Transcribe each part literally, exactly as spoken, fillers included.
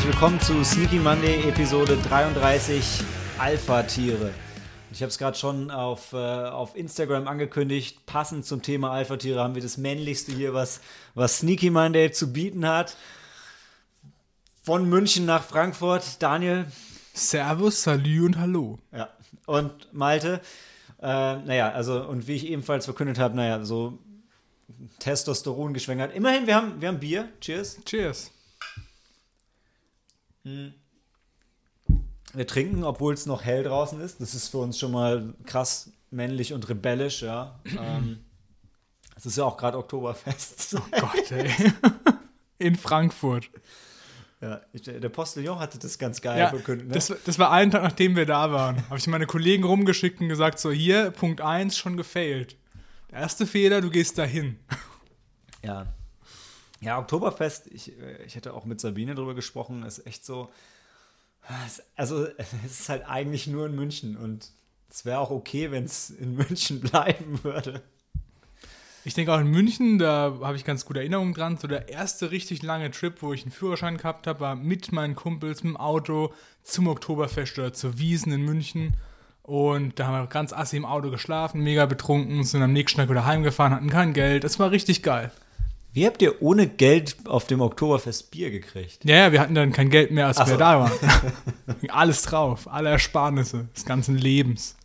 willkommen zu Sneaky Monday, Episode dreiunddreißig, Alpha-Tiere. Ich habe es gerade schon auf, äh, auf Instagram angekündigt, passend zum Thema Alpha-Tiere haben wir das Männlichste hier, was, was Sneaky Monday zu bieten hat. Von München nach Frankfurt, Daniel. Servus, Salü und Hallo. Ja, und Malte. Äh, naja, also, und wie ich ebenfalls verkündet habe, naja, so Testosteron geschwängert. Immerhin, wir haben, wir haben Bier. Cheers. Cheers. Wir trinken, obwohl es noch hell draußen ist. Das ist für uns schon mal krass männlich und rebellisch, ja. ähm, es ist ja auch gerade Oktoberfest. Oh Gott, ey. In Frankfurt. Ja, ich, der Postillon hatte das ganz geil ja, verkündet. Ne? Das, das war einen Tag, nachdem wir da waren. Habe ich meine Kollegen rumgeschickt und gesagt, so hier, Punkt eins, schon gefailt. Der erste Fehler, du gehst dahin. Ja. Ja, Oktoberfest, ich, ich hätte auch mit Sabine drüber gesprochen, ist echt so, also es ist halt eigentlich nur in München und es wäre auch okay, wenn es in München bleiben würde. Ich denke auch in München, da habe ich ganz gute Erinnerungen dran, so der erste richtig lange Trip, wo ich einen Führerschein gehabt habe, war mit meinen Kumpels mit dem Auto zum Oktoberfest oder zur Wiesn in München und da haben wir ganz assi im Auto geschlafen, mega betrunken, sind am nächsten Tag wieder heimgefahren, hatten kein Geld, es war richtig geil. Wie habt ihr ohne Geld auf dem Oktoberfest Bier gekriegt? Ja, ja, wir hatten dann kein Geld mehr, als Ach wir so. da waren. Alles drauf, alle Ersparnisse des ganzen Lebens.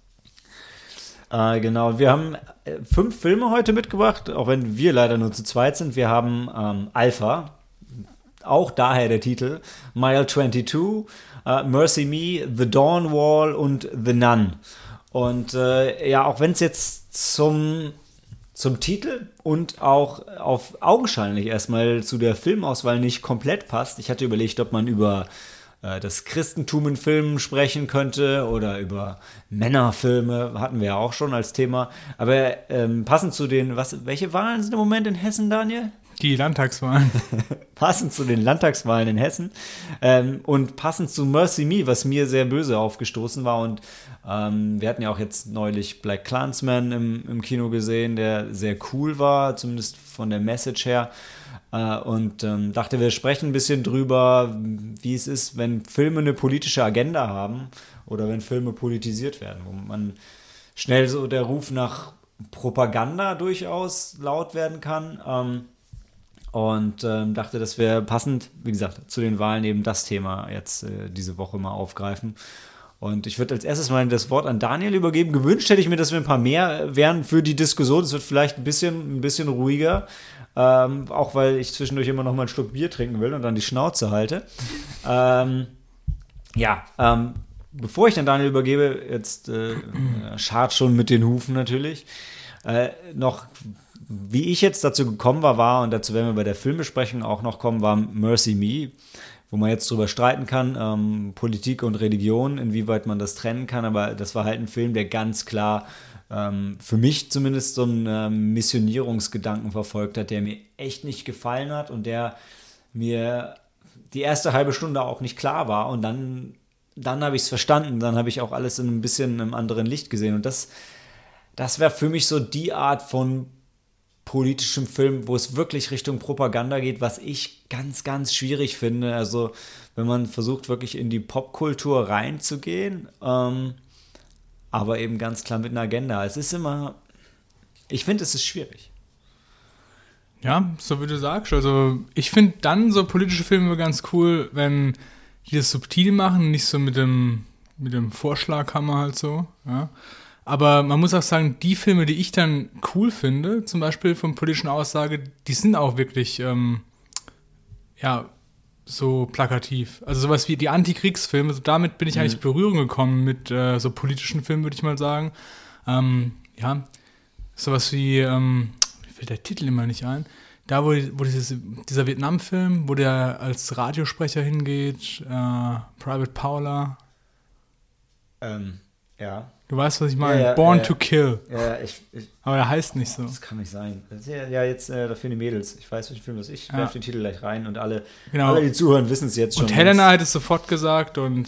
Äh, genau, wir haben äh, fünf Filme heute mitgebracht, auch wenn wir leider nur zu zweit sind. Wir haben ähm, Alpha, auch daher der Titel, Mile zweiundzwanzig, äh, Mercy Me, The Dawn Wall und The Nun. Und äh, ja, auch wenn es jetzt zum... Zum Titel und auch auf augenscheinlich erstmal zu der Filmauswahl nicht komplett passt. Ich hatte überlegt, ob man über äh, das Christentum in Filmen sprechen könnte oder über Männerfilme, hatten wir ja auch schon als Thema. Aber ähm, passend zu den, was, welche Wahlen sind im Moment in Hessen, Daniel? Die Landtagswahlen. Passend zu den Landtagswahlen in Hessen ähm, und passend zu Mercy Me, was mir sehr böse aufgestoßen war. Und ähm, wir hatten ja auch jetzt neulich Black Klansman im, im Kino gesehen, der sehr cool war, zumindest von der Message her. Äh, und ähm, dachte, wir sprechen ein bisschen drüber, wie es ist, wenn Filme eine politische Agenda haben oder wenn Filme politisiert werden, wo man schnell so der Ruf nach Propaganda durchaus laut werden kann. Ähm, Und ähm, dachte, dass wir passend, wie gesagt, zu den Wahlen eben das Thema jetzt äh, diese Woche mal aufgreifen. Und ich würde als erstes mal das Wort an Daniel übergeben. Gewünscht hätte ich mir, dass wir ein paar mehr wären für die Diskussion. Es wird vielleicht ein bisschen, ein bisschen ruhiger, ähm, auch weil ich zwischendurch immer noch mal einen Schluck Bier trinken will und dann die Schnauze halte. ähm, ja, ähm, bevor ich dann Daniel übergebe, jetzt äh, schart schon mit den Hufen natürlich, äh, noch... Wie ich jetzt dazu gekommen war, war, und dazu werden wir bei der Filmbesprechung auch noch kommen, war Mercy Me, wo man jetzt drüber streiten kann, ähm, Politik und Religion, inwieweit man das trennen kann, aber das war halt ein Film, der ganz klar ähm, für mich zumindest so einen ähm, Missionierungsgedanken verfolgt hat, der mir echt nicht gefallen hat und der mir die erste halbe Stunde auch nicht klar war und dann, dann habe ich es verstanden, dann habe ich auch alles in ein bisschen einem anderen Licht gesehen und das, das wäre für mich so die Art von politischem Film, wo es wirklich Richtung Propaganda geht, was ich ganz, ganz schwierig finde. Also wenn man versucht, wirklich in die Popkultur reinzugehen, ähm, aber eben ganz klar mit einer Agenda. Es ist immer, ich finde, es ist schwierig. Ja, so wie du sagst. Also ich finde dann so politische Filme ganz cool, wenn die das subtil machen, nicht so mit dem, mit dem Vorschlaghammer halt so, ja. Aber man muss auch sagen, die Filme, die ich dann cool finde, zum Beispiel von politischen Aussage, die sind auch wirklich, ähm, ja, so plakativ. Also sowas wie die Antikriegsfilme, also damit bin ich mhm. eigentlich in Berührung gekommen mit äh, so politischen Filmen, würde ich mal sagen. Ähm, ja, sowas wie, ähm, mir fällt der Titel immer nicht ein, da wo, wo dieses, dieser Vietnam-Film, wo der als Radiosprecher hingeht, äh, Private Paula. Ähm, ja. Du weißt, was ich meine? Ja, ja, Born ja, to Kill. Ja, ich, ich, aber der heißt nicht so. Das kann nicht sein. Das ist ja, ja jetzt äh, dafür die Mädels. Ich weiß, welchen Film das ist. Ich ja. werfe den Titel gleich rein und alle, genau. alle die zuhören, wissen es jetzt schon. Und Helena hat es sofort gesagt und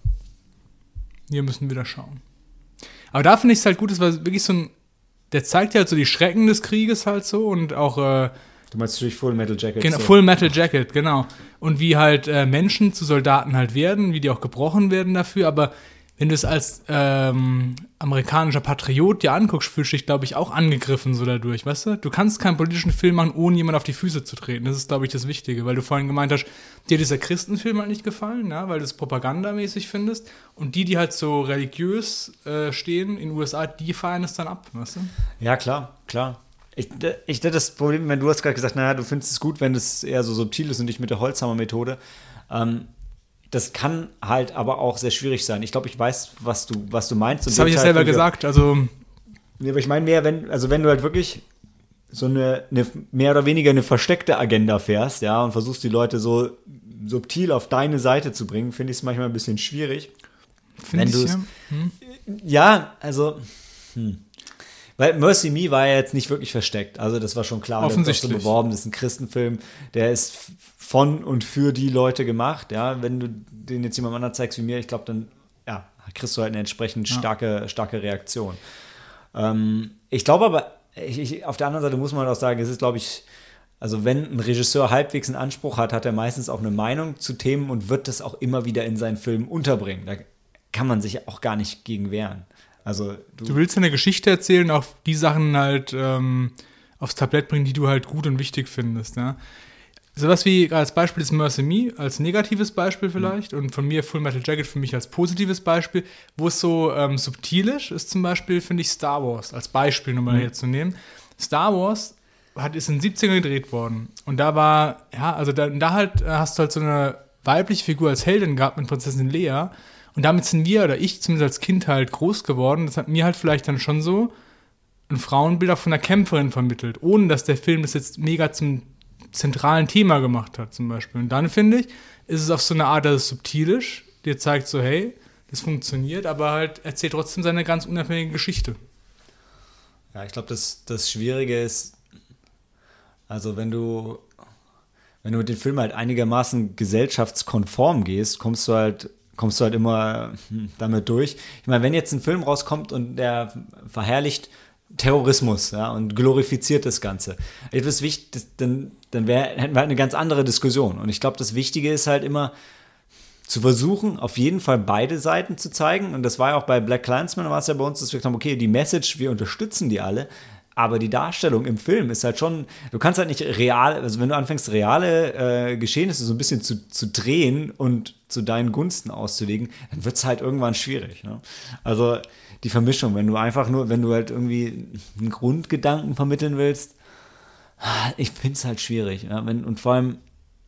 wir müssen wieder schauen. Aber da finde ich es halt gut, das war wirklich so ein, der zeigt ja halt so die Schrecken des Krieges halt so und auch äh, Du meinst natürlich Full Metal Jacket. Genau, so. Full Metal Jacket, genau. Und wie halt äh, Menschen zu Soldaten halt werden, wie die auch gebrochen werden dafür, aber wenn du es als ähm, amerikanischer Patriot dir anguckst, fühlst du dich, glaube ich, auch angegriffen so dadurch, weißt du? Du kannst keinen politischen Film machen, ohne jemand auf die Füße zu treten. Das ist, glaube ich, das Wichtige, weil du vorhin gemeint hast, dir hat dieser Christenfilm halt nicht gefallen, ja, weil du es propagandamäßig findest. Und die, die halt so religiös äh, stehen in den U S A, die feiern es dann ab, weißt du? Ja, klar, klar. Ich, ich das Problem, wenn du hast gerade gesagt, naja, du findest es gut, wenn es eher so subtil ist und nicht mit der Holzhammer-Methode. Ähm, Das kann halt aber auch sehr schwierig sein. Ich glaube, ich weiß, was du, was du meinst. Das habe ich ja selber gesagt. Also ja, aber ich meine mehr, wenn, also wenn du halt wirklich so eine, eine mehr oder weniger eine versteckte Agenda fährst, ja, und versuchst die Leute so subtil auf deine Seite zu bringen, finde ich es manchmal ein bisschen schwierig. Finde ich, ja. Hm. Ja, also hm. Weil Mercy Me war ja jetzt nicht wirklich versteckt. Also das war schon klar. Offensichtlich. Das ist so beworben, das ist ein Christenfilm, der ist von und für die Leute gemacht. Ja, wenn du den jetzt jemand anderem zeigst wie mir, ich glaube, dann ja, kriegst du halt eine entsprechend Ja. starke, starke Reaktion. Ähm, ich glaube aber, ich, ich, auf der anderen Seite muss man auch sagen, es ist, glaube ich, also wenn ein Regisseur halbwegs einen Anspruch hat, hat er meistens auch eine Meinung zu Themen und wird das auch immer wieder in seinen Filmen unterbringen. Da kann man sich auch gar nicht gegen wehren. Also du, Du willst eine Geschichte erzählen, auch die Sachen halt ähm, aufs Tablett bringen, die du halt gut und wichtig findest. Ja? Sowas wie als Beispiel ist Mercy Me, als negatives Beispiel vielleicht, mhm. und von mir Full Metal Jacket für mich als positives Beispiel. Wo es so ähm, subtil ist, ist zum Beispiel, finde ich, Star Wars als Beispiel nochmal Mhm. hier zu nehmen. Star Wars hat, ist in den siebzigern gedreht worden. Und da war, ja, also da, da halt äh, hast du halt so eine weibliche Figur als Heldin gehabt mit Prinzessin Leia. Und damit sind wir, oder ich zumindest als Kind halt groß geworden. Das hat mir halt vielleicht dann schon so ein Frauenbild auch von einer Kämpferin vermittelt, ohne dass der Film das jetzt mega zum zentralen Thema gemacht hat zum Beispiel. Und dann, finde ich, ist es auf so eine Art, dass es subtil ist, dir zeigt so, hey, das funktioniert, aber halt erzählt trotzdem seine ganz unabhängige Geschichte. ja, ich glaube, das, das Schwierige ist, also wenn du, wenn du mit dem Film halt einigermaßen gesellschaftskonform gehst, kommst du halt, kommst du halt immer hm, damit durch. Ich meine, wenn jetzt ein Film rauskommt und der verherrlicht Terrorismus, ja, und glorifiziert das Ganze, etwas wichtig, das, dann, dann wär, hätten wir halt eine ganz andere Diskussion. Und ich glaube, das Wichtige ist halt immer zu versuchen, auf jeden Fall beide Seiten zu zeigen. Und das war ja auch bei Black Klansman, war es ja bei uns, dass wir gesagt haben, okay, die Message, wir unterstützen die alle, aber die Darstellung im Film ist halt schon, du kannst halt nicht real, also wenn du anfängst, reale äh, Geschehnisse so ein bisschen zu, zu drehen und zu deinen Gunsten auszulegen, dann wird es halt irgendwann schwierig. Ne? Also die Vermischung, wenn du einfach nur, wenn du halt irgendwie einen Grundgedanken vermitteln willst, ich finde es halt schwierig. Ja? Wenn, und vor allem,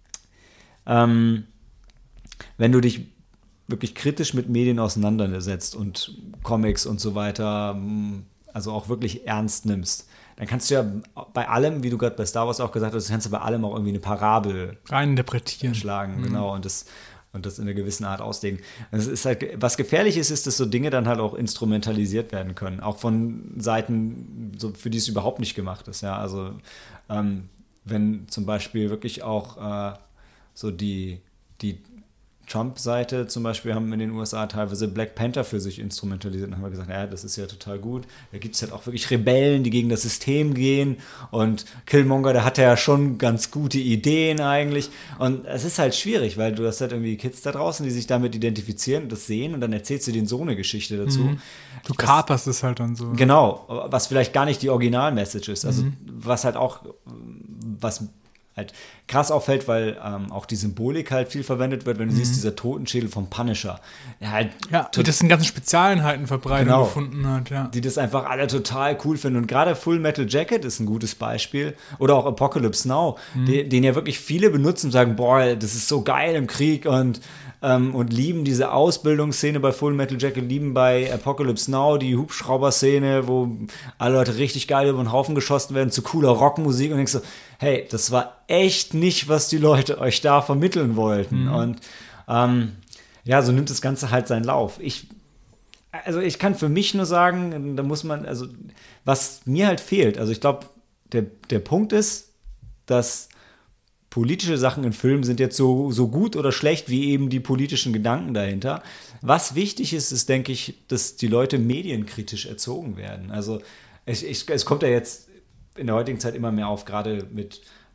ähm, wenn du dich wirklich kritisch mit Medien auseinandersetzt und Comics und so weiter, also auch wirklich ernst nimmst, dann kannst du ja bei allem, wie du gerade bei Star Wars auch gesagt hast, kannst du bei allem auch irgendwie eine Parabel Reininterpretieren. schlagen, Mhm. genau, und das, und das in einer gewissen Art auslegen. Das ist halt, was gefährlich ist, ist, dass so Dinge dann halt auch instrumentalisiert werden können, auch von Seiten, so, für die es überhaupt nicht gemacht ist, ja, also ähm, wenn zum Beispiel wirklich auch äh, so die, die Trump-Seite zum Beispiel haben in den U S A teilweise Black Panther für sich instrumentalisiert und haben wir gesagt, ja, das ist ja total gut. Da gibt es halt auch wirklich Rebellen, die gegen das System gehen und Killmonger, der hat ja schon ganz gute Ideen eigentlich und es ist halt schwierig, weil du hast halt irgendwie Kids da draußen, die sich damit identifizieren und das sehen und dann erzählst du denen so eine Geschichte dazu. Mhm. Du Das- kaperst es halt dann so. Genau, was vielleicht gar nicht die Original-Message ist. Also Mhm. was halt auch, was halt krass auffällt, weil ähm, auch die Symbolik halt viel verwendet wird, wenn du siehst, dieser Totenschädel vom Punisher. Der halt Ja, tot- das in ganzen Spezialeinheiten Verbreitung Genau. gefunden hat, ja. die das einfach alle total cool finden. Und gerade Full Metal Jacket ist ein gutes Beispiel. Oder auch Apocalypse Now, den, den ja wirklich viele benutzen und sagen, boah, das ist so geil im Krieg und, ähm, und lieben diese Ausbildungsszene bei Full Metal Jacket, lieben bei Apocalypse Now die Hubschrauber-Szene, wo alle Leute richtig geil über den Haufen geschossen werden zu cooler Rockmusik und denkst so, hey, das war echt nicht, was die Leute euch da vermitteln wollten. Mhm. Und ähm, ja, so nimmt das Ganze halt seinen Lauf. Ich Also ich kann für mich nur sagen, da muss man, also was mir halt fehlt, also ich glaube, der, der Punkt ist, dass politische Sachen in Filmen sind jetzt so, so gut oder schlecht wie eben die politischen Gedanken dahinter. Was wichtig ist, ist, denke ich, dass die Leute medienkritisch erzogen werden. Also es, ich, es kommt ja jetzt in der heutigen Zeit immer mehr auf, gerade mit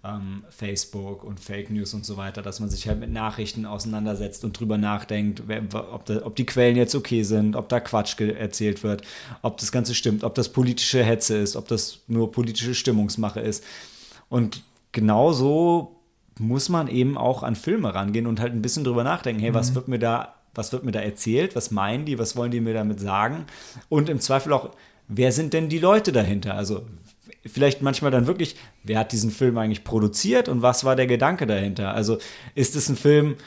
ähm, Facebook und Fake News und so weiter, dass man sich halt mit Nachrichten auseinandersetzt und drüber nachdenkt, wer, ob, da, ob die Quellen jetzt okay sind, ob da Quatsch ge- erzählt wird, ob das Ganze stimmt, ob das politische Hetze ist, ob das nur politische Stimmungsmache ist. Und genauso muss man eben auch an Filme rangehen und halt ein bisschen drüber nachdenken, hey, mhm. was wird mir da, was wird mir da erzählt, was meinen die, was wollen die mir damit sagen? Und im Zweifel auch, wer sind denn die Leute dahinter? Also vielleicht manchmal dann wirklich, wer hat diesen Film eigentlich produziert und was war der Gedanke dahinter? Also ist es ein Film,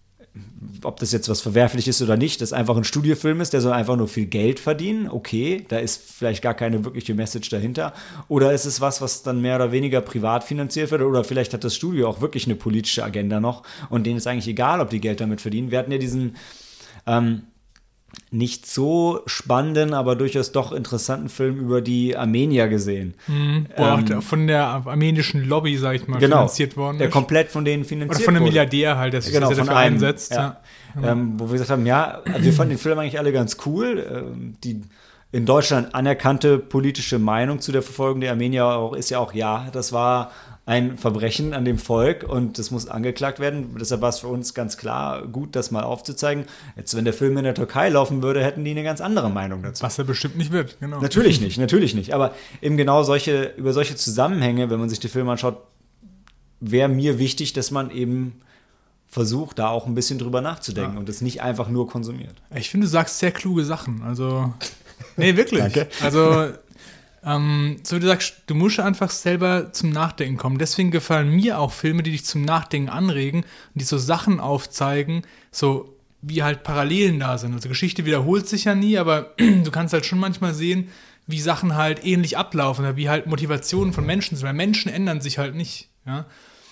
ob das jetzt was verwerflich ist oder nicht, das einfach ein Studiofilm ist, der soll einfach nur viel Geld verdienen, okay, da ist vielleicht gar keine wirkliche Message dahinter. Oder ist es was, was dann mehr oder weniger privat finanziert wird, oder vielleicht hat das Studio auch wirklich eine politische Agenda noch und denen ist eigentlich egal, ob die Geld damit verdienen. Wir hatten ja diesen ähm, nicht so spannenden, aber durchaus doch interessanten Film über die Armenier gesehen. Mhm. Boah, ähm, von der armenischen Lobby, sag ich mal, genau, finanziert worden der ist. komplett von denen finanziert wurde. Oder von einem Milliardär halt, der sich genau, dafür einem, einsetzt. Ja. Ja. Ähm, wo wir gesagt haben, ja, also wir fanden den Film eigentlich alle ganz cool. Ähm, die in Deutschland anerkannte politische Meinung zu der Verfolgung der Armenier auch, ist ja auch, ja, das war ein Verbrechen an dem Volk und das muss angeklagt werden. Deshalb war es für uns ganz klar gut, das mal aufzuzeigen. Jetzt, wenn der Film in der Türkei laufen würde, hätten die eine ganz andere Meinung dazu. Was er bestimmt nicht wird, genau. Natürlich nicht, natürlich nicht. Aber eben genau solche, über solche Zusammenhänge, wenn man sich die Filme anschaut, wäre mir wichtig, dass man eben versucht, da auch ein bisschen drüber nachzudenken ja. und das nicht einfach nur konsumiert. Ich finde, du sagst sehr kluge Sachen. Also, nee, wirklich. Danke. Also, ähm, so wie du sagst, du musst einfach selber zum Nachdenken kommen. Deswegen gefallen mir auch Filme, die dich zum Nachdenken anregen und die so Sachen aufzeigen, so wie halt Parallelen da sind. Also Geschichte wiederholt sich ja nie, aber du kannst halt schon manchmal sehen, wie Sachen halt ähnlich ablaufen oder wie halt Motivationen von Menschen sind, weil Menschen ändern sich halt nicht. Ja?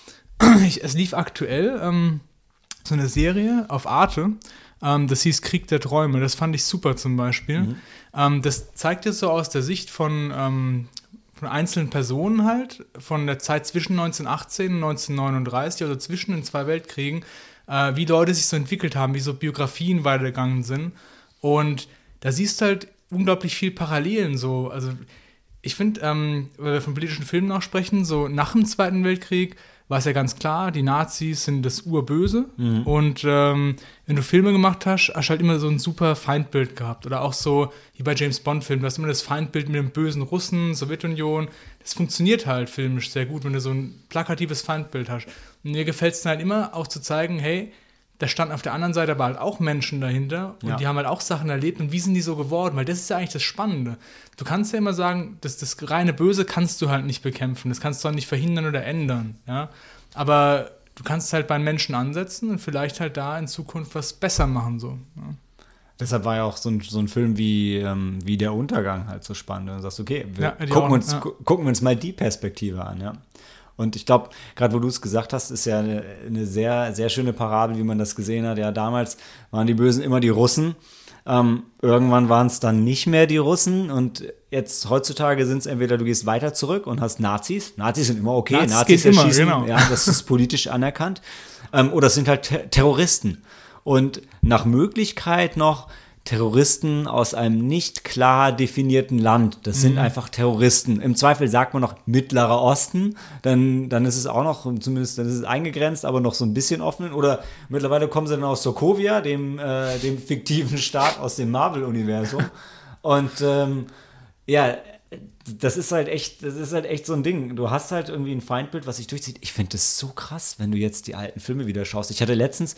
Ich, es lief aktuell ähm, so eine Serie auf Arte, ähm, das hieß Krieg der Träume, das fand ich super zum Beispiel. Mhm. Ähm, das zeigt jetzt so aus der Sicht von, ähm, von einzelnen Personen halt, von der Zeit zwischen neunzehnhundertachtzehn und neunzehnhundertneununddreißig, also zwischen den zwei Weltkriegen, äh, wie Leute sich so entwickelt haben, wie so Biografien weitergegangen sind. Und da siehst du halt unglaublich viel Parallelen so, also ich finde, ähm, weil wir von politischen Filmen noch sprechen, so nach dem Zweiten Weltkrieg war es ja ganz klar, die Nazis sind das Urböse. Mhm. Und ähm, wenn du Filme gemacht hast, hast du halt immer so ein super Feindbild gehabt. Oder auch so, wie bei James-Bond-Filmen, du hast immer das Feindbild mit dem bösen Russen, Sowjetunion. Das funktioniert halt filmisch sehr gut, wenn du so ein plakatives Feindbild hast. Und mir gefällt es dann halt immer auch zu zeigen, hey, da standen auf der anderen Seite aber halt auch Menschen dahinter und ja. die haben halt auch Sachen erlebt und wie sind die so geworden? Weil das ist ja eigentlich das Spannende. Du kannst ja immer sagen, das, das reine Böse kannst du halt nicht bekämpfen, das kannst du auch nicht verhindern oder ändern. Ja? Aber du kannst halt bei Menschen ansetzen und vielleicht halt da in Zukunft was besser machen. So. Ja. Deshalb war ja auch so ein, so ein Film wie, ähm, wie Der Untergang halt so spannend. Und du sagst, okay, wir ja, gucken, auch, uns, ja. gu- gucken wir uns mal die Perspektive an, ja. Und ich glaube, gerade wo du es gesagt hast, ist ja eine, eine sehr, sehr schöne Parabel, wie man das gesehen hat. Ja, damals waren die Bösen immer die Russen. Ähm, irgendwann waren es dann nicht mehr die Russen. Und jetzt heutzutage sind es entweder, du gehst weiter zurück und hast Nazis. Nazis sind immer okay. Nazis, Nazis geht erschießen. Immer, genau. Ja, das ist politisch anerkannt. Ähm, oder es sind halt Ter- Terroristen. Und nach Möglichkeit noch Terroristen aus einem nicht klar definierten Land. Das sind mhm. einfach Terroristen. Im Zweifel sagt man noch Mittlerer Osten, dann, dann ist es auch noch, zumindest dann ist es eingegrenzt, aber noch so ein bisschen offen. Oder mittlerweile kommen sie dann aus Sokovia, dem, äh, dem fiktiven Staat aus dem Marvel-Universum. Und ähm, ja, das ist halt echt, das ist halt echt so ein Ding. Du hast halt irgendwie ein Feindbild, was sich durchzieht. Ich finde das so krass, wenn du jetzt die alten Filme wieder schaust. Ich hatte letztens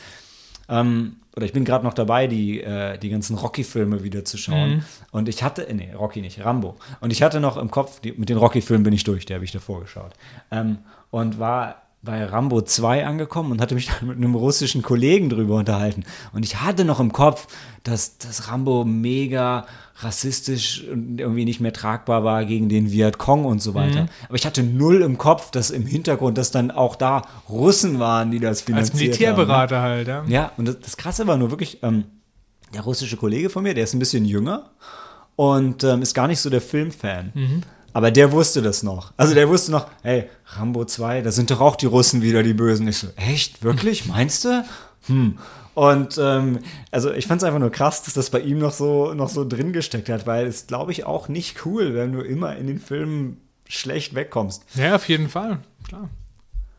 Ähm, oder ich bin gerade noch dabei, die, äh, die ganzen Rocky-Filme wieder zu schauen. Mhm. Und ich hatte, äh, nee, Rocky nicht, Rambo. Und ich hatte noch im Kopf, die, mit den Rocky-Filmen bin ich durch, die habe ich davor geschaut. Ähm, und war bei Rambo zwei angekommen und hatte mich dann mit einem russischen Kollegen drüber unterhalten. Und ich hatte noch im Kopf, dass, dass Rambo mega rassistisch und irgendwie nicht mehr tragbar war gegen den Vietcong und so weiter. Mhm. Aber ich hatte null im Kopf, dass im Hintergrund, dass dann auch da Russen waren, die das finanziert haben. Als Militärberater haben, ne? halt, ja. Ja, und das, das Krasse war nur wirklich, ähm, der russische Kollege von mir, der ist ein bisschen jünger und ähm, ist gar nicht so der Filmfan. Mhm. Aber der wusste das noch. Also der wusste noch, hey, Rambo zwei, da sind doch auch die Russen wieder die Bösen. Ich so, echt? Wirklich? Meinst du? Hm. Und ähm, also ich fand es einfach nur krass, dass das bei ihm noch so, noch so drin gesteckt hat, weil es, glaube ich, auch nicht cool, wenn du immer in den Filmen schlecht wegkommst. Ja, auf jeden Fall, klar.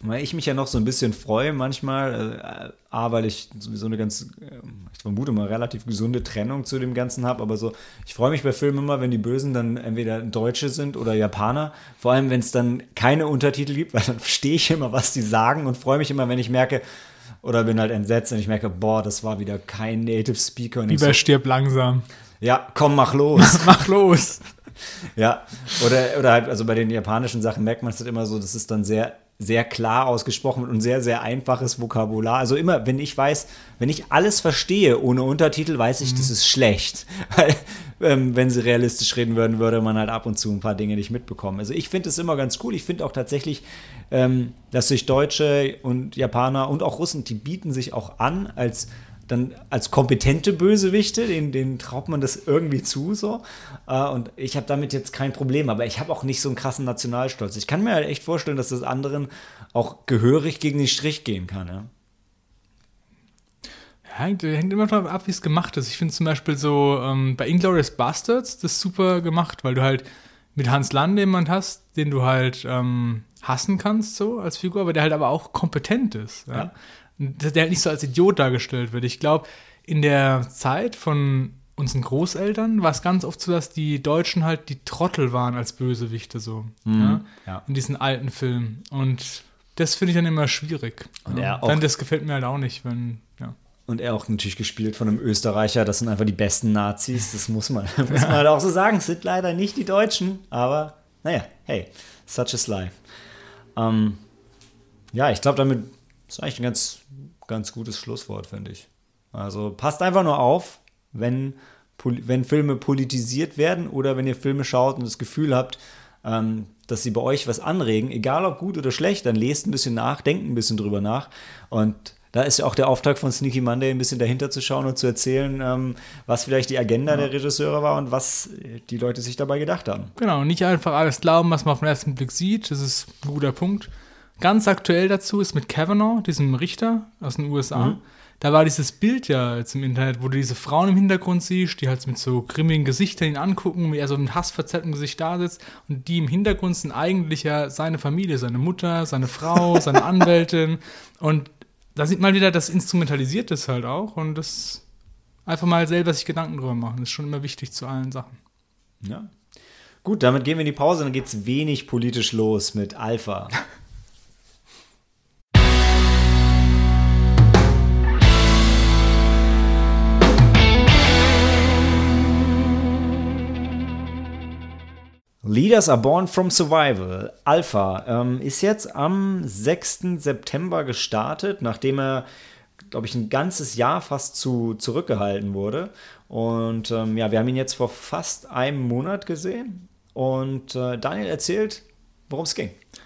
weil ich mich ja noch so ein bisschen freue manchmal, äh, A, weil ich sowieso eine ganz, äh, ich vermute mal, relativ gesunde Trennung zu dem Ganzen habe, aber so, ich freue mich bei Filmen immer, wenn die Bösen dann entweder Deutsche sind oder Japaner, vor allem, wenn es dann keine Untertitel gibt, weil dann verstehe ich immer, was die sagen und freue mich immer, wenn ich merke, oder bin halt entsetzt und ich merke, boah, das war wieder kein Native Speaker. Und Wie bei so, Stirb langsam. Ja, komm, mach los. Mach los. Ja, oder, oder halt, also bei den japanischen Sachen merkt man es halt immer so, das ist dann sehr, sehr klar ausgesprochen und sehr, sehr einfaches Vokabular. Also immer, wenn ich weiß, wenn ich alles verstehe ohne Untertitel, weiß ich, mhm. das ist schlecht. Weil, ähm, wenn sie realistisch reden würden, würde man halt ab und zu ein paar Dinge nicht mitbekommen. Also ich finde es immer ganz cool. Ich finde auch tatsächlich, ähm, dass sich Deutsche und Japaner und auch Russen, die bieten sich auch an als dann als kompetente Bösewichte, denen, denen traut man das irgendwie zu, so. Äh, und ich habe damit jetzt kein Problem, aber ich habe auch nicht so einen krassen Nationalstolz. Ich kann mir halt echt vorstellen, dass das anderen auch gehörig gegen den Strich gehen kann, ja. Ja, hängt, hängt immer davon ab, wie es gemacht ist. Ich finde zum Beispiel so, ähm, bei Inglourious Basterds, das ist super gemacht, weil du halt mit Hans Lande jemand hast, den du halt ähm, hassen kannst, so als Figur, aber der halt aber auch kompetent ist, ja. Ja. Der halt nicht so als Idiot dargestellt wird. Ich glaube, in der Zeit von unseren Großeltern war es ganz oft so, dass die Deutschen halt die Trottel waren als Bösewichte so. Mhm. Ja? Ja. In diesen alten Filmen. Und das finde ich dann immer schwierig. Und ja. er auch, dann, das gefällt mir halt auch nicht, wenn, ja. Und er auch natürlich gespielt von einem Österreicher, das sind einfach die besten Nazis, das muss man, muss man halt auch so sagen. Es sind leider nicht die Deutschen, aber naja, hey, such is life. Ähm, ja, ich glaube, damit ist eigentlich ein ganz, ganz gutes Schlusswort, finde ich. Also passt einfach nur auf, wenn, wenn Filme politisiert werden oder wenn ihr Filme schaut und das Gefühl habt, ähm, dass sie bei euch was anregen, egal ob gut oder schlecht, dann lest ein bisschen nach, denkt ein bisschen drüber nach. Und da ist ja auch der Auftrag von Sneaky Monday, ein bisschen dahinter zu schauen und zu erzählen, ähm, was vielleicht die Agenda ja. der Regisseure war und was die Leute sich dabei gedacht haben. Genau, nicht einfach alles glauben, was man auf den ersten Blick sieht. Das ist ein guter Punkt. Ganz aktuell dazu ist mit Kavanaugh, diesem Richter aus den U S A. Mhm. Da war dieses Bild ja jetzt im Internet, wo du diese Frauen im Hintergrund siehst, die halt mit so grimmigen Gesichtern ihn angucken, wie er so mit hassverzerrtem Gesicht da sitzt. Und die im Hintergrund sind eigentlich ja seine Familie, seine Mutter, seine Frau, seine Anwältin. Und da sieht man wieder, das instrumentalisiert ist halt auch. Und das einfach mal selber sich Gedanken drüber machen. Das ist schon immer wichtig zu allen Sachen. Ja. Gut, damit gehen wir in die Pause. Dann geht's wenig politisch los mit Alpha. Leaders are born from survival. Alpha ähm, ist jetzt am sechsten September gestartet, nachdem er, glaube ich, ein ganzes Jahr fast zu, zurückgehalten wurde. Und ähm, ja, wir haben ihn jetzt vor fast einem Monat gesehen. Und äh, Daniel erzählt, worum es ging.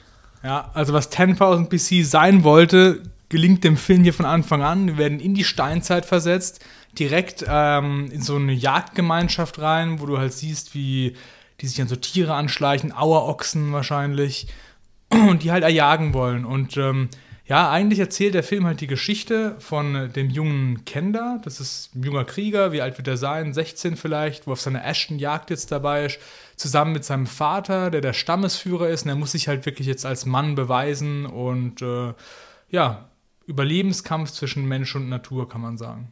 Ja, also was zehntausend B C sein wollte, gelingt dem Film hier von Anfang an. Wir werden in die Steinzeit versetzt, direkt ähm, in so eine Jagdgemeinschaft rein, wo du halt siehst, wie die sich an so Tiere anschleichen, Auerochsen wahrscheinlich, und die halt erjagen wollen. Und ähm, ja, eigentlich erzählt der Film halt die Geschichte von dem jungen Kenda. Das ist ein junger Krieger, wie alt wird er sein? sechzehn vielleicht, wo auf seiner Ashton-Jagd jetzt dabei ist, zusammen mit seinem Vater, der der Stammesführer ist. Und er muss sich halt wirklich jetzt als Mann beweisen und äh, ja, Überlebenskampf zwischen Mensch und Natur, kann man sagen.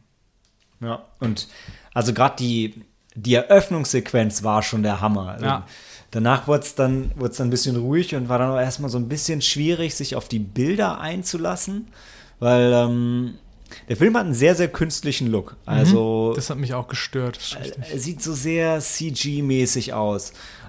Ja, und also gerade die Die Eröffnungssequenz war schon der Hammer. Also ja. Danach wurde es dann, dann ein bisschen ruhig und war dann auch erstmal so ein bisschen schwierig, sich auf die Bilder einzulassen, weil ähm, der Film hat einen sehr, sehr künstlichen Look. Also, das hat mich auch gestört. Er sieht so sehr C G-mäßig aus.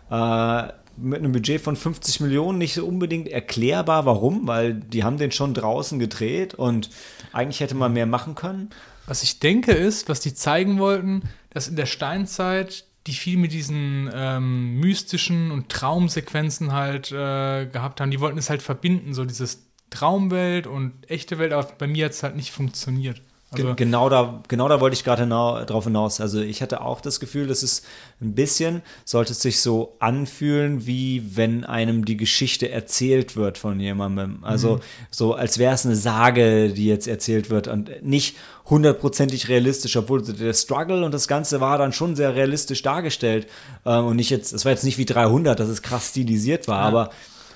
Äh, mit einem Budget von fünfzig Millionen nicht so unbedingt erklärbar, warum, weil die haben den schon draußen gedreht und eigentlich hätte man mehr machen können. Was ich denke ist, was die zeigen wollten, dass in der Steinzeit die viel mit diesen ähm, mystischen und Traumsequenzen halt äh, gehabt haben. Die wollten es halt verbinden, so dieses Traumwelt und echte Welt, aber bei mir hat es halt nicht funktioniert. Also Ge- genau, da, genau da wollte ich gerade hina- drauf hinaus. Also ich hatte auch das Gefühl, dass es ein bisschen, sollte es sich so anfühlen, wie wenn einem die Geschichte erzählt wird von jemandem. Also mhm. so, als wäre es eine Sage, die jetzt erzählt wird und nicht hundertprozentig realistisch, obwohl der Struggle und das Ganze war dann schon sehr realistisch dargestellt. Ähm, und nicht jetzt, es war jetzt nicht wie dreihundert, dass es krass stilisiert war, ja. aber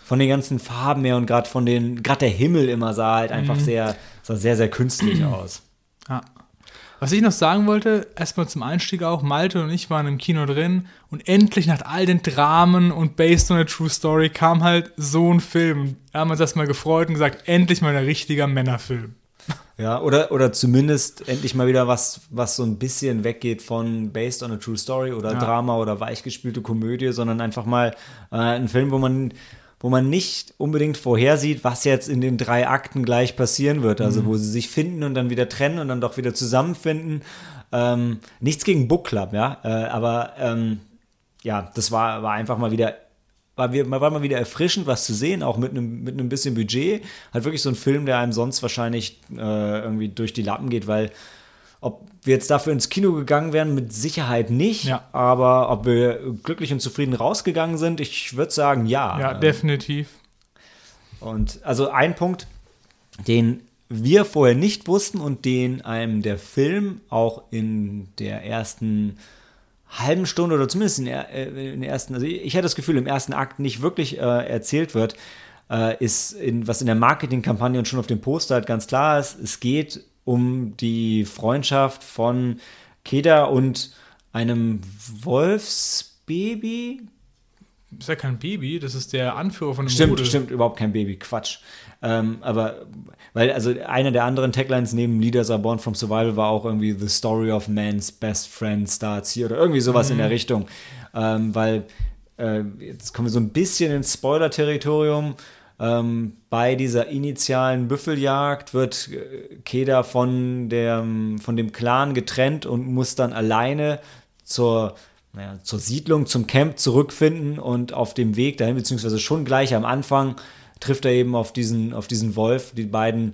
von den ganzen Farben her und gerade von den, gerade der Himmel immer sah halt einfach mhm. sehr, sah sehr, sehr künstlich aus. Ja. Was ich noch sagen wollte, erstmal zum Einstieg auch, Malte und ich waren im Kino drin und endlich nach all den Dramen und based on a true story kam halt so ein Film. Da haben wir uns erstmal gefreut und gesagt, endlich mal ein richtiger Männerfilm. Ja, oder, oder zumindest endlich mal wieder was, was so ein bisschen weggeht von based on a true story oder ja. Drama oder weichgespülte Komödie, sondern einfach mal äh, ein Film, wo man wo man nicht unbedingt vorhersieht, was jetzt in den drei Akten gleich passieren wird. Also mhm. wo sie sich finden und dann wieder trennen und dann doch wieder zusammenfinden. Ähm, nichts gegen Book Club, ja. Äh, aber ähm, ja, das war, war einfach mal wieder, war, war mal wieder erfrischend, was zu sehen, auch mit einem mit einem bisschen Budget. Halt wirklich so ein Film, der einem sonst wahrscheinlich äh, irgendwie durch die Lappen geht, weil ob wir jetzt dafür ins Kino gegangen wären, mit Sicherheit nicht. Ja. Aber ob wir glücklich und zufrieden rausgegangen sind, ich würde sagen, ja. Ja, definitiv. Und also ein Punkt, den wir vorher nicht wussten und den einem der Film auch in der ersten halben Stunde oder zumindest in der, in der ersten, also ich hatte das Gefühl, im ersten Akt nicht wirklich äh, erzählt wird, äh, ist, in, was in der Marketingkampagne und schon auf dem Poster halt ganz klar ist, es geht um die Freundschaft von Keda und einem Wolfsbaby. Das ist ja kein Baby, das ist der Anführer von einem Stimmt, Rudel. stimmt, überhaupt kein Baby, Quatsch. Ähm, aber, weil, also eine der anderen Taglines neben Leaders are born from survival war auch irgendwie The story of man's best friend starts here oder irgendwie sowas mhm. in der Richtung. Ähm, weil, äh, jetzt kommen wir so ein bisschen ins Spoiler-Territorium. Ähm, bei dieser initialen Büffeljagd wird Keda von, der, von dem Clan getrennt und muss dann alleine zur, naja, zur Siedlung, zum Camp zurückfinden und auf dem Weg dahin, beziehungsweise schon gleich am Anfang, trifft er eben auf diesen, auf diesen Wolf. Die beiden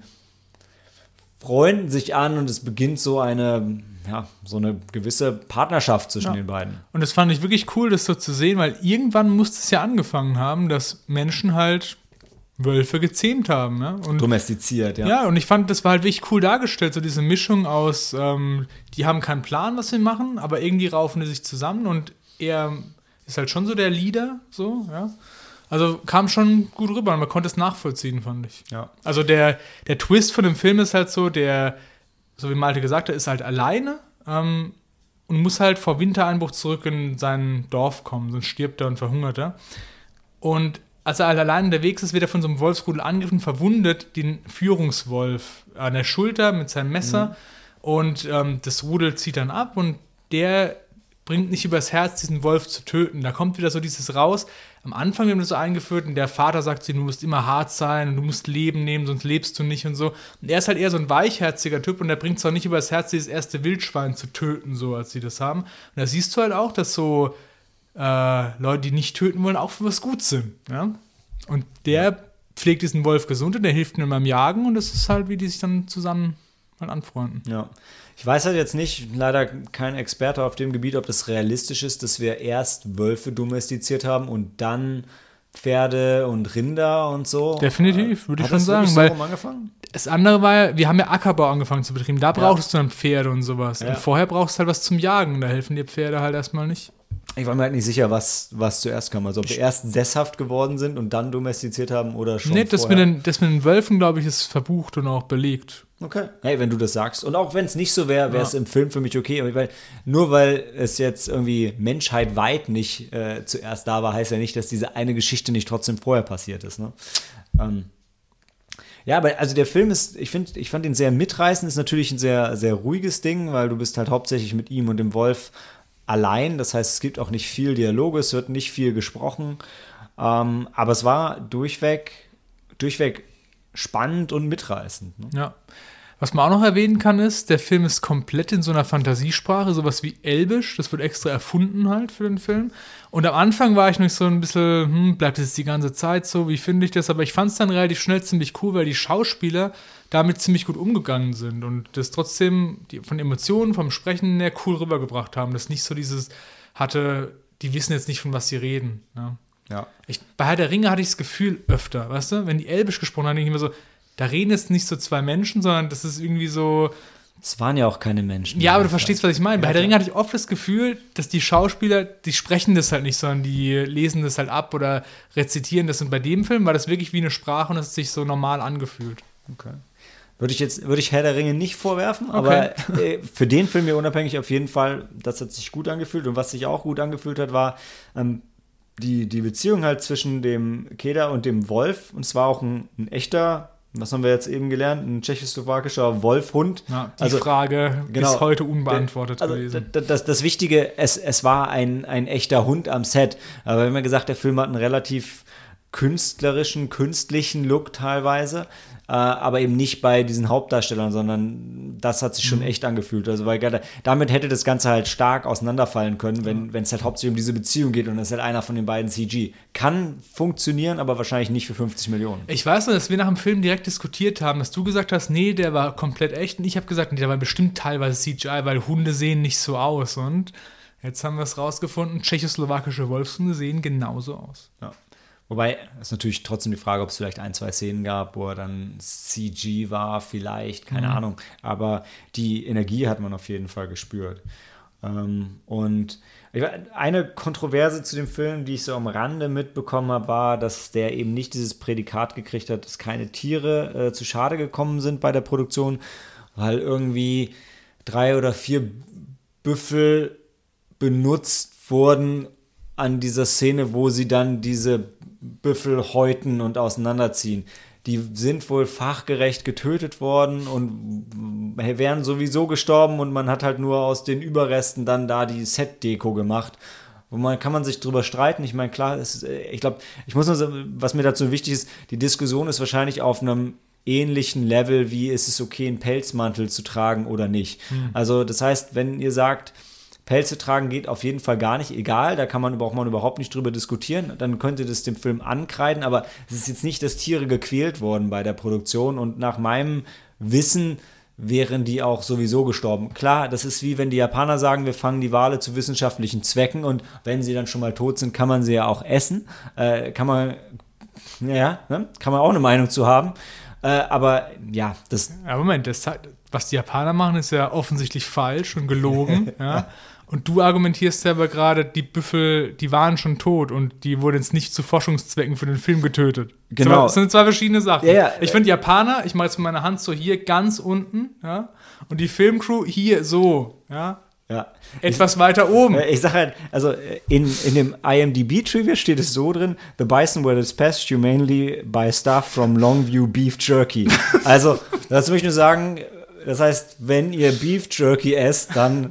freunden sich an und es beginnt so eine, ja, so eine gewisse Partnerschaft zwischen ja. den beiden. Und das fand ich wirklich cool, das so zu sehen, weil irgendwann muss es ja angefangen haben, dass Menschen halt Wölfe gezähmt haben. Ja? Und domestiziert, ja. Ja, und ich fand, das war halt wirklich cool dargestellt, so diese Mischung aus, ähm, die haben keinen Plan, was wir machen, aber irgendwie raufen die sich zusammen und er ist halt schon so der Leader, so, ja. Also kam schon gut rüber und man konnte es nachvollziehen, fand ich. Ja. Also der, der Twist von dem Film ist halt so, der, so wie Malte gesagt hat, ist halt alleine ähm, und muss halt vor Wintereinbruch zurück in sein Dorf kommen, sonst stirbt er und verhungert er. Und als er allein unterwegs ist, wird er von so einem Wolfsrudel angegriffen, verwundet den Führungswolf an der Schulter mit seinem Messer mhm. und ähm, das Rudel zieht dann ab und der bringt nicht übers Herz, diesen Wolf zu töten. Da kommt wieder so dieses raus. Am Anfang wird das so eingeführt und der Vater sagt zu ihm, du musst immer hart sein und du musst Leben nehmen, sonst lebst du nicht und so. Und er ist halt eher so ein weichherziger Typ und der bringt es auch nicht übers Herz, dieses erste Wildschwein zu töten, so als sie das haben. Und da siehst du halt auch, dass so Äh, Leute, die nicht töten wollen, auch für was gut sind. Ja? Und der pflegt diesen Wolf gesund und der hilft ihm beim Jagen und das ist halt, wie die sich dann zusammen mal anfreunden. Ja. Ich weiß halt jetzt nicht, leider kein Experte auf dem Gebiet, ob das realistisch ist, dass wir erst Wölfe domestiziert haben und dann Pferde und Rinder und so. Definitiv, würde ich schon sagen. So weil angefangen? Das andere war ja, wir haben ja Ackerbau angefangen zu betreiben. Da brauchst ja. du dann Pferde und sowas. Ja. Und vorher brauchst du halt was zum Jagen. Da helfen dir Pferde halt erstmal nicht. Ich war mir halt nicht sicher, was, was zuerst kam. Also ob wir erst sesshaft geworden sind und dann domestiziert haben oder schon Nee, das vorher. mit, den, das mit den Wölfen, glaube ich, ist verbucht und auch belegt. Okay. Hey, wenn du das sagst. Und auch wenn es nicht so wäre, wäre es ja. im Film für mich okay. Weil, nur weil es jetzt irgendwie menschheitweit nicht äh, zuerst da war, heißt ja nicht, dass diese eine Geschichte nicht trotzdem vorher passiert ist. Ne? Ähm. Ja, aber also der Film ist, ich finde, ich fand ihn sehr mitreißend, ist natürlich ein sehr, sehr ruhiges Ding, weil du bist halt hauptsächlich mit ihm und dem Wolf allein. Das heißt, es gibt auch nicht viel Dialoge, es wird nicht viel gesprochen. Ähm, aber es war durchweg, durchweg spannend und mitreißend. Ne? Ja. Was man auch noch erwähnen kann, ist, der Film ist komplett in so einer Fantasiesprache, sowas wie Elbisch. Das wird extra erfunden halt für den Film. Und am Anfang war ich noch so ein bisschen, hm, bleibt es die ganze Zeit so, wie finde ich das? Aber ich fand es dann relativ schnell ziemlich cool, weil die Schauspieler damit ziemlich gut umgegangen sind und das trotzdem die, von Emotionen, vom Sprechen her cool rübergebracht haben. Das nicht so dieses hatte, die wissen jetzt nicht, von was sie reden. Ja. Ja. Ich, bei Herr der Ringe hatte ich das Gefühl öfter, weißt du, wenn die Elbisch gesprochen haben, denke ich mir so, da reden jetzt nicht so zwei Menschen, sondern das ist irgendwie so, Es waren ja auch keine Menschen. Ja, aber du verstehst, was ich meine. Bei Ja, Herr der klar. Ringe hatte ich oft das Gefühl, dass die Schauspieler, die sprechen das halt nicht, sondern die lesen das halt ab oder rezitieren das. Und bei dem Film war das wirklich wie eine Sprache und es hat sich so normal angefühlt. Okay. Würde ich jetzt, würde ich Herr der Ringe nicht vorwerfen, aber äh, für den Film mir unabhängig auf jeden Fall, das hat sich gut angefühlt. Und was sich auch gut angefühlt hat, war ähm, die, die Beziehung halt zwischen dem Keda und dem Wolf. Und zwar auch ein, ein echter, was haben wir jetzt eben gelernt, ein tschechoslowakischer Wolfhund. Ja, die also, Frage genau, ist heute unbeantwortet also, gewesen. Das, das, das Wichtige, es, es war ein, ein echter Hund am Set. Aber wir haben ja gesagt, der Film hat einen relativ künstlerischen, künstlichen Look teilweise. Äh, aber eben nicht bei diesen Hauptdarstellern, sondern das hat sich schon echt angefühlt. Also weil gerade, damit hätte das Ganze halt stark auseinanderfallen können, wenn es halt hauptsächlich um diese Beziehung geht und das ist halt einer von den beiden C G. Kann funktionieren, aber wahrscheinlich nicht für fünfzig Millionen. Ich weiß nur, dass wir nach dem Film direkt diskutiert haben, dass du gesagt hast, nee, der war komplett echt. Und ich habe gesagt, nee, der war bestimmt teilweise C G I, weil Hunde sehen nicht so aus. Und jetzt haben wir es rausgefunden, tschechoslowakische Wolfshunde sehen genauso aus. Ja. Wobei, ist natürlich trotzdem die Frage, ob es vielleicht ein, zwei Szenen gab, wo er dann C G war, vielleicht, keine mhm. Ahnung. Aber die Energie hat man auf jeden Fall gespürt. Ähm, und eine Kontroverse zu dem Film, die ich so am Rande mitbekommen habe, war, dass der eben nicht dieses Prädikat gekriegt hat, dass keine Tiere äh, zu Schade gekommen sind bei der Produktion, weil irgendwie drei oder vier Büffel benutzt wurden an dieser Szene, wo sie dann diese Büffel häuten und auseinanderziehen. Die sind wohl fachgerecht getötet worden und wären sowieso gestorben und man hat halt nur aus den Überresten dann da die Set-Deko gemacht. Wo man, kann man sich drüber streiten. Ich meine, klar, es ist, ich glaube, ich muss nur sagen, was mir dazu wichtig ist, die Diskussion ist wahrscheinlich auf einem ähnlichen Level, wie ist es okay, einen Pelzmantel zu tragen oder nicht. Mhm. Also das heißt, wenn ihr sagt, Pelze tragen geht auf jeden Fall gar nicht, egal, da kann man braucht man überhaupt nicht drüber diskutieren, dann könnt ihr das dem Film ankreiden, aber es ist jetzt nicht, dass Tiere gequält wurden bei der Produktion und nach meinem Wissen wären die auch sowieso gestorben. Klar, das ist wie wenn die Japaner sagen, wir fangen die Wale zu wissenschaftlichen Zwecken und wenn sie dann schon mal tot sind, kann man sie ja auch essen, äh, kann man, ja, ne? Kann man auch eine Meinung zu haben, äh, aber ja, das... Ja, Moment, das, was die Japaner machen, ist ja offensichtlich falsch und gelogen, ja. Und du argumentierst ja aber gerade, die Büffel, die waren schon tot und die wurden jetzt nicht zu Forschungszwecken für den Film getötet. Genau. Das sind zwei verschiedene Sachen. Ja, ja. Ich finde Japaner, ich mache jetzt mit meiner Hand so hier ganz unten, ja, und die Filmcrew hier so, ja. Ja. Etwas ich, weiter oben. Ich sage halt, also in, in dem I M D B-Trivia steht es so drin, the bison were dispatched humanely by staff from Longview Beef Jerky. Also, dazu möchte ich nur sagen, das heißt, wenn ihr Beef Jerky esst, dann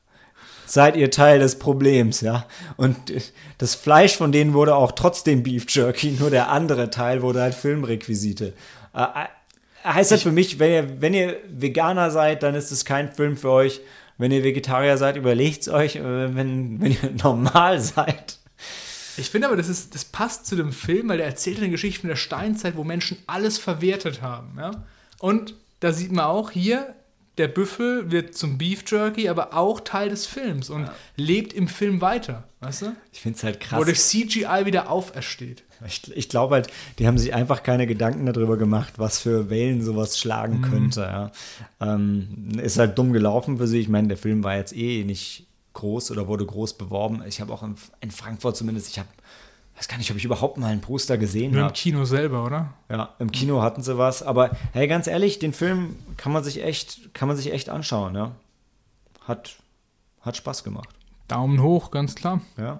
seid ihr Teil des Problems, ja. Und das Fleisch von denen wurde auch trotzdem Beef Jerky, nur der andere Teil wurde halt Filmrequisite. Äh, heißt das für mich, wenn ihr, wenn ihr Veganer seid, dann ist es kein Film für euch. Wenn ihr Vegetarier seid, überlegt's euch. Wenn, wenn ihr normal seid. Ich finde aber, das, ist, das passt zu dem Film, weil der erzählt eine Geschichte von der Steinzeit, wo Menschen alles verwertet haben, ja. Und da sieht man auch hier, der Büffel wird zum Beef Jerky, aber auch Teil des Films und ja. lebt im Film weiter, weißt du? Ich finde es halt krass. Wo durch C G I wieder aufersteht. Ich, ich glaube halt, die haben sich einfach keine Gedanken darüber gemacht, was für Wellen sowas schlagen mhm. könnte. Ja. Ähm, ist halt dumm gelaufen für sie. Ich meine, der Film war jetzt eh nicht groß oder wurde groß beworben. Ich habe auch in, in Frankfurt zumindest, ich habe weiß gar nicht, ob ich überhaupt mal ein Poster gesehen habe. Im Kino selber, oder? Ja, im Kino hatten sie was. Aber hey, ganz ehrlich, den Film kann man sich echt, kann man sich echt anschauen. Ja? Hat, hat Spaß gemacht. Daumen hoch, ganz klar. Ja.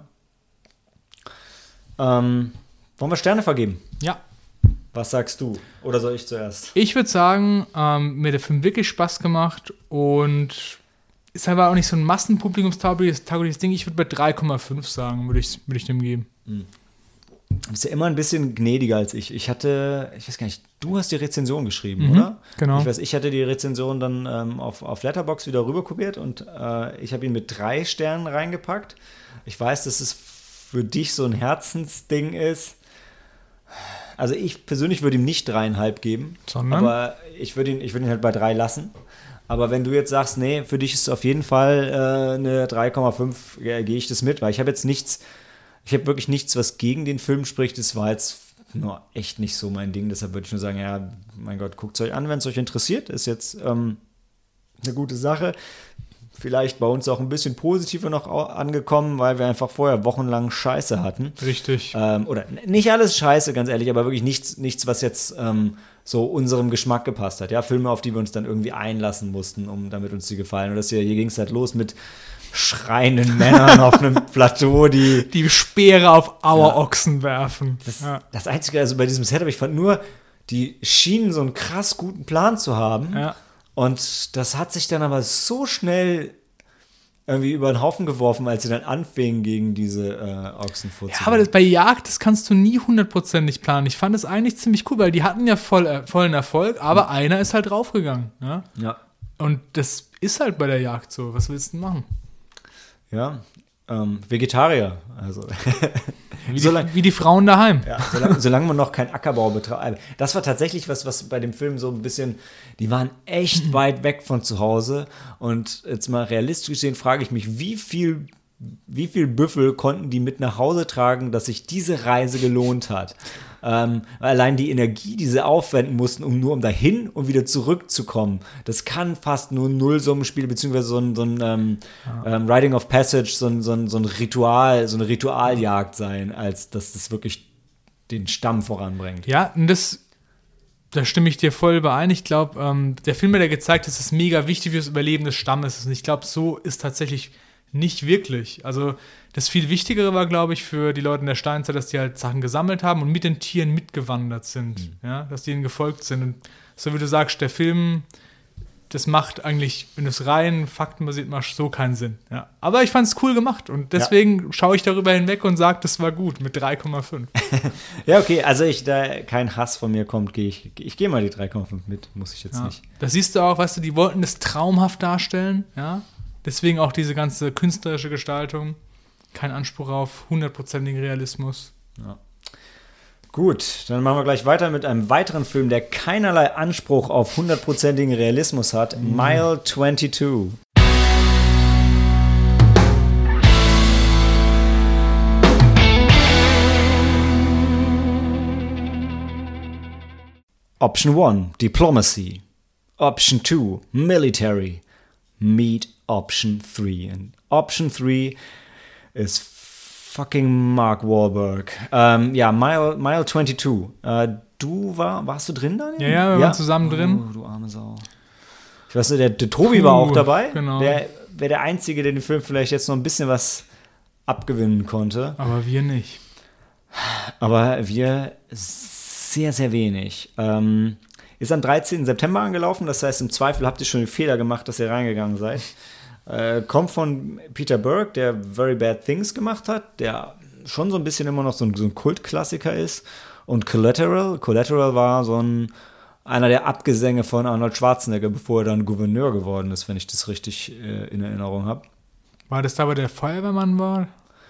Ähm, wollen wir Sterne vergeben? Ja. Was sagst du? Oder soll ich zuerst? Ich würde sagen, ähm, mir hat der Film wirklich Spaß gemacht und ist aber auch nicht so ein massenpublikumstaugliches taugliches Ding. Ich würde bei drei Komma fünf sagen, würde ich, würd ich dem geben. Mhm. Du bist ja immer ein bisschen gnädiger als ich. Ich hatte, ich weiß gar nicht, du hast die Rezension geschrieben, mhm, oder? Genau. Ich weiß, ich hatte die Rezension dann ähm, auf, auf Letterboxd wieder rüber kopiert und äh, ich habe ihn mit drei Sternen reingepackt. Ich weiß, dass es für dich so ein Herzensding ist. Also ich persönlich würde ihm nicht dreieinhalb geben, sondern? Aber ich würde ihn, ich würde ihn halt bei drei lassen. Aber wenn du jetzt sagst, nee, für dich ist es auf jeden Fall äh, eine drei Komma fünf, ja, gehe ich das mit, weil ich habe jetzt nichts, ich habe wirklich nichts, was gegen den Film spricht. Das war jetzt nur echt nicht so mein Ding. Deshalb würde ich nur sagen, ja, mein Gott, guckt es euch an, wenn es euch interessiert. Ist jetzt ähm, eine gute Sache. Vielleicht bei uns auch ein bisschen positiver noch angekommen, weil wir einfach vorher wochenlang Scheiße hatten. Richtig. Ähm, oder nicht alles Scheiße, ganz ehrlich, aber wirklich nichts, nichts was jetzt ähm, so unserem Geschmack gepasst hat. Ja, Filme, auf die wir uns dann irgendwie einlassen mussten, um damit uns die gefallen. Und das hier, hier ging es halt los mit schreienden Männern auf einem Plateau, die die Speere auf Auerochsen ja. werfen. Das, ja. das Einzige, also bei diesem Setup, ich fand nur, die schienen so einen krass guten Plan zu haben. Ja. Und das hat sich dann aber so schnell irgendwie über den Haufen geworfen, als sie dann anfingen, gegen diese äh, Ochsen vorzugehen. Ja, aber das, bei Jagd, das kannst du nie hundertprozentig planen. Ich fand das eigentlich ziemlich cool, weil die hatten ja voll, äh, vollen Erfolg, aber mhm. einer ist halt draufgegangen. Ja? ja. Und das ist halt bei der Jagd so. Was willst du denn machen? Ja, ähm, Vegetarier. Also. Wie die, solange, wie die Frauen daheim. Ja, solange, solange man noch keinen Ackerbau betreibt. Das war tatsächlich was, was bei dem Film so ein bisschen, die waren echt mhm. weit weg von zu Hause. Und jetzt mal realistisch gesehen frage ich mich, wie viel, wie viel Büffel konnten die mit nach Hause tragen, dass sich diese Reise gelohnt hat? Ähm, allein die Energie, die sie aufwenden mussten, um nur um dahin und wieder zurückzukommen, das kann fast nur ein Nullsummenspiel, beziehungsweise so ein, so ein ähm, ja. ähm, Riding of Passage, so ein, so, ein, so ein Ritual, so eine Ritualjagd sein, als dass das wirklich den Stamm voranbringt. Ja, und das, da stimme ich dir voll überein. Ich glaube, ähm, der Film hat ja gezeigt, dass es mega wichtig für das Überleben des Stammes ist. Und ich glaube, so ist tatsächlich nicht wirklich. Also das viel Wichtigere war, glaube ich, für die Leute in der Steinzeit, dass die halt Sachen gesammelt haben und mit den Tieren mitgewandert sind. Mhm. Ja, dass die ihnen gefolgt sind. Und so wie du sagst, der Film, das macht eigentlich, wenn du es rein faktenbasiert machst, so keinen Sinn. Ja. Aber ich fand es cool gemacht und deswegen ja. schaue ich darüber hinweg und sage, das war gut mit drei Komma fünf. Ja, okay, also ich, da kein Hass von mir kommt, gehe ich, ich gehe mal die drei Komma fünf mit, muss ich jetzt ja. nicht. Das siehst du auch, weißt du, die wollten das traumhaft darstellen, ja. Deswegen auch diese ganze künstlerische Gestaltung. Kein Anspruch auf hundertprozentigen Realismus. Ja. Gut, dann machen wir gleich weiter mit einem weiteren Film, der keinerlei Anspruch auf hundertprozentigen Realismus hat. Mhm. Mile zweiundzwanzig. Option one, Diplomacy. Option two, Military. Meet Option three. And Option three is fucking Mark Wahlberg. Ähm, ja, Mile, Mile zweiundzwanzig. Äh, du war, warst du drin, Daniel? Ja, ja, wir ja? waren zusammen drin. Oh, du arme Sau. Ich weiß nicht, der, der Tobi Puh, war auch dabei. Genau. Der wäre der Einzige, der den Film vielleicht jetzt noch ein bisschen was abgewinnen konnte. Aber wir nicht. Aber wir sehr, sehr wenig. Ähm, ist am dreizehnten September angelaufen, das heißt, im Zweifel habt ihr schon den Fehler gemacht, dass ihr reingegangen seid. Äh, kommt von Peter Berg, der Very Bad Things gemacht hat, der schon so ein bisschen immer noch so ein, so ein Kultklassiker ist. Und Collateral, Collateral war so ein einer der Abgesänge von Arnold Schwarzenegger, bevor er dann Gouverneur geworden ist, wenn ich das richtig äh, in Erinnerung habe. War das da, wo der Feuerwehrmann war?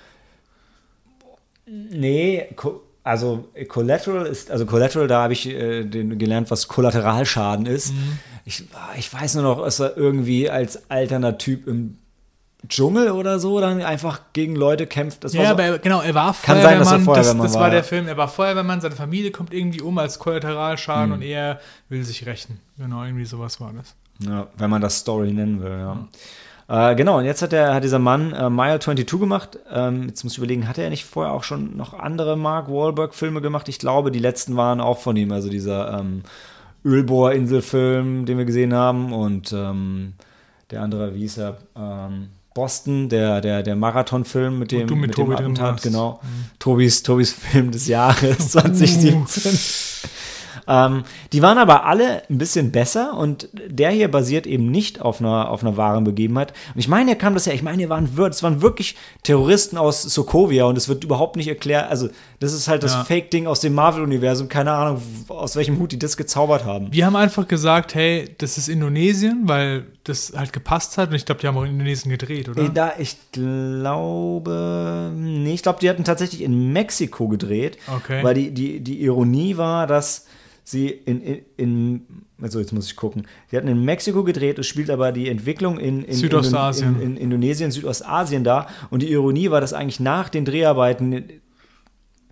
Nee, co- also Collateral ist, also Collateral, da habe ich äh, den, gelernt, was Kollateralschaden ist. Mhm. Ich, ich weiß nur noch, dass er irgendwie als alterner Typ im Dschungel oder so dann einfach gegen Leute kämpft. Das ja, war so, aber genau, er war Feuerwehrmann. Kann sein, dass er Feuerwehrmann das, das war. war der Film, er war Feuerwehrmann, seine Familie kommt irgendwie um als Kollateralschaden mhm. und er will sich rächen. Genau, irgendwie sowas war das. Ja, wenn man das Story nennen will, ja. Mhm. Äh, genau, und jetzt hat, der, hat dieser Mann äh, Mile zweiundzwanzig gemacht. Ähm, jetzt muss ich überlegen, hat er nicht vorher auch schon noch andere Mark Wahlberg-Filme gemacht? Ich glaube, die letzten waren auch von ihm. Also dieser ähm, Ölbohrinsel-Film, den wir gesehen haben. Und ähm, der andere, wie hieß er? Ähm, Boston, der, der, der Marathonfilm mit dem, mit mit Tobi dem Attentat. Genau. Mhm. Tobis, Tobis Film des Jahres zwanzig siebzehn. Ähm, die waren aber alle ein bisschen besser und der hier basiert eben nicht auf einer, auf einer wahren Begebenheit. Und ich meine, hier kam das ja, ich meine, hier waren, es waren wirklich Terroristen aus Sokovia und es wird überhaupt nicht erklärt, also das ist halt das ja. Fake-Ding aus dem Marvel-Universum, keine Ahnung, aus welchem Hut die das gezaubert haben. Wir haben einfach gesagt, hey, das ist Indonesien, weil das halt gepasst hat und ich glaube, die haben auch in Indonesien gedreht, oder? Da, ich glaube, nee, ich glaube, die hatten tatsächlich in Mexiko gedreht, okay. Weil die, die, die Ironie war, dass sie in, in, in, also jetzt muss ich gucken, sie hatten in Mexiko gedreht, es spielt aber die Entwicklung in, in, Südostasien. in, in, in Indonesien, Südostasien da und die Ironie war, dass eigentlich nach den Dreharbeiten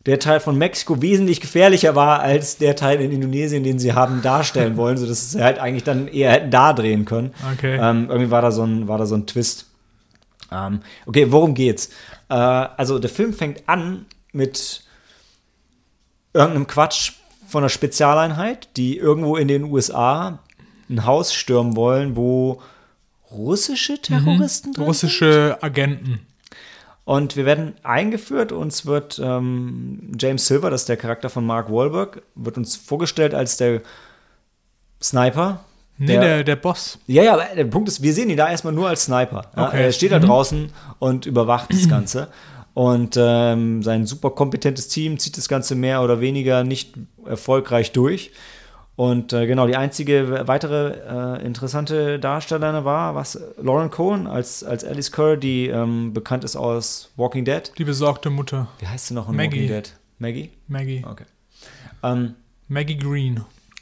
der Teil von Mexiko wesentlich gefährlicher war als der Teil in Indonesien, den sie haben darstellen wollen, sodass sie halt eigentlich dann eher hätten da drehen können. Okay. Ähm, irgendwie war da so ein, war da so ein Twist. Ähm, okay, worum geht's? Äh, also der Film fängt an mit irgendeinem Quatsch von einer Spezialeinheit, die irgendwo in den U S A ein Haus stürmen wollen, wo russische Terroristen mhm. drin russische sind? Agenten. Und wir werden eingeführt, uns wird ähm, James Silver, das ist der Charakter von Mark Wahlberg, wird uns vorgestellt als der Sniper. Nee, der, der, der Boss. Ja, ja, aber der Punkt ist, wir sehen ihn da erstmal nur als Sniper. Ja? Okay. Er steht da mhm. draußen und überwacht das Ganze. Und ähm, sein super kompetentes Team zieht das Ganze mehr oder weniger nicht erfolgreich durch. Und äh, genau, die einzige weitere äh, interessante Darstellerin war, was Lauren Cohen als, als Alice Kerr, die ähm, bekannt ist aus Walking Dead. Die besorgte Mutter. Wie heißt sie noch in Maggie. Walking Dead? Maggie? Maggie. Okay. Ähm, Maggie Green.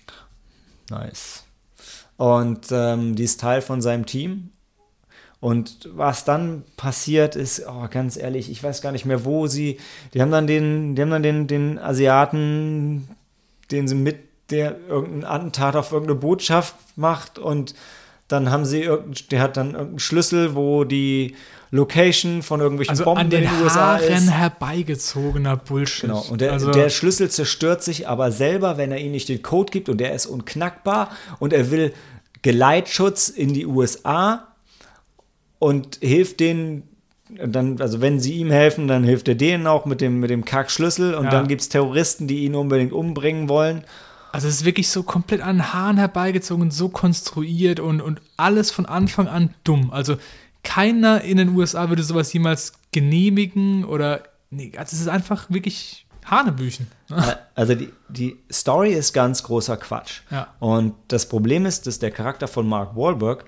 Nice. Und ähm, die ist Teil von seinem Team. Und was dann passiert ist, oh, ganz ehrlich, ich weiß gar nicht mehr, wo sie, die haben dann den, die haben dann den, den Asiaten, den sie mit, der irgendein Attentat auf irgendeine Botschaft macht, und dann haben sie, der hat dann irgendeinen Schlüssel, wo die Location von irgendwelchen also Bomben an den in den U S A ist. herbeigezogener Bullshit. Genau, und der, also der Schlüssel zerstört sich aber selber, wenn er ihnen nicht den Code gibt, und der ist unknackbar, und er will Geleitschutz in die U S A und hilft denen, dann, also wenn sie ihm helfen, dann hilft er denen auch mit dem, mit dem Kackschlüssel, und ja. dann gibt es Terroristen, die ihn unbedingt umbringen wollen. Also es ist wirklich so komplett an den Haaren herbeigezogen, so konstruiert und, und alles von Anfang an dumm. Also keiner in den U S A würde sowas jemals genehmigen oder, nee, also es ist einfach wirklich Hanebüchen. Also die, die Story ist ganz großer Quatsch. Ja. Und das Problem ist, dass der Charakter von Mark Wahlberg,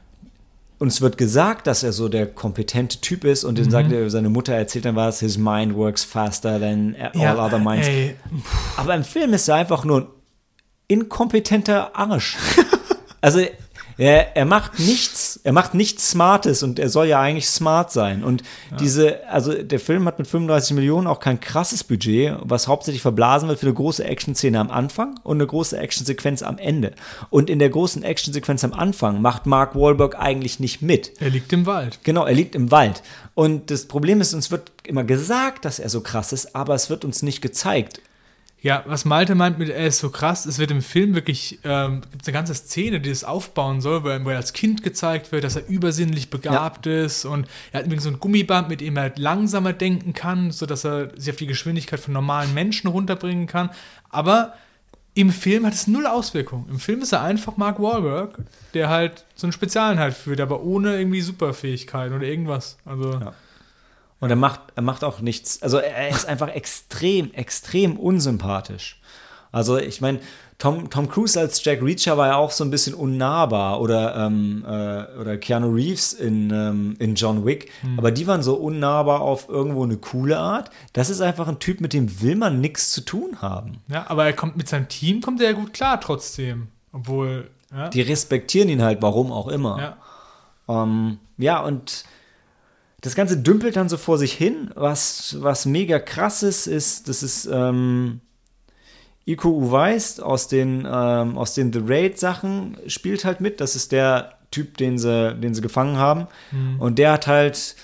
uns wird gesagt, dass er so der kompetente Typ ist, und dann mhm. sagt er, seine Mutter erzählt dann was, his mind works faster than all ja, other minds. Ey. Aber im Film ist er einfach nur ein inkompetenter Arsch. Also er, er macht nichts, er macht nichts Smartes, und er soll ja eigentlich smart sein. Und ja. diese, also der Film hat mit fünfunddreißig Millionen auch kein krasses Budget, was hauptsächlich verblasen wird für eine große Action-Szene am Anfang und eine große Action-Sequenz am Ende. Und in der großen Action-Sequenz am Anfang macht Mark Wahlberg eigentlich nicht mit. Er liegt im Wald. Genau, er liegt im Wald. Und das Problem ist, uns wird immer gesagt, dass er so krass ist, aber es wird uns nicht gezeigt. Ja, was Malte meint mit, er ist so krass, es wird im Film wirklich, ähm, gibt es eine ganze Szene, die das aufbauen soll, wo er, wo er als Kind gezeigt wird, dass er übersinnlich begabt ja. ist, und er hat übrigens so ein Gummiband, mit dem er langsamer denken kann, sodass er sich auf die Geschwindigkeit von normalen Menschen runterbringen kann, aber im Film hat es null Auswirkungen. Im Film ist er einfach Mark Wahlberg, der halt so eine Spezialeinheit führt, aber ohne irgendwie Superfähigkeiten oder irgendwas. Also ja. Und er macht, er macht auch nichts, also er ist einfach extrem, extrem unsympathisch. Also ich meine, Tom, Tom Cruise als Jack Reacher war ja auch so ein bisschen unnahbar, oder, ähm, äh, oder Keanu Reeves in, ähm, in John Wick, mhm. aber die waren so unnahbar auf irgendwo eine coole Art. Das ist einfach ein Typ, mit dem will man nichts zu tun haben. Ja, aber er kommt mit seinem Team, kommt er ja gut klar trotzdem, obwohl, ja. Die respektieren ihn halt, warum auch immer. Ja, ähm, ja und das Ganze dümpelt dann so vor sich hin. Was, was mega krass ist, ist, das ist ähm, Iko Uweis aus den, ähm, aus den The Raid-Sachen spielt halt mit. Das ist der Typ, den sie, den sie gefangen haben. Mhm. Und der hat halt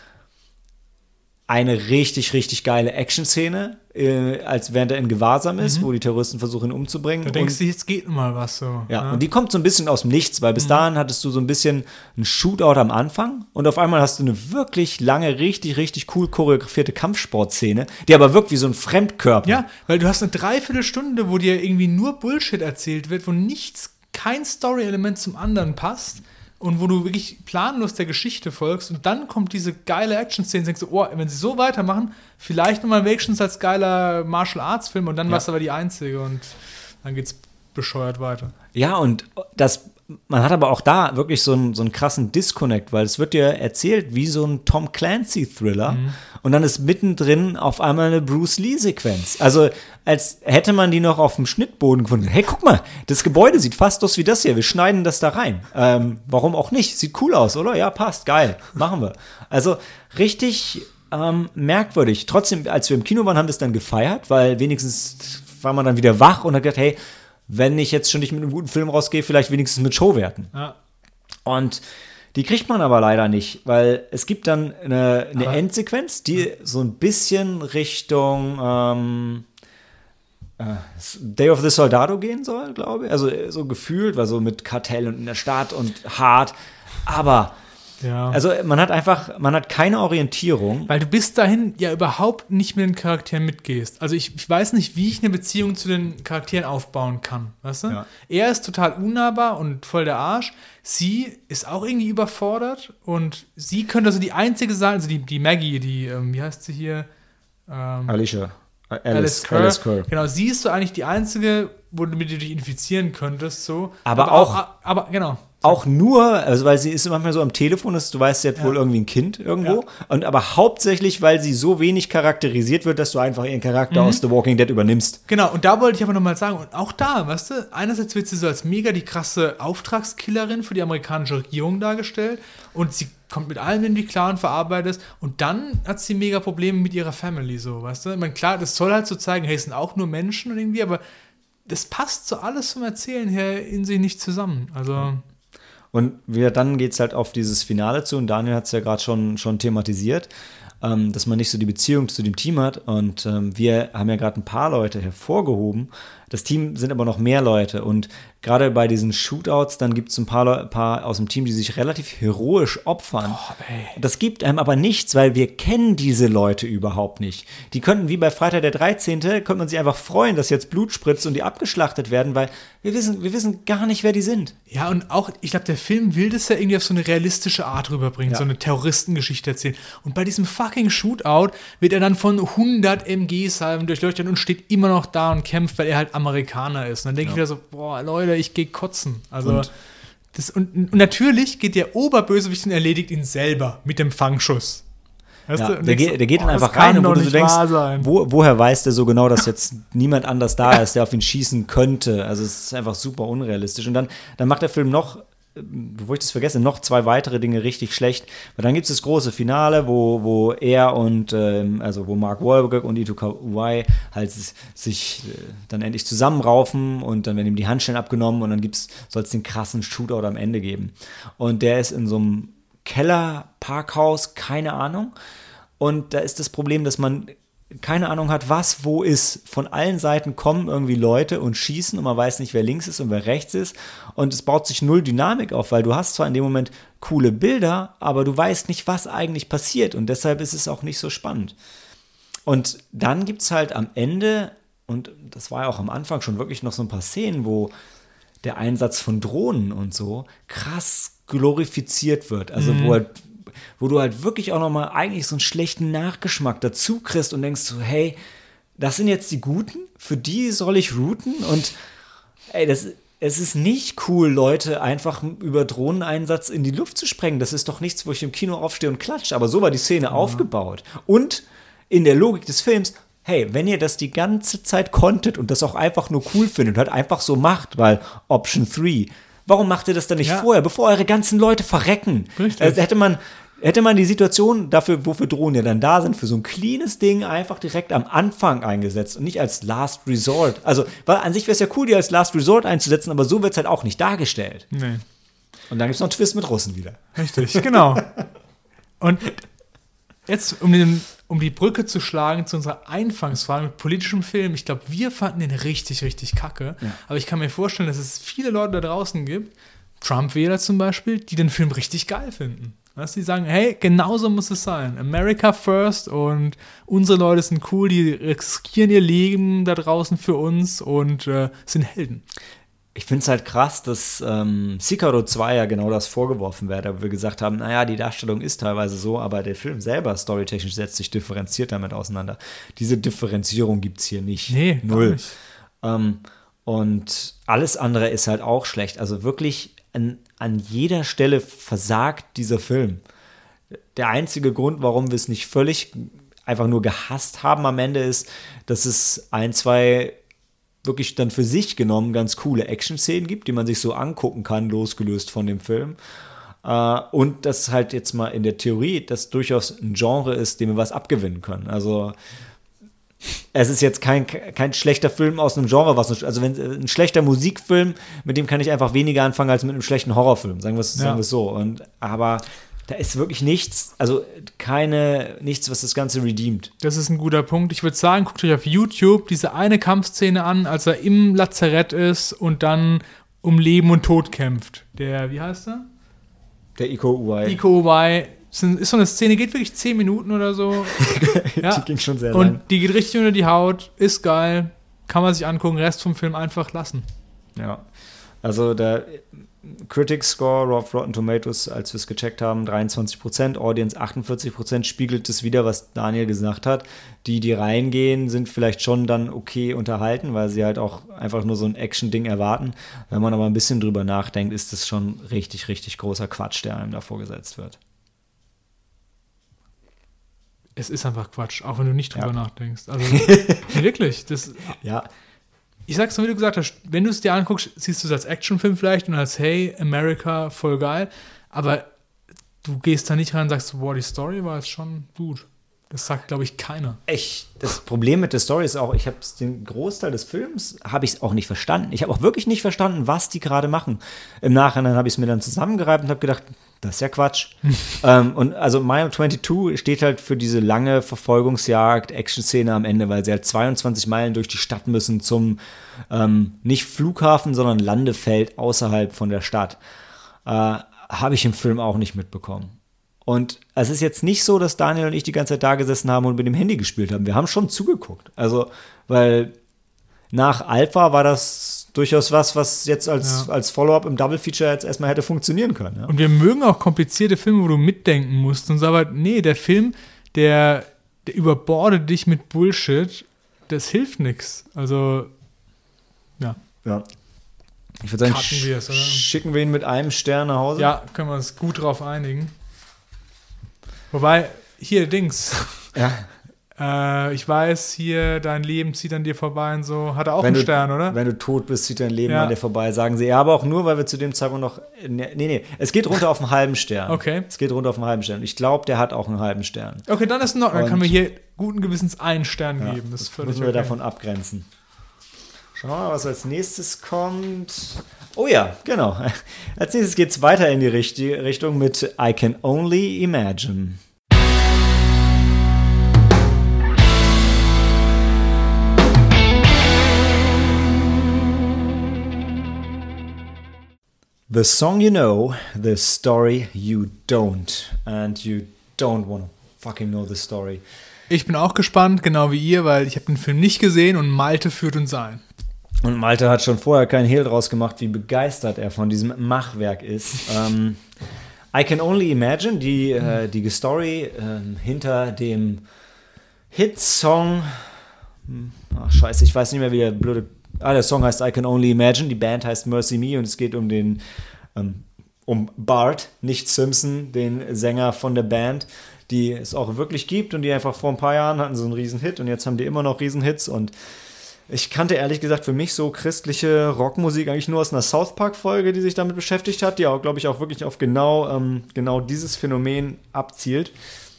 eine richtig, richtig geile Action-Szene, äh, als während er in Gewahrsam ist, mhm. wo die Terroristen versuchen, ihn umzubringen. Da denkst du, jetzt geht mal was so. Ja, ja, und die kommt so ein bisschen aus dem Nichts, weil bis mhm. dahin hattest du so ein bisschen einen Shootout am Anfang, und auf einmal hast du eine wirklich lange, richtig, richtig cool choreografierte Kampfsportszene, die aber wirkt wie so ein Fremdkörper. Ja, weil du hast eine Dreiviertelstunde, wo dir irgendwie nur Bullshit erzählt wird, wo nichts, kein Story-Element zum anderen passt. Und wo du wirklich planlos der Geschichte folgst, und dann kommt diese geile Action-Szene und denkst du, oh, wenn sie so weitermachen, vielleicht nochmal wenigstens als geiler Martial-Arts-Film, und dann ja. war es aber die einzige, und dann geht's bescheuert weiter. Ja, und das, man hat aber auch da wirklich so einen, so einen krassen Disconnect, weil es wird dir erzählt wie so ein Tom Clancy-Thriller, mhm. und dann ist mittendrin auf einmal eine Bruce Lee-Sequenz. Also als hätte man die noch auf dem Schnittboden gefunden. Hey, guck mal, das Gebäude sieht fast aus wie das hier. Wir schneiden das da rein. Ähm, warum auch nicht? Sieht cool aus, oder? Ja, passt. Geil. Machen wir. Also richtig ähm, merkwürdig. Trotzdem, als wir im Kino waren, haben wir es dann gefeiert, weil wenigstens war man dann wieder wach und hat gedacht, hey, wenn ich jetzt schon nicht mit einem guten Film rausgehe, vielleicht wenigstens mit Showwerten. Ja. Und die kriegt man aber leider nicht, weil es gibt dann eine, eine Aber- Endsequenz, die so ein bisschen Richtung ähm, äh, Day of the Soldado gehen soll, glaube ich. Also so gefühlt, weil so mit Kartell und in der Stadt und hart. Aber Ja. also man hat einfach, man hat keine Orientierung. Weil du bis dahin ja überhaupt nicht mit den Charakteren mitgehst. Also ich, ich weiß nicht, wie ich eine Beziehung zu den Charakteren aufbauen kann, weißt du? Ja. Er ist total unnahbar und voll der Arsch. Sie ist auch irgendwie überfordert und sie könnte also die einzige sein, also die, die Maggie, die, ähm, wie heißt sie hier? Ähm, Alicia. Alice, Alice Kerr. Alice Kerr. Genau, sie ist so eigentlich die einzige, womit du dich infizieren könntest, so. Aber auch- aber genau. Auch nur, also weil sie ist manchmal so am Telefon, ist, du weißt, sie hat Ja. wohl irgendwie ein Kind irgendwo. Ja. Und aber hauptsächlich, weil sie so wenig charakterisiert wird, dass du einfach ihren Charakter Mhm. aus The Walking Dead übernimmst. Genau, und da wollte ich aber nochmal sagen, und auch da, weißt du, einerseits wird sie so als mega die krasse Auftragskillerin für die amerikanische Regierung dargestellt und sie kommt mit allem in die klar und verarbeitet es und dann hat sie mega Probleme mit ihrer Family, so, weißt du. Ich meine, klar, das soll halt so zeigen, hey, es sind auch nur Menschen und irgendwie, aber das passt so alles vom Erzählen her in sich nicht zusammen. Also, Und wir, dann geht es halt auf dieses Finale zu, und Daniel hat es ja gerade schon, schon thematisiert, ähm, dass man nicht so die Beziehung zu dem Team hat. Und ähm, wir haben ja gerade ein paar Leute hervorgehoben. Das Team sind aber noch mehr Leute. Und gerade bei diesen Shootouts, dann gibt es ein paar, Leu- paar aus dem Team, die sich relativ heroisch opfern. oh, ey. Das gibt einem aber nichts, weil wir kennen diese Leute überhaupt nicht. Die könnten, wie bei Freitag der dreizehnte, könnte man sich einfach freuen, dass jetzt Blut spritzt und die abgeschlachtet werden, weil wir wissen, wir wissen gar nicht, wer die sind. Ja, und auch, ich glaube, der Film will das ja irgendwie auf so eine realistische Art rüberbringen, Ja. so eine Terroristengeschichte erzählen. Und bei diesem fucking Shootout wird er dann von hundert M G-Salven durchleuchtet und steht immer noch da und kämpft, weil er halt Amerikaner ist. Und dann denke ich wieder so, boah, Leute, ich gehe kotzen. Also, Und- das, und, und natürlich geht der Oberbösewicht und erledigt ihn selber mit dem Fangschuss. Weißt Ja, du? Und der, denkst geht, so, der geht dann boah, das einfach kann rein, und wo doch du so nicht denkst, wahr sein. wo, woher weiß der so genau, dass jetzt niemand anders da ist, der auf ihn schießen könnte. Also es ist einfach super unrealistisch. Und dann, dann macht der Film noch, äh, bevor ich das vergesse, noch zwei weitere Dinge richtig schlecht. Weil dann gibt es das große Finale, wo, wo er und, ähm, also wo Mark Wahlberg und Ito Uwais halt s- sich äh, dann endlich zusammenraufen, und dann werden ihm die Handschellen abgenommen, und dann soll es den krassen Shootout am Ende geben. Und der ist in so einem Keller-Parkhaus, keine Ahnung. Und da ist das Problem, dass man keine Ahnung hat, was wo ist. Von allen Seiten kommen irgendwie Leute und schießen, und man weiß nicht, wer links ist und wer rechts ist. Und es baut sich null Dynamik auf, weil du hast zwar in dem Moment coole Bilder, aber du weißt nicht, was eigentlich passiert. Und deshalb ist es auch nicht so spannend. Und dann gibt es halt am Ende, und das war ja auch am Anfang schon wirklich noch so ein paar Szenen, wo der Einsatz von Drohnen und so krass glorifiziert wird. Also wo halt wo du halt wirklich auch nochmal eigentlich so einen schlechten Nachgeschmack dazu kriegst und denkst so, hey, das sind jetzt die Guten, für die soll ich routen? Und ey, das, es ist nicht cool, Leute einfach über Drohneneinsatz in die Luft zu sprengen. Das ist doch nichts, wo ich im Kino aufstehe und klatsche. Aber so war die Szene aufgebaut. Und in der Logik des Films, hey, wenn ihr das die ganze Zeit konntet und das auch einfach nur cool findet und halt einfach so macht, weil Option drei, warum macht ihr das dann nicht Ja. vorher, bevor eure ganzen Leute verrecken? Richtig. Also hätte man, hätte man die Situation dafür, wofür Drohnen ja dann da sind, für so ein cleanes Ding einfach direkt am Anfang eingesetzt und nicht als Last Resort. Also, weil an sich wäre es ja cool, die als Last Resort einzusetzen, aber so wird es halt auch nicht dargestellt. Nee. Und dann gibt es noch einen Twist mit Russen wieder. Richtig, genau. Und jetzt, um, den, um die Brücke zu schlagen zu unserer Einfangsfrage mit politischem Film, ich glaube, wir fanden den richtig, richtig kacke. Ja. Aber ich kann mir vorstellen, dass es viele Leute da draußen gibt, Trump-Wähler zum Beispiel, die den Film richtig geil finden. Weißt, die sagen, hey, genauso muss es sein. America first, und unsere Leute sind cool, die riskieren ihr Leben da draußen für uns und äh, sind Helden. Ich finde es halt krass, dass ähm, Sicario zwei ja genau das vorgeworfen wird, wo wir gesagt haben, naja, die Darstellung ist teilweise so, aber der Film selber, storytechnisch, setzt sich differenziert damit auseinander. Diese Differenzierung gibt es hier nicht. Nee, gar Null. nicht. Ähm, und alles andere ist halt auch schlecht. Also wirklich an, an jeder Stelle versagt dieser Film. Der einzige Grund, warum wir es nicht völlig einfach nur gehasst haben am Ende, ist, dass es ein, zwei wirklich dann für sich genommen ganz coole Action-Szenen gibt, die man sich so angucken kann, losgelöst von dem Film. Uh, und das halt jetzt mal in der Theorie, das durchaus ein Genre ist, dem wir was abgewinnen können. Also es ist jetzt kein, kein schlechter Film aus einem Genre, was also wenn ein schlechter Musikfilm, mit dem kann ich einfach weniger anfangen als mit einem schlechten Horrorfilm, sagen wir es ja. so. Und aber da ist wirklich nichts, also keine, nichts, was das Ganze redeemt. Das ist ein guter Punkt. Ich würde sagen, guckt euch auf YouTube diese eine Kampfszene an, als er im Lazarett ist und dann um Leben und Tod kämpft. Der, wie heißt er? Der Iko Uwais. Iko Uwais. Ist so eine Szene, geht wirklich zehn Minuten oder so. Ja. Die ging schon sehr und lang. Und die geht richtig unter die Haut, ist geil, kann man sich angucken, Rest vom Film einfach lassen. Ja, also der Critics Score auf Rotten Tomatoes, als wir es gecheckt haben, dreiundzwanzig Prozent, Audience achtundvierzig Prozent, spiegelt es wieder, was Daniel gesagt hat. Die, die reingehen, sind vielleicht schon dann okay unterhalten, weil sie halt auch einfach nur so ein Action-Ding erwarten. Wenn man aber ein bisschen drüber nachdenkt, ist das schon richtig, richtig großer Quatsch, der einem da vorgesetzt wird. Es ist einfach Quatsch, auch wenn du nicht drüber ja. nachdenkst. Also wirklich, das... Ja. Ich sag's nur, wie du gesagt hast, wenn du es dir anguckst, siehst du es als Actionfilm vielleicht und als hey, America, voll geil, aber du gehst da nicht rein und sagst, wow, die Story war jetzt schon gut. Das sagt, glaube ich, keiner. Echt, das Problem mit der Story ist auch, ich habe den Großteil des Films, habe ich es auch nicht verstanden. Ich habe auch wirklich nicht verstanden, was die gerade machen. Im Nachhinein habe ich es mir dann zusammengereibt und habe gedacht, das ist ja Quatsch. ähm, und also Mile zweiundzwanzig steht halt für diese lange Verfolgungsjagd, Action-Szene am Ende, weil sie halt zweiundzwanzig Meilen durch die Stadt müssen zum, ähm, nicht Flughafen, sondern Landefeld außerhalb von der Stadt. Äh, habe ich im Film auch nicht mitbekommen. Und es ist jetzt nicht so, dass Daniel und ich die ganze Zeit da gesessen haben und mit dem Handy gespielt haben. Wir haben schon zugeguckt. Also, weil nach Alpha war das durchaus was, was jetzt als, ja. als Follow-up im Double-Feature jetzt erstmal hätte funktionieren können. Ja? Und wir mögen auch komplizierte Filme, wo du mitdenken musst und so, aber nee, der Film, der, der überbordet dich mit Bullshit, das hilft nichts. Also, ja. Ja. Ich würde sagen, sch- wir's, oder? schicken wir ihn mit einem Stern nach Hause. Ja, können wir uns gut drauf einigen. Wobei, hier, Dings. Ja. Äh, ich weiß, hier, dein Leben zieht an dir vorbei und so. Hat er auch wenn einen du, Stern, oder? Wenn du tot bist, zieht dein Leben ja. an dir vorbei, sagen sie. Ja, aber auch nur, weil wir zu dem Zeitpunkt noch. Nee, nee, es geht runter auf einen halben Stern. Okay. Es geht runter auf einen halben Stern. Ich glaube, der hat auch einen halben Stern. Okay, dann ist noch. Dann können wir hier guten Gewissens einen Stern ja, geben. Das, das ist völlig müssen wir okay. davon abgrenzen. Schauen wir mal, was als nächstes kommt. Oh ja, genau. Als nächstes geht es weiter in die Richtung mit I Can Only Imagine. The song you know, the story you don't. And you don't want to fucking know the story. Ich bin auch gespannt, genau wie ihr, weil ich habe den Film nicht gesehen und Malte führt uns ein. Und Malte hat schon vorher keinen Hehl draus gemacht, wie begeistert er von diesem Machwerk ist. ähm, I Can Only Imagine, die, äh, die Story äh, hinter dem Hitsong. Ach, scheiße, ich weiß nicht mehr, wie der blöde. Ah, der Song heißt I Can Only Imagine, die Band heißt Mercy Me und es geht um den ähm, um Bart, nicht Simpson, den Sänger von der Band, die es auch wirklich gibt und die einfach vor ein paar Jahren hatten so einen Riesenhit und jetzt haben die immer noch Riesenhits und ich kannte ehrlich gesagt für mich so christliche Rockmusik eigentlich nur aus einer South Park-Folge, die sich damit beschäftigt hat, die auch, glaube ich, auch wirklich auf genau, ähm, genau dieses Phänomen abzielt.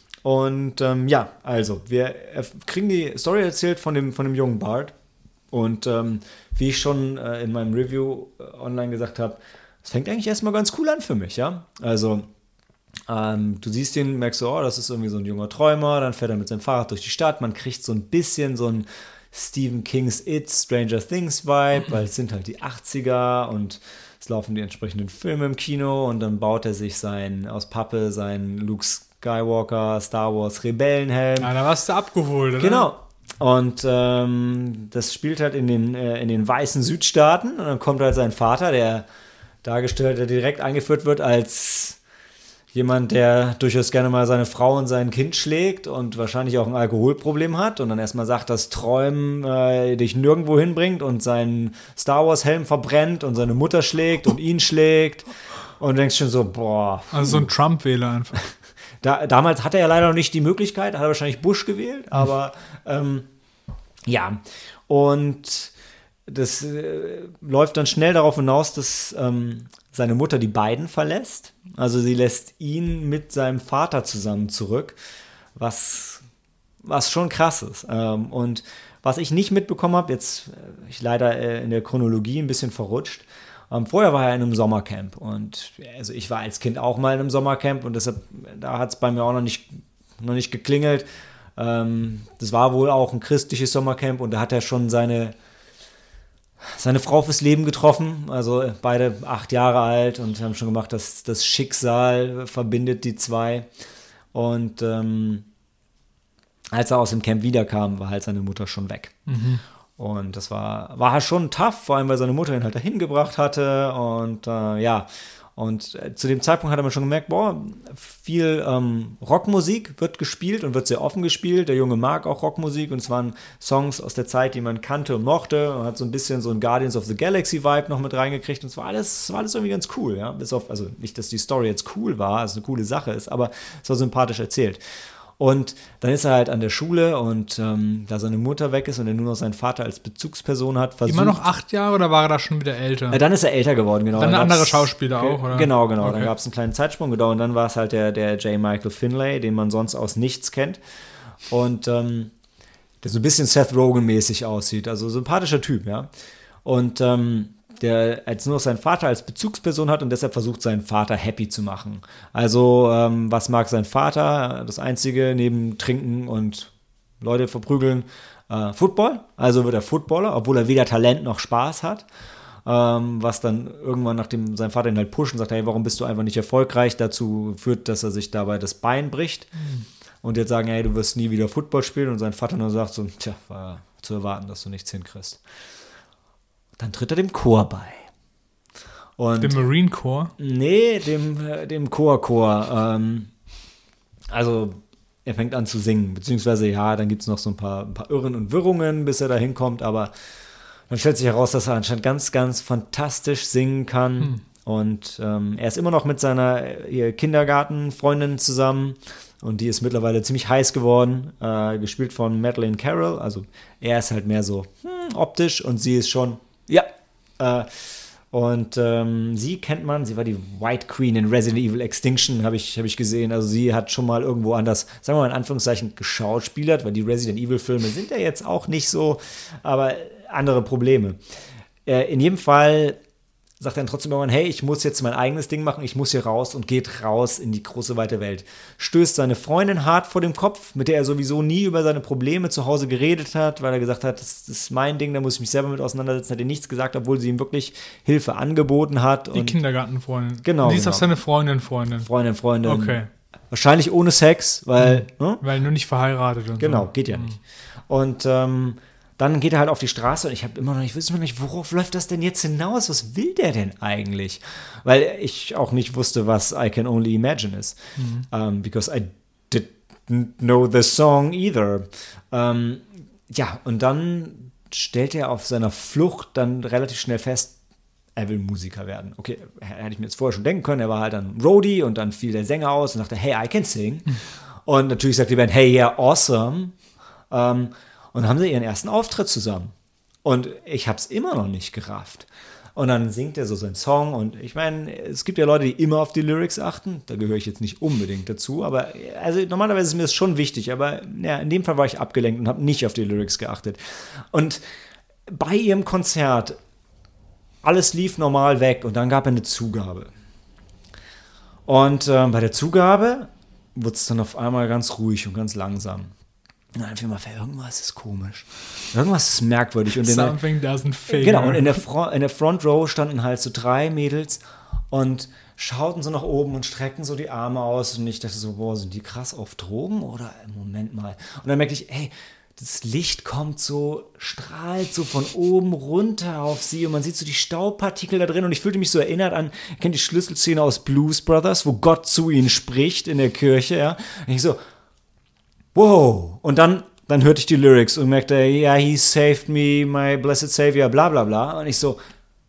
Und ähm, ja, also, wir kriegen die Story erzählt von dem, von dem jungen Bart. Und ähm, wie ich schon äh, in meinem Review äh, online gesagt habe, es fängt eigentlich erstmal ganz cool an für mich, ja. Also, ähm, du siehst ihn, merkst du, oh, das ist irgendwie so ein junger Träumer, dann fährt er mit seinem Fahrrad durch die Stadt, man kriegt so ein bisschen so ein Stephen King's It, Stranger Things Vibe, weil es sind halt die achtziger und es laufen die entsprechenden Filme im Kino und dann baut er sich sein, aus Pappe seinen Luke Skywalker Star Wars Rebellenhelm. Ja, da warst du abgeholt, oder? Genau. Und ähm, das spielt halt in den, äh, in den weißen Südstaaten und dann kommt halt sein Vater, der dargestellt, der direkt eingeführt wird als jemand, der durchaus gerne mal seine Frau und sein Kind schlägt und wahrscheinlich auch ein Alkoholproblem hat und dann erstmal sagt, dass Träumen äh, dich nirgendwo hinbringt und seinen Star Wars Helm verbrennt und seine Mutter schlägt und ihn schlägt und du denkst schon so, boah. Also so ein Trump-Wähler einfach. Da, damals hatte er leider noch nicht die Möglichkeit, hat er wahrscheinlich Bush gewählt, aber ähm, ja, und das äh, läuft dann schnell darauf hinaus, dass ähm, seine Mutter die beiden verlässt. Also sie lässt ihn mit seinem Vater zusammen zurück, was, was schon krass ist. Ähm, und was ich nicht mitbekommen habe, jetzt ich leider äh, in der Chronologie ein bisschen verrutscht, ähm, vorher war er in einem Sommercamp und also ich war als Kind auch mal in einem Sommercamp und deshalb, da hat es bei mir auch noch nicht, noch nicht geklingelt. Ähm, das war wohl auch ein christliches Sommercamp und da hat er schon seine, seine Frau fürs Leben getroffen, also beide acht Jahre alt und haben schon gemacht, dass das Schicksal verbindet die zwei und ähm, als er aus dem Camp wiederkam, war halt seine Mutter schon weg. Mhm. Und das war, war halt schon tough, vor allem, weil seine Mutter ihn halt dahin gebracht hatte. Und äh, ja, und äh, zu dem Zeitpunkt hat man schon gemerkt, boah, viel ähm, Rockmusik wird gespielt und wird sehr offen gespielt. Der Junge mag auch Rockmusik und es waren Songs aus der Zeit, die man kannte und mochte. Man hat so ein bisschen so ein Guardians of the Galaxy-Vibe noch mit reingekriegt. Und es war alles, es war alles irgendwie ganz cool. Ja? Bis auf, also nicht, dass die Story jetzt cool war, also eine coole Sache ist, aber es war sympathisch erzählt. Und dann ist er halt an der Schule und ähm, da seine Mutter weg ist und er nur noch seinen Vater als Bezugsperson hat, versucht. Immer noch acht Jahre oder war er da schon wieder älter? Äh, dann ist er älter geworden, genau. Dann ein anderer Schauspieler auch, oder? Genau, genau. Okay. Dann gab es einen kleinen Zeitsprung, genau. Und dann war es halt der, der J. Michael Finlay, den man sonst aus nichts kennt. Und ähm, der so ein bisschen Seth Rogen-mäßig aussieht. Also sympathischer Typ, ja. Und ähm, der jetzt nur noch seinen Vater als Bezugsperson hat und deshalb versucht, seinen Vater happy zu machen. Also, ähm, was mag sein Vater? Das Einzige neben Trinken und Leute verprügeln, äh, Football. Also wird er Footballer, obwohl er weder Talent noch Spaß hat. Ähm, was dann irgendwann, nachdem sein Vater ihn halt pusht und sagt, hey, warum bist du einfach nicht erfolgreich, dazu führt, dass er sich dabei das Bein bricht. Mhm. Und jetzt sagen, hey, du wirst nie wieder Football spielen. Und sein Vater nur sagt so, tja, war zu erwarten, dass du nichts hinkriegst. Dann tritt er dem Chor bei. Und dem Marine Corps? Nee, dem, dem Chor-Chor. Ähm, also er fängt an zu singen, beziehungsweise ja, dann gibt es noch so ein paar, ein paar Irren und Wirrungen, bis er da hinkommt, aber dann stellt sich heraus, dass er anscheinend ganz, ganz fantastisch singen kann. Hm. Und ähm, er ist immer noch mit seiner ihr Kindergartenfreundin zusammen und die ist mittlerweile ziemlich heiß geworden, äh, gespielt von Madeleine Carroll. Also er ist halt mehr so hm, optisch und sie ist schon ja, äh, und ähm, sie kennt man, sie war die White Queen in Resident Evil Extinction, habe ich, hab ich gesehen. Also sie hat schon mal irgendwo anders, sagen wir mal in Anführungszeichen, geschauspielert, weil die Resident Evil Filme sind ja jetzt auch nicht so, aber andere Probleme. Äh, in jedem Fall sagt er dann trotzdem irgendwann, hey, ich muss jetzt mein eigenes Ding machen, ich muss hier raus und geht raus in die große, weite Welt. Stößt seine Freundin hart vor dem Kopf, mit der er sowieso nie über seine Probleme zu Hause geredet hat, weil er gesagt hat, das, das ist mein Ding, da muss ich mich selber mit auseinandersetzen, hat ihr nichts gesagt, obwohl sie ihm wirklich Hilfe angeboten hat. Die und Kindergartenfreundin. Genau. Und die ist genau. auch seine Freundin, Freundin. Freundin, Freundin. Okay. Wahrscheinlich ohne Sex, weil... Mhm. Ne? Weil nur nicht verheiratet. Und genau, so. geht ja mhm. nicht. Und ähm, dann geht er halt auf die Straße und ich habe immer noch nicht, ich wusste immer nicht, worauf läuft das denn jetzt hinaus? Was will der denn eigentlich? Weil ich auch nicht wusste, was I Can Only Imagine ist. Mhm. Um, because I didn't know the song either. Um, ja, und dann stellt er auf seiner Flucht dann relativ schnell fest, er will Musiker werden. Okay, hätte ich mir jetzt vorher schon denken können, er war halt dann Roadie und dann fiel der Sänger aus und dachte, hey, I can sing. Mhm. Und natürlich sagt die Band, hey, yeah, awesome. Um, Und dann haben sie ihren ersten Auftritt zusammen. Und ich habe es immer noch nicht gerafft. Und dann singt er so seinen Song. Und ich meine, es gibt ja Leute, die immer auf die Lyrics achten. Da gehöre ich jetzt nicht unbedingt dazu. Aber also normalerweise ist mir das schon wichtig. Aber ja, in dem Fall war ich abgelenkt und habe nicht auf die Lyrics geachtet. Und bei ihrem Konzert, alles lief normal weg. Und dann gab er eine Zugabe. Und äh, bei der Zugabe wurde es dann auf einmal ganz ruhig und ganz langsam. Und dann fiel mir, irgendwas ist komisch. Irgendwas ist merkwürdig. Und Something der, doesn't figure. Genau, und in der, Front, in der Front Row standen halt so drei Mädels und schauten so nach oben und streckten so die Arme aus. Und ich dachte so, boah, sind die krass auf Drogen? Oder, Moment mal. Und dann merkte ich, ey, das Licht kommt so, strahlt so von oben runter auf sie und man sieht so die Staubpartikel da drin. Und ich fühlte mich so erinnert an, kennt die Schlüsselszene aus Blues Brothers, wo Gott zu ihnen spricht in der Kirche, ja. Und ich so, wow. Und dann, dann hörte ich die Lyrics und merkte, ja, yeah, he saved me, my blessed savior, bla bla bla. Und ich so,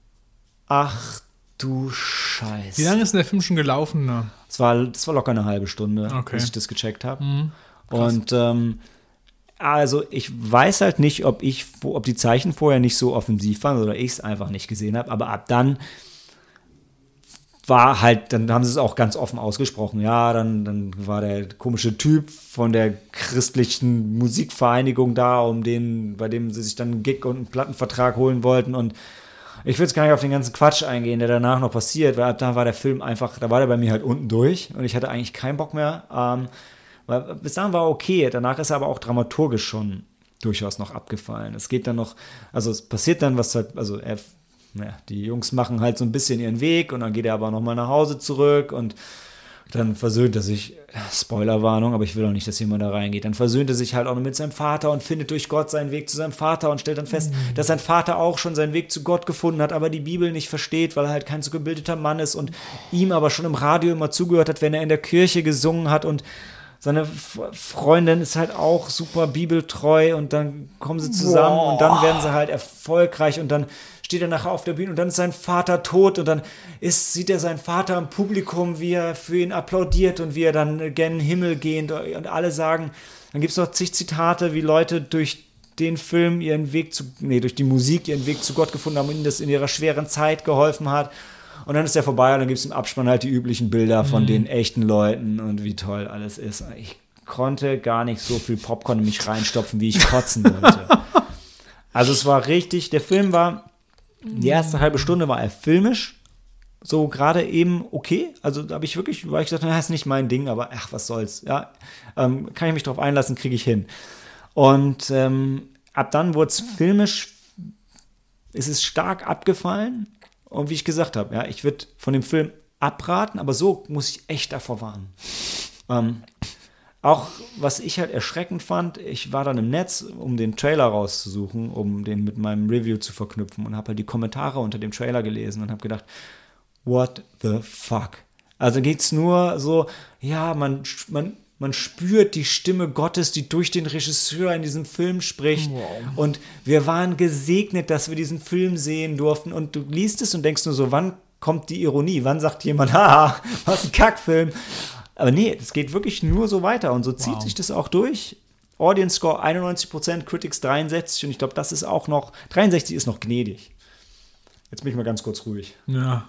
ach du Scheiße. Wie lange ist denn der Film schon gelaufen? Ne? Das war, das war locker eine halbe Stunde, okay. bis ich das gecheckt habe. Mhm. Und ähm, also ich weiß halt nicht, ob ich, ob die Zeichen vorher nicht so offensiv waren oder ich es einfach nicht gesehen habe, aber ab dann war halt, dann haben sie es auch ganz offen ausgesprochen. Ja, dann, dann war der komische Typ von der christlichen Musikvereinigung da, um den, bei dem sie sich dann einen Gig und einen Plattenvertrag holen wollten. Und ich will jetzt gar nicht auf den ganzen Quatsch eingehen, der danach noch passiert, weil ab da war der Film einfach, da war der bei mir halt unten durch und ich hatte eigentlich keinen Bock mehr. Ähm, weil bis dahin war okay, danach ist er aber auch dramaturgisch schon durchaus noch abgefallen. Es geht dann noch, also es passiert dann, was halt, also er Naja, die Jungs machen halt so ein bisschen ihren Weg und dann geht er aber nochmal nach Hause zurück und dann versöhnt er sich, Spoilerwarnung, aber ich will auch nicht, dass jemand da reingeht, dann versöhnt er sich halt auch noch mit seinem Vater und findet durch Gott seinen Weg zu seinem Vater und stellt dann fest, mhm. dass sein Vater auch schon seinen Weg zu Gott gefunden hat, aber die Bibel nicht versteht, weil er halt kein so gebildeter Mann ist und ihm aber schon im Radio immer zugehört hat, wenn er in der Kirche gesungen hat und seine Freundin ist halt auch super bibeltreu und dann kommen sie zusammen wow. und dann werden sie halt erfolgreich und dann steht er nachher auf der Bühne und dann ist sein Vater tot und dann ist, sieht er seinen Vater im Publikum, wie er für ihn applaudiert und wie er dann gen Himmel geht und alle sagen, dann gibt es noch zig Zitate, wie Leute durch den Film ihren Weg zu, nee, durch die Musik ihren Weg zu Gott gefunden haben und ihnen das in ihrer schweren Zeit geholfen hat. Und dann ist der vorbei und dann gibt es im Abspann halt die üblichen Bilder von mhm. den echten Leuten und wie toll alles ist. Ich konnte gar nicht so viel Popcorn in mich reinstopfen, wie ich kotzen wollte. Also es war richtig, der Film war, die erste halbe Stunde war er filmisch, so gerade eben okay. Also da habe ich wirklich, weil ich gesagt, das ist nicht mein Ding, aber ach, was soll's. Ja, ähm, kann ich mich drauf einlassen, kriege ich hin. Und ähm, ab dann wurde es filmisch, ist es stark abgefallen. Und wie ich gesagt habe, ja, ich würde von dem Film abraten, aber so muss ich echt davor warnen. Ähm, auch was ich halt erschreckend fand, ich war dann im Netz, um den Trailer rauszusuchen, um den mit meinem Review zu verknüpfen und habe halt die Kommentare unter dem Trailer gelesen und habe gedacht, what the fuck? Also geht's nur so, ja, man, man, man spürt die Stimme Gottes, die durch den Regisseur in diesem Film spricht. Wow. Und wir waren gesegnet, dass wir diesen Film sehen durften. Und du liest es und denkst nur so, wann kommt die Ironie? Wann sagt jemand, haha, was ein Kackfilm? Aber nee, es geht wirklich nur so weiter. Und so zieht wow. sich das auch durch. Audience Score einundneunzig Prozent, Critics dreiundsechzig. Und ich glaube, das ist auch noch, dreiundsechzig ist noch gnädig. Jetzt bin ich mal ganz kurz ruhig. Ja.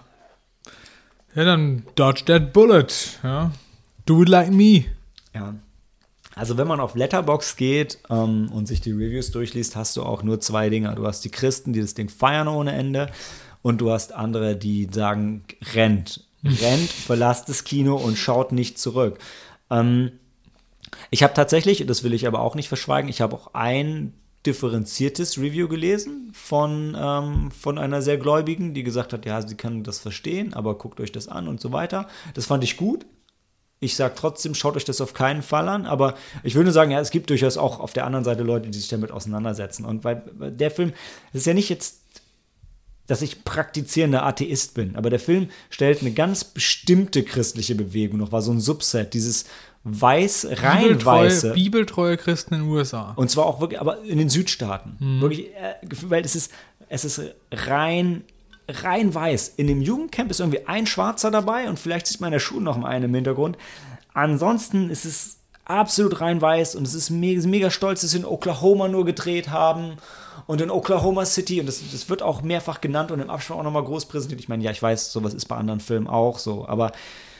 Ja, dann dodge that bullet. Ja. Do it like me. Ja, also wenn man auf Letterboxd geht ähm, und sich die Reviews durchliest, hast du auch nur zwei Dinge. Du hast die Christen, die das Ding feiern ohne Ende und du hast andere, die sagen, rennt, rennt, verlasst das Kino und schaut nicht zurück. Ähm, ich habe tatsächlich, das will ich aber auch nicht verschweigen, ich habe auch ein differenziertes Review gelesen von, ähm, von einer sehr Gläubigen, die gesagt hat, ja, sie kann das verstehen, aber guckt euch das an und so weiter. Das fand ich gut. Ich sage trotzdem, schaut euch das auf keinen Fall an, aber ich würde sagen, ja, es gibt durchaus auch auf der anderen Seite Leute, die sich damit auseinandersetzen. Und weil der Film, es ist ja nicht jetzt, dass ich praktizierender Atheist bin, aber der Film stellt eine ganz bestimmte christliche Bewegung noch, war so ein Subset, dieses weiß, rein Bibeltreue, weiße. Bibeltreue Christen in den U S A. Und zwar auch wirklich, aber in den Südstaaten. Hm. Wirklich, äh, weil es ist, es ist rein rein weiß. In dem Jugendcamp ist irgendwie ein Schwarzer dabei und vielleicht sieht man in der Schule noch mal einen im Hintergrund. Ansonsten ist es absolut rein weiß und es ist mega, mega stolz, dass sie in Oklahoma nur gedreht haben und in Oklahoma City und das, das wird auch mehrfach genannt und im Abspann auch nochmal groß präsentiert. Ich meine, ja, ich weiß, sowas ist bei anderen Filmen auch so, aber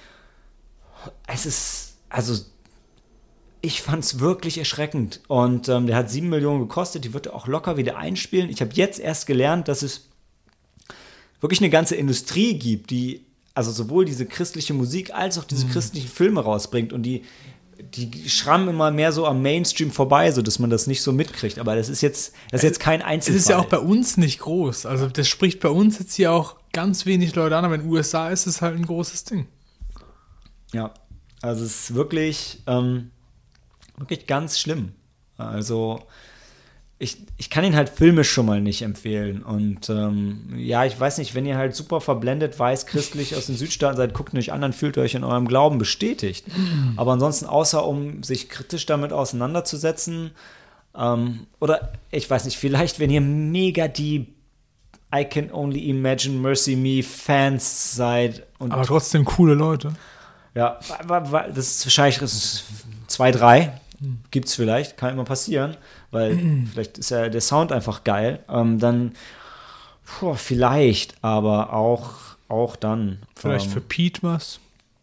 es ist, also ich fand es wirklich erschreckend und ähm, der hat sieben Millionen gekostet, die wird er auch locker wieder einspielen. Ich habe jetzt erst gelernt, dass es wirklich eine ganze Industrie gibt, die also sowohl diese christliche Musik als auch diese mhm. christlichen Filme rausbringt und die, die schrammen immer mehr so am Mainstream vorbei, sodass man das nicht so mitkriegt. Aber das ist jetzt, das ist jetzt kein Einzelfall. Es ist ja auch bei uns nicht groß. Also das spricht bei uns jetzt hier auch ganz wenig Leute an, aber in den U S A ist es halt ein großes Ding. Ja, also es ist wirklich, ähm, wirklich ganz schlimm. Also Ich, ich kann ihn halt filmisch schon mal nicht empfehlen. Und ähm, ja, ich weiß nicht, wenn ihr halt super verblendet, weiß, christlich aus den Südstaaten seid, guckt euch an, dann fühlt ihr euch in eurem Glauben bestätigt. Mhm. Aber ansonsten, außer um sich kritisch damit auseinanderzusetzen, ähm, oder ich weiß nicht, vielleicht, wenn ihr mega die I Can Only Imagine Mercy Me Fans seid. Und aber trotzdem coole Leute. Ja, das ist wahrscheinlich das ist zwei, drei. Gibt's vielleicht, kann immer passieren, weil vielleicht ist ja der Sound einfach geil. Ähm, dann puh, vielleicht, aber auch, auch dann. Vielleicht ähm, für Pete was.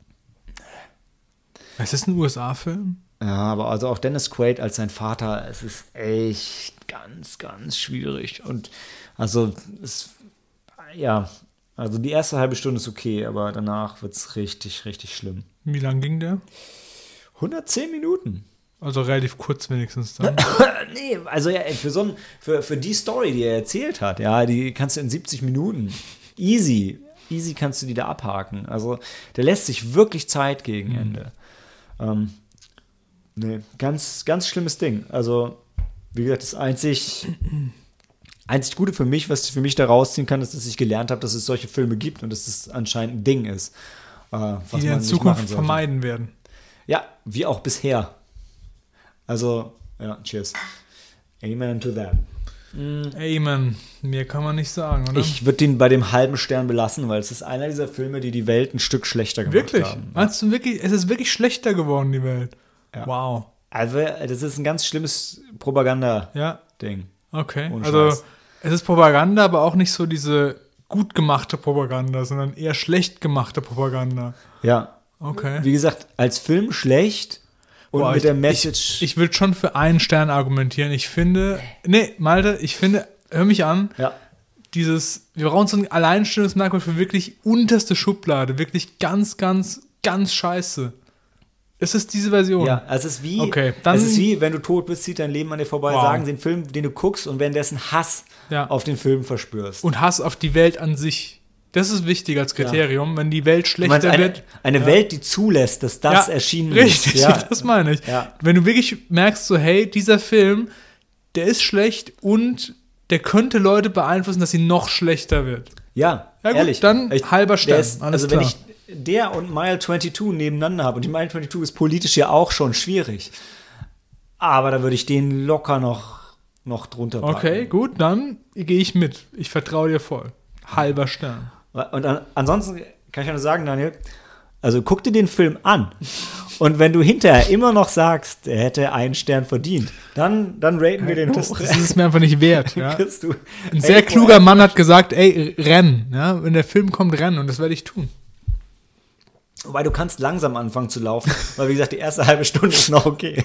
Es ist ein U S A-Film. Ja, aber also auch Dennis Quaid als sein Vater, es ist echt ganz, ganz schwierig. Und also, es, ja, also die erste halbe Stunde ist okay, aber danach wird es richtig, richtig schlimm. Wie lang ging der? hundertzehn Minuten. Also relativ kurz wenigstens dann. Nee, also ja, für, so ein, für, für die Story, die er erzählt hat, ja, die kannst du in siebzig Minuten easy, easy kannst du die da abhaken. Also der lässt sich wirklich Zeit gegen Ende. Mhm. Ähm, nee, ganz, ganz schlimmes Ding. Also, wie gesagt, das einzig, einzig Gute für mich, was ich für mich da rausziehen kann, ist, dass ich gelernt habe, dass es solche Filme gibt und dass es anscheinend ein Ding ist. Äh, was die wir man in nicht Zukunft machen sollte. vermeiden werden. Ja, wie auch bisher. Also, ja, cheers. Amen to that. Amen. Mehr kann man nicht sagen, oder? Ich würde den bei dem halben Stern belassen, weil es ist einer dieser Filme, die die Welt ein Stück schlechter gemacht wirklich? haben. Meinst du wirklich? Es ist wirklich schlechter geworden, die Welt. Ja. Wow. Also, das ist ein ganz schlimmes Propaganda-Ding. Ja. Okay. Ohne Also, Scheiß. es ist Propaganda, aber auch nicht so diese gut gemachte Propaganda, sondern eher schlecht gemachte Propaganda. Ja. Okay. Wie gesagt, als Film schlecht und Boah, mit ich, der Message. Ich, ich würde schon für einen Stern argumentieren. Ich finde, nee, Malte, ich finde, hör mich an, ja. dieses, wir brauchen so ein Alleinstellungsmerkmal für wirklich unterste Schublade, wirklich ganz, ganz, ganz scheiße. Es ist diese Version. Ja, also es ist wie, okay, dann, es ist wie, wenn du tot bist, zieht dein Leben an dir vorbei, wow. sagen sie den Film, den du guckst und währenddessen Hass ja. auf den Film verspürst. Und Hass auf die Welt an sich. Das ist wichtig als Kriterium, ja. wenn die Welt schlechter du meinst eine, wird. Eine ja. Welt, die zulässt, dass das ja, erschienen richtig, ist. Ja, das meine ich. Ja. Wenn du wirklich merkst, so, hey, dieser Film, der ist schlecht und der könnte Leute beeinflussen, dass sie noch schlechter wird. Ja, ja gut, ehrlich. dann ich, halber Stern. Ist, alles also klar. wenn ich der und Mile zweiundzwanzig nebeneinander habe, und die Mile zweiundzwanzig ist politisch ja auch schon schwierig, aber da würde ich den locker noch, noch drunter packen. Okay, gut, dann gehe ich mit. Ich vertraue dir voll. Halber Stern. Und an, ansonsten kann ich ja nur sagen, Daniel, also guck dir den Film an. Und wenn du hinterher immer noch sagst, er hätte einen Stern verdient, dann, dann raten wir den das, hoch. Das ist mir einfach nicht wert. Ja? du, Ein sehr kluger Mann hat gesagt, ey, renn. Ja? Wenn der Film kommt, renn. Und das werde ich tun. Wobei du kannst langsam anfangen zu laufen, weil wie gesagt, die erste halbe Stunde ist noch okay.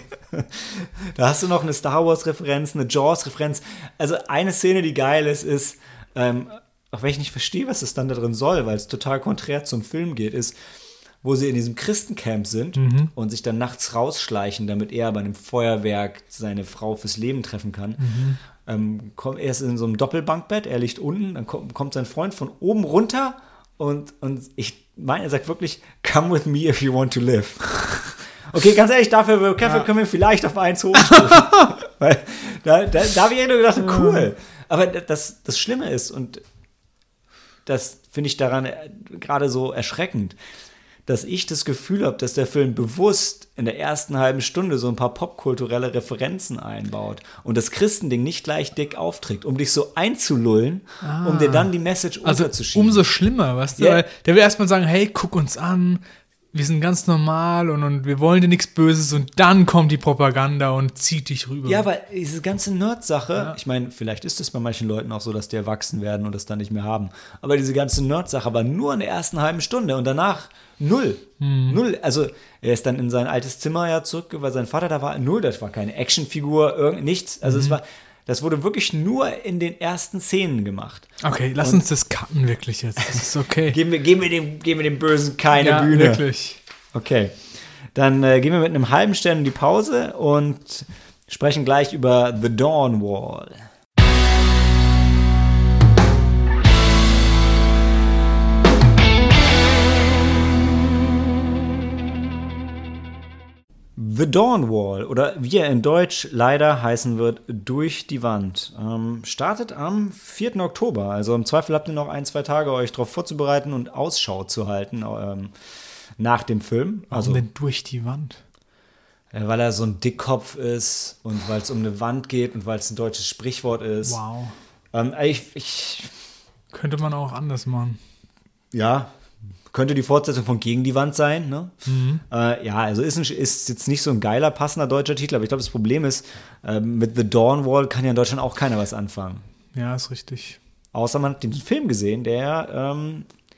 Da hast du noch eine Star Wars-Referenz, eine Jaws-Referenz. Also eine Szene, die geil ist, ist, ähm, auch wenn ich nicht verstehe, was es dann da drin soll, weil es total konträr zum Film geht, ist, wo sie in diesem Christencamp sind mhm. und sich dann nachts rausschleichen, damit er bei einem Feuerwerk seine Frau fürs Leben treffen kann. Mhm. Ähm, kommt, er ist in so einem Doppelbankbett, er liegt unten, dann kommt, kommt sein Freund von oben runter und, und ich meine, er sagt wirklich, come with me if you want to live. Okay, ganz ehrlich, dafür, dafür ja. können wir vielleicht auf eins hochstufen. Weil da, da, da habe ich nur gedacht, cool. Aber das, das Schlimme ist, und das finde ich daran gerade so erschreckend, dass ich das Gefühl habe, dass der Film bewusst in der ersten halben Stunde so ein paar popkulturelle Referenzen einbaut und das Christending nicht gleich dick aufträgt, um dich so einzulullen, ah. um dir dann die Message also unterzuschieben. Umso schlimmer, weißt du? Yeah. Weil der will erstmal sagen, hey, guck uns an, wir sind ganz normal und, und wir wollen dir nichts Böses und dann kommt die Propaganda und zieht dich rüber. Ja, aber diese ganze Nerd-Sache, ja. ich meine, vielleicht ist es bei manchen Leuten auch so, dass die erwachsen werden und das dann nicht mehr haben, aber diese ganze Nerd-Sache war nur in der ersten halben Stunde und danach null. Hm. Null. Also er ist dann in sein altes Zimmer ja zurück, weil sein Vater da war. Null, das war keine Actionfigur, irgend, nichts. Also mhm. es war, das wurde wirklich nur in den ersten Szenen gemacht. Okay, lass und uns das cutten wirklich jetzt. Das ist okay. geben, wir, geben, wir dem, geben wir dem Bösen keine ja, Bühne. Wirklich. Okay. Dann äh, gehen wir mit einem halben Stern in die Pause und sprechen gleich über The Dawn Wall. The Dawn Wall, oder wie er in Deutsch leider heißen wird, Durch die Wand, ähm, startet am vierten Oktober. Also im Zweifel habt ihr noch ein, zwei Tage, euch darauf vorzubereiten und Ausschau zu halten ähm, nach dem Film. Warum also, denn Durch die Wand? Ja, weil er so ein Dickkopf ist und weil es um eine Wand geht und weil es ein deutsches Sprichwort ist. Wow. Ähm, ich, ich, Könnte man auch anders machen. Ja, könnte die Fortsetzung von Gegen die Wand sein, ne? Mhm. Äh, ja, also ist, ein, ist jetzt nicht so ein geiler, passender deutscher Titel, aber ich glaube, das Problem ist, äh, mit The Dawn Wall kann ja in Deutschland auch keiner was anfangen. Ja, ist richtig. Außer man hat den Film gesehen, der ähm,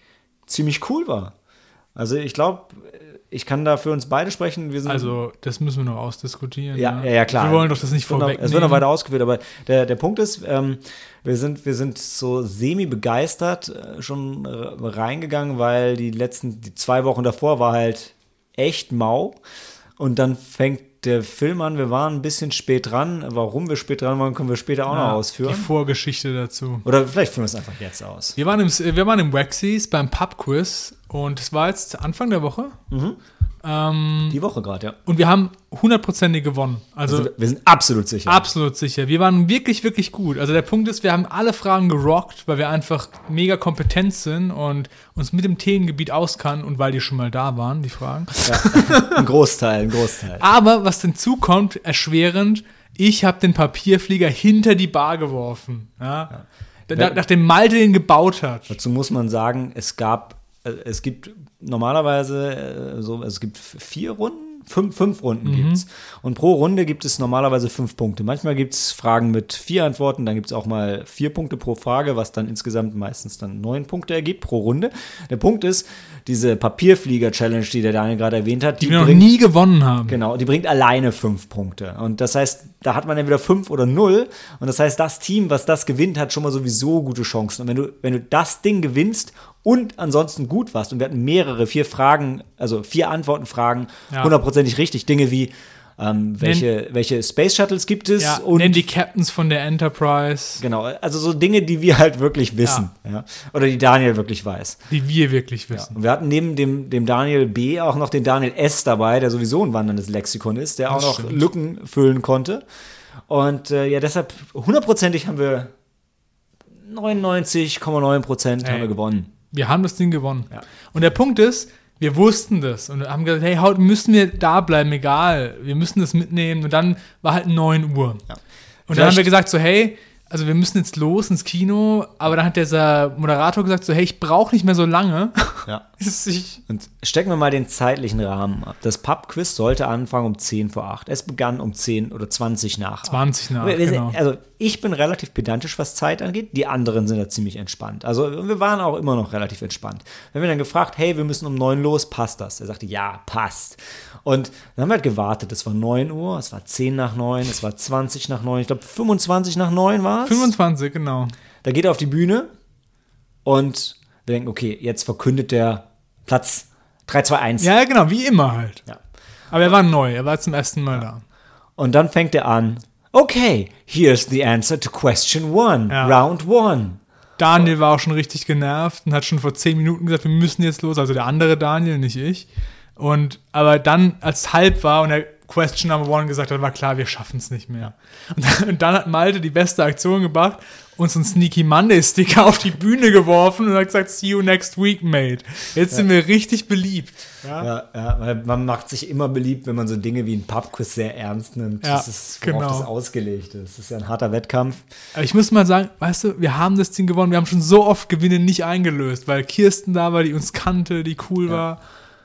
ziemlich cool war. Also ich glaube, ich kann da für uns beide sprechen. Wir sind also das müssen wir noch ausdiskutieren. Ja, ja, ja, klar. Wir wollen doch das nicht vorwegnehmen. Es wird noch weiter ausgeführt, aber der, der Punkt ist, ähm, wir sind, wir sind so semi-begeistert äh, schon äh, reingegangen, weil die letzten, die zwei Wochen davor war halt echt mau. Und dann fängt der Film an, wir waren ein bisschen spät dran. Warum wir spät dran waren, können wir später auch ja, noch ausführen. Die Vorgeschichte dazu. Oder vielleicht führen wir es einfach jetzt aus. Wir waren im, wir waren im Waxies beim Pub-Quiz und es war jetzt Anfang der Woche. Mhm. Ähm, Die Woche gerade, ja. Und wir haben hundertprozentig gewonnen. Also, also wir sind absolut sicher. Absolut sicher. Wir waren wirklich, wirklich gut. Also der Punkt ist, wir haben alle Fragen gerockt, weil wir einfach mega kompetent sind und uns mit dem Themengebiet auskennen und weil die schon mal da waren, die Fragen. Ja, ein Großteil, ein Großteil. Aber was hinzukommt, erschwerend, ich habe den Papierflieger hinter die Bar geworfen. Ja? Ja. Da, nachdem Malte den gebaut hat. Dazu muss man sagen, es gab, es gibt normalerweise, so, es gibt vier Runden, fünf, fünf Runden Mhm. gibt's. Und pro Runde gibt es normalerweise fünf Punkte. Manchmal gibt es Fragen mit vier Antworten, dann gibt es auch mal vier Punkte pro Frage, was dann insgesamt meistens dann neun Punkte ergibt pro Runde. Der Punkt ist, diese Papierflieger-Challenge, die der Daniel gerade erwähnt hat, Die, die wir noch bringt, nie gewonnen haben. Genau, die bringt alleine fünf Punkte. Und das heißt, da hat man entweder fünf oder null. Und das heißt, das Team, was das gewinnt, hat schon mal sowieso gute Chancen. Und wenn du, wenn du das Ding gewinnst und ansonsten gut warst, und wir hatten mehrere, vier Fragen, also vier Antwortenfragen, Ja. hundertprozentig richtig, Dinge wie, ähm, welche, welche Space Shuttles gibt es? Ja, und nenn die Captains von der Enterprise, genau, also so Dinge, die wir halt wirklich wissen. Ja. Oder die Daniel wirklich weiß. die wir wirklich Ja. wissen. Und wir hatten neben dem, dem Daniel B. auch noch den Daniel S. dabei, der sowieso ein wanderndes Lexikon ist, der Das auch noch stimmt. Lücken füllen konnte. Und äh, ja, deshalb hundertprozentig haben wir neunundneunzig Komma neun Prozent haben Ey. wir gewonnen. Wir haben das Ding gewonnen. Ja. Und der Punkt ist, wir wussten das und haben gesagt, hey, heute müssen wir da bleiben, egal. Wir müssen das mitnehmen. Und dann war halt neun Uhr. Ja. Und dann Vielleicht- haben wir gesagt so, hey, also wir müssen jetzt los ins Kino. Aber dann hat dieser Moderator gesagt so, hey, ich brauche nicht mehr so lange. Ja. Das ist- ich, Und stecken wir mal den zeitlichen Rahmen ab. Das Pub-Quiz sollte anfangen um zehn vor acht. Es begann um zehn oder zwanzig nach acht. zwanzig nach, Wir- wir genau. sind, also ich bin relativ pedantisch, was Zeit angeht. Die anderen sind da ziemlich entspannt. Also wir waren auch immer noch relativ entspannt. Wenn wir dann gefragt, hey, wir müssen um neun los, passt das? Er sagte, ja, passt. Und dann haben wir halt gewartet. Es war neun Uhr, es war zehn nach neun, es war zwanzig nach neun, ich glaube fünfundzwanzig nach neun war es. fünfundzwanzig, genau. Da geht er auf die Bühne und wir denken, okay, jetzt verkündet der Platz drei, zwei, eins. Ja, genau, wie immer halt. Ja. Aber er war neu, er war zum ersten Mal da. Und dann fängt er an, okay, here's the answer to question one, Ja. round one. Daniel war auch schon richtig genervt und hat schon vor zehn Minuten gesagt, wir müssen jetzt los. Also der andere Daniel, nicht ich. Und aber dann, als es halb war und er Question Number One gesagt hat, war klar, wir schaffen es nicht mehr. Und dann, und dann hat Malte die beste Aktion gemacht, uns einen Sneaky Monday Sticker auf die Bühne geworfen und hat gesagt, see you next week, mate. Jetzt sind wir richtig beliebt. Ja, Ja, ja, weil man macht sich immer beliebt, wenn man so Dinge wie ein Pubquiz sehr ernst nimmt. Ja, das ist, worauf genau. das ausgelegt ist. Das ist ja ein harter Wettkampf. Aber ich muss mal sagen, weißt du, wir haben das Ding gewonnen. Wir haben schon so oft Gewinne nicht eingelöst, weil Kirsten da war, die uns kannte, die cool war.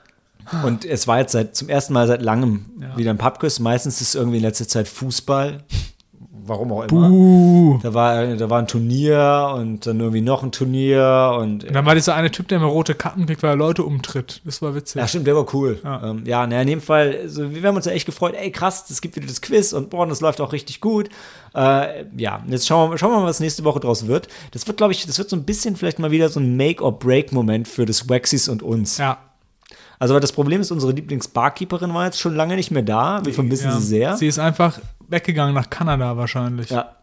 Und es war jetzt seit, zum ersten Mal seit langem Ja. wieder ein Pubquiz. Meistens ist irgendwie in letzter Zeit Fußball. Warum auch immer. Buh. Da war, da war ein Turnier und dann irgendwie noch ein Turnier. Und, Und dann war dieser eine Typ, der immer rote Karten kriegt, weil er Leute umtritt. Das war witzig. ja, stimmt, der war cool. Ja. Ja, ähm, ja na, in dem Fall, also, wir haben uns ja echt gefreut. Ey, krass, es gibt wieder das Quiz und boah, das läuft auch richtig gut. Äh, ja, jetzt schauen wir, schauen wir mal, was nächste Woche draus wird. Das wird, glaube ich, das wird so ein bisschen vielleicht mal wieder so ein Make-or-Break-Moment für das Waxies und uns. Ja. Also, weil das Problem ist, unsere Lieblingsbarkeeperin war jetzt schon lange nicht mehr da. Wir vermissen ja. sie sehr. Sie ist einfach weggegangen nach Kanada wahrscheinlich. Ja.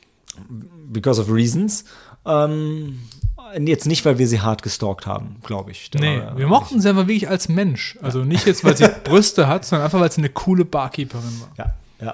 Because of reasons. Ähm, jetzt nicht, weil wir sie hart gestalkt haben, glaube ich. Da Nee, war- wir mochten sie einfach wirklich als Mensch. Also nicht jetzt, weil sie Brüste hat, sondern einfach, weil sie eine coole Barkeeperin war. Ja,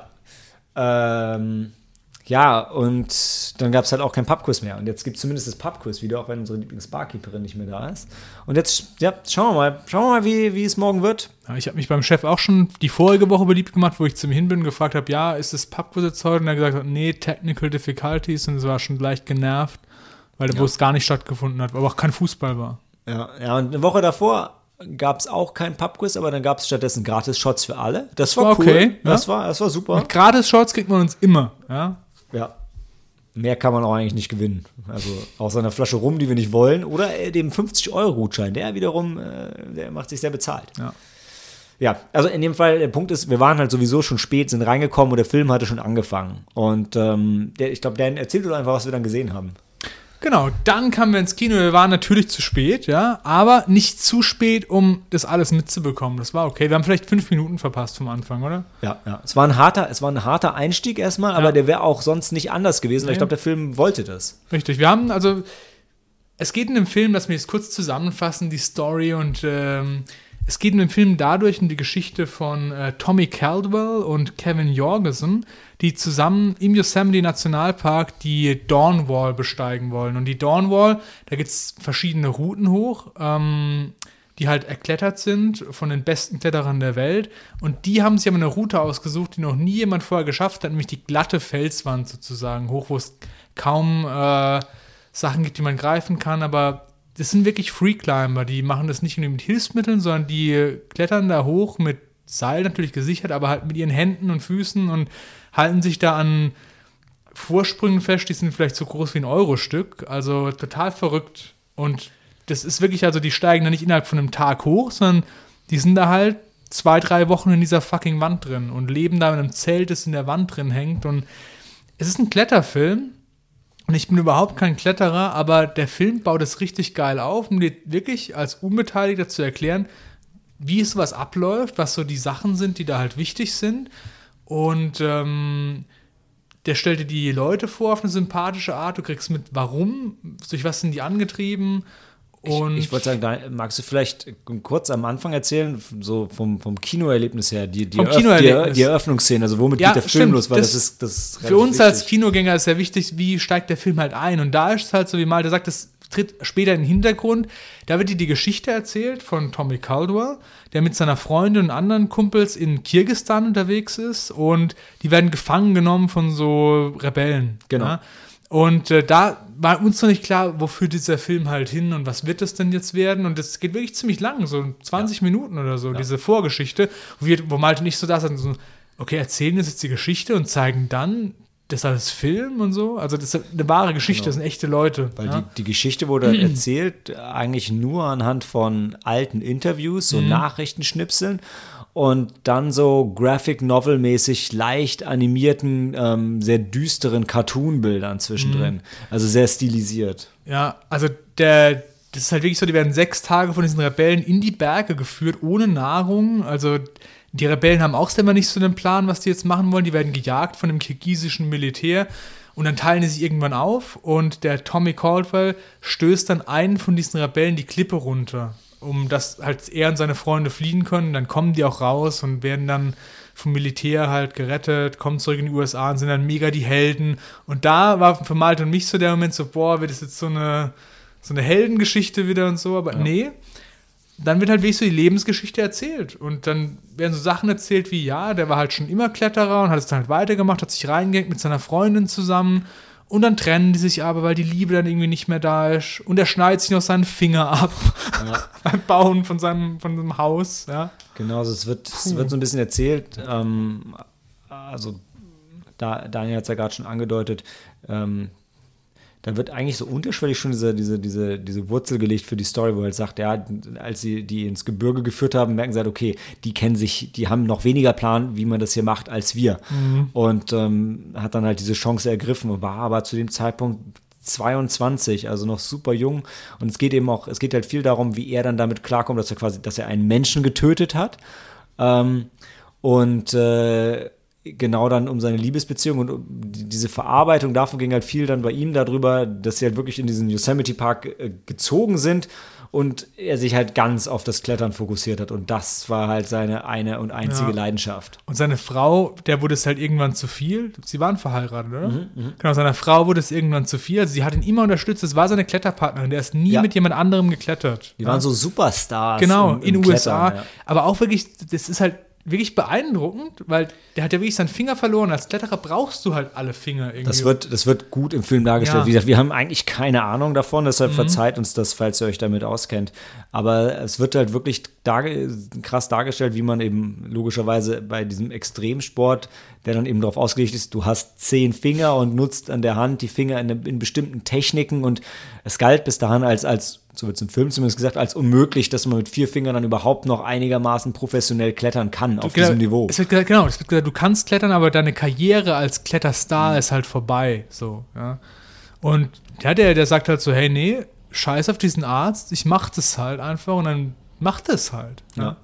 ja. Ähm, ja, und dann gab es halt auch kein Pubquiz mehr. Und jetzt gibt es zumindest das Pubquiz wieder, auch wenn unsere Lieblingsbarkeeperin nicht mehr da ist. Und jetzt, ja, schauen wir mal, schauen wir mal, wie, wie es morgen wird. Ja, ich habe mich beim Chef auch schon die vorige Woche beliebt gemacht, wo ich zu ihm hin bin und gefragt habe, ja, ist das Pubquiz jetzt heute? Und er gesagt hat, nee, Technical Difficulties. Und es war schon leicht genervt, weil Ja. wo es gar nicht stattgefunden hat, aber auch kein Fußball war. Ja, ja, und eine Woche davor gab es auch kein Pubquiz, aber dann gab es stattdessen Gratis-Shots für alle. Das war, war cool. okay, ja. Das war, das war super. Mit Gratis-Shorts kriegt man uns immer, ja. Ja. mehr kann man auch eigentlich nicht gewinnen. Also außer einer Flasche Rum, die wir nicht wollen, oder dem fünfzig-Euro-Gutschein, der wiederum, äh, der macht sich sehr bezahlt. Ja. Ja, also in dem Fall, der Punkt ist, wir waren halt sowieso schon spät, sind reingekommen und der Film hatte schon angefangen. Und ähm, der, ich glaube, Dan erzählt uns einfach, was wir dann gesehen haben. Genau, dann kamen wir ins Kino. Wir waren natürlich zu spät, ja, aber nicht zu spät, um das alles mitzubekommen. Das war okay. Wir haben vielleicht fünf Minuten verpasst vom Anfang, oder? Ja, ja. Es war ein harter, es war ein harter Einstieg erstmal, ja. aber der wäre auch sonst nicht anders gewesen, weil nee. ich glaube, der Film wollte das. Richtig. Wir haben also, es geht in dem Film, lass mich jetzt kurz zusammenfassen, die Story und ähm, es geht in dem Film dadurch um die Geschichte von äh, Tommy Caldwell und Kevin Jorgensen, die zusammen im Yosemite Nationalpark die Dawn Wall besteigen wollen. Und die Dawn Wall, da gibt es verschiedene Routen hoch, ähm, die halt erklettert sind von den besten Kletterern der Welt. Und die haben sich aber eine Route ausgesucht, die noch nie jemand vorher geschafft hat, nämlich die glatte Felswand sozusagen hoch, wo es kaum äh, Sachen gibt, die man greifen kann, aber das sind wirklich Freeclimber, die machen das nicht nur mit Hilfsmitteln, sondern die klettern da hoch mit Seil natürlich gesichert, aber halt mit ihren Händen und Füßen und halten sich da an Vorsprüngen fest, die sind vielleicht so groß wie ein Euro-Stück, also total verrückt. Und das ist wirklich, also die steigen da nicht innerhalb von einem Tag hoch, sondern die sind da halt zwei, drei Wochen in dieser fucking Wand drin und leben da mit einem Zelt, das in der Wand drin hängt. Und es ist ein Kletterfilm. Und ich bin überhaupt kein Kletterer, aber der Film baut es richtig geil auf, um dir wirklich als Unbeteiligter zu erklären, wie es sowas abläuft, was so die Sachen sind, die da halt wichtig sind. Und ähm, der stellt dir die Leute vor auf eine sympathische Art. Du kriegst mit, warum, durch was sind die angetrieben. Und ich ich wollte sagen, da magst du vielleicht kurz am Anfang erzählen, so vom, vom Kinoerlebnis her, die, die, vom Eröff- Kinoerlebnis. die, die Eröffnungsszene, also womit ja, geht der Film stimmt, los, weil das, das ist das ist für uns wichtig. als Kinogänger ist sehr wichtig, wie steigt der Film halt ein. Und da ist es halt so, wie Malte sagt, das tritt später in den Hintergrund. Da wird dir die Geschichte erzählt von Tommy Caldwell, der mit seiner Freundin und anderen Kumpels in Kirgisistan unterwegs ist und die werden gefangen genommen von so Rebellen. Genau. Ja? Und äh, da war uns noch nicht klar, wofür dieser Film halt hin und was wird das denn jetzt werden. Und das geht wirklich ziemlich lang, so zwanzig ja. Minuten oder so, ja. diese Vorgeschichte, wo, wir, wo Malte nicht so da sind, so, okay, erzählen uns jetzt die Geschichte und zeigen dann das alles Film und so. Also das ist eine wahre Geschichte, genau. Das sind echte Leute. Weil ja? die, die Geschichte wurde mhm. erzählt eigentlich nur anhand von alten Interviews, so mhm. Nachrichtenschnipseln. Und dann so Graphic-Novel-mäßig leicht animierten, ähm, sehr düsteren Cartoon-Bildern zwischendrin. Mhm. Also sehr stilisiert. Ja, also der, das ist halt wirklich so, die werden sechs Tage von diesen Rebellen in die Berge geführt, ohne Nahrung. Also die Rebellen haben auch selber nicht so einen Plan, was die jetzt machen wollen. Die werden gejagt von dem kirgisischen Militär. Und dann teilen die sich irgendwann auf. Und der Tommy Caldwell stößt dann einen von diesen Rebellen die Klippe runter, um dass halt er und seine Freunde fliehen können. Dann kommen die auch raus und werden dann vom Militär halt gerettet, kommen zurück in die U S A und sind dann mega die Helden. Und da war für Malte und mich so der Moment so, boah, wird das jetzt so eine, so eine Heldengeschichte wieder und so. Aber ja. nee, dann wird halt wirklich so die Lebensgeschichte erzählt. Und dann werden so Sachen erzählt wie, ja, der war halt schon immer Kletterer und hat es dann halt weitergemacht, hat sich reingehängt mit seiner Freundin zusammen. Und dann trennen die sich aber, weil die Liebe dann irgendwie nicht mehr da ist. Und er schneidet sich noch seinen Finger ab ja. beim Bauen von seinem, von seinem Haus. Ja. Genau, also es wird, es wird so ein bisschen erzählt. Ähm, also da, Daniel hat es ja gerade schon angedeutet. Ähm, da wird eigentlich so unterschwellig schon diese, diese, diese, diese Wurzel gelegt für die Story, wo er halt sagt, ja, als sie die ins Gebirge geführt haben, merken sie halt, okay, die kennen sich, die haben noch weniger Plan, wie man das hier macht, als wir. Mhm. Und ähm, hat dann halt diese Chance ergriffen und war aber zu dem Zeitpunkt zweiundzwanzig, also noch super jung. Und es geht eben auch, es geht halt viel darum, wie er dann damit klarkommt, dass er quasi, dass er einen Menschen getötet hat. Ähm, und äh, genau dann um seine Liebesbeziehung und um diese Verarbeitung davon ging halt viel dann bei ihm darüber, dass sie halt wirklich in diesen Yosemite Park äh, gezogen sind und er sich halt ganz auf das Klettern fokussiert hat und das war halt seine eine und einzige ja. Leidenschaft. Und seine Frau, der wurde es halt irgendwann zu viel. Sie waren verheiratet, oder? Mhm, genau, seiner Frau wurde es irgendwann zu viel. Also sie hat ihn immer unterstützt. Das war seine Kletterpartnerin. Der ist nie ja. mit jemand anderem geklettert. Die ja? waren so Superstars. Genau, im, im in den U S A. Ja. Aber auch wirklich, das ist halt wirklich beeindruckend, weil der hat ja wirklich seinen Finger verloren. Als Kletterer brauchst du halt alle Finger irgendwie. Das wird, das wird gut im Film dargestellt. Ja. Wie gesagt, wir haben eigentlich keine Ahnung davon, deshalb mhm. verzeiht uns das, falls ihr euch damit auskennt. Aber es wird halt wirklich darge- krass dargestellt, wie man eben logischerweise bei diesem Extremsport, der dann eben darauf ausgelegt ist, du hast zehn Finger und nutzt an der Hand die Finger in, in bestimmten Techniken und es galt bis dahin als, als so wird es im Film zumindest gesagt, als unmöglich, dass man mit vier Fingern dann überhaupt noch einigermaßen professionell klettern kann auf genau, diesem Niveau. Es wird gesagt, genau, es wird gesagt, du kannst klettern, aber deine Karriere als Kletterstar mhm. ist halt vorbei. So, ja. Und ja, der, der sagt halt so, hey, nee, scheiß auf diesen Arzt, ich mach das halt einfach und dann macht es halt. Ja. Ja.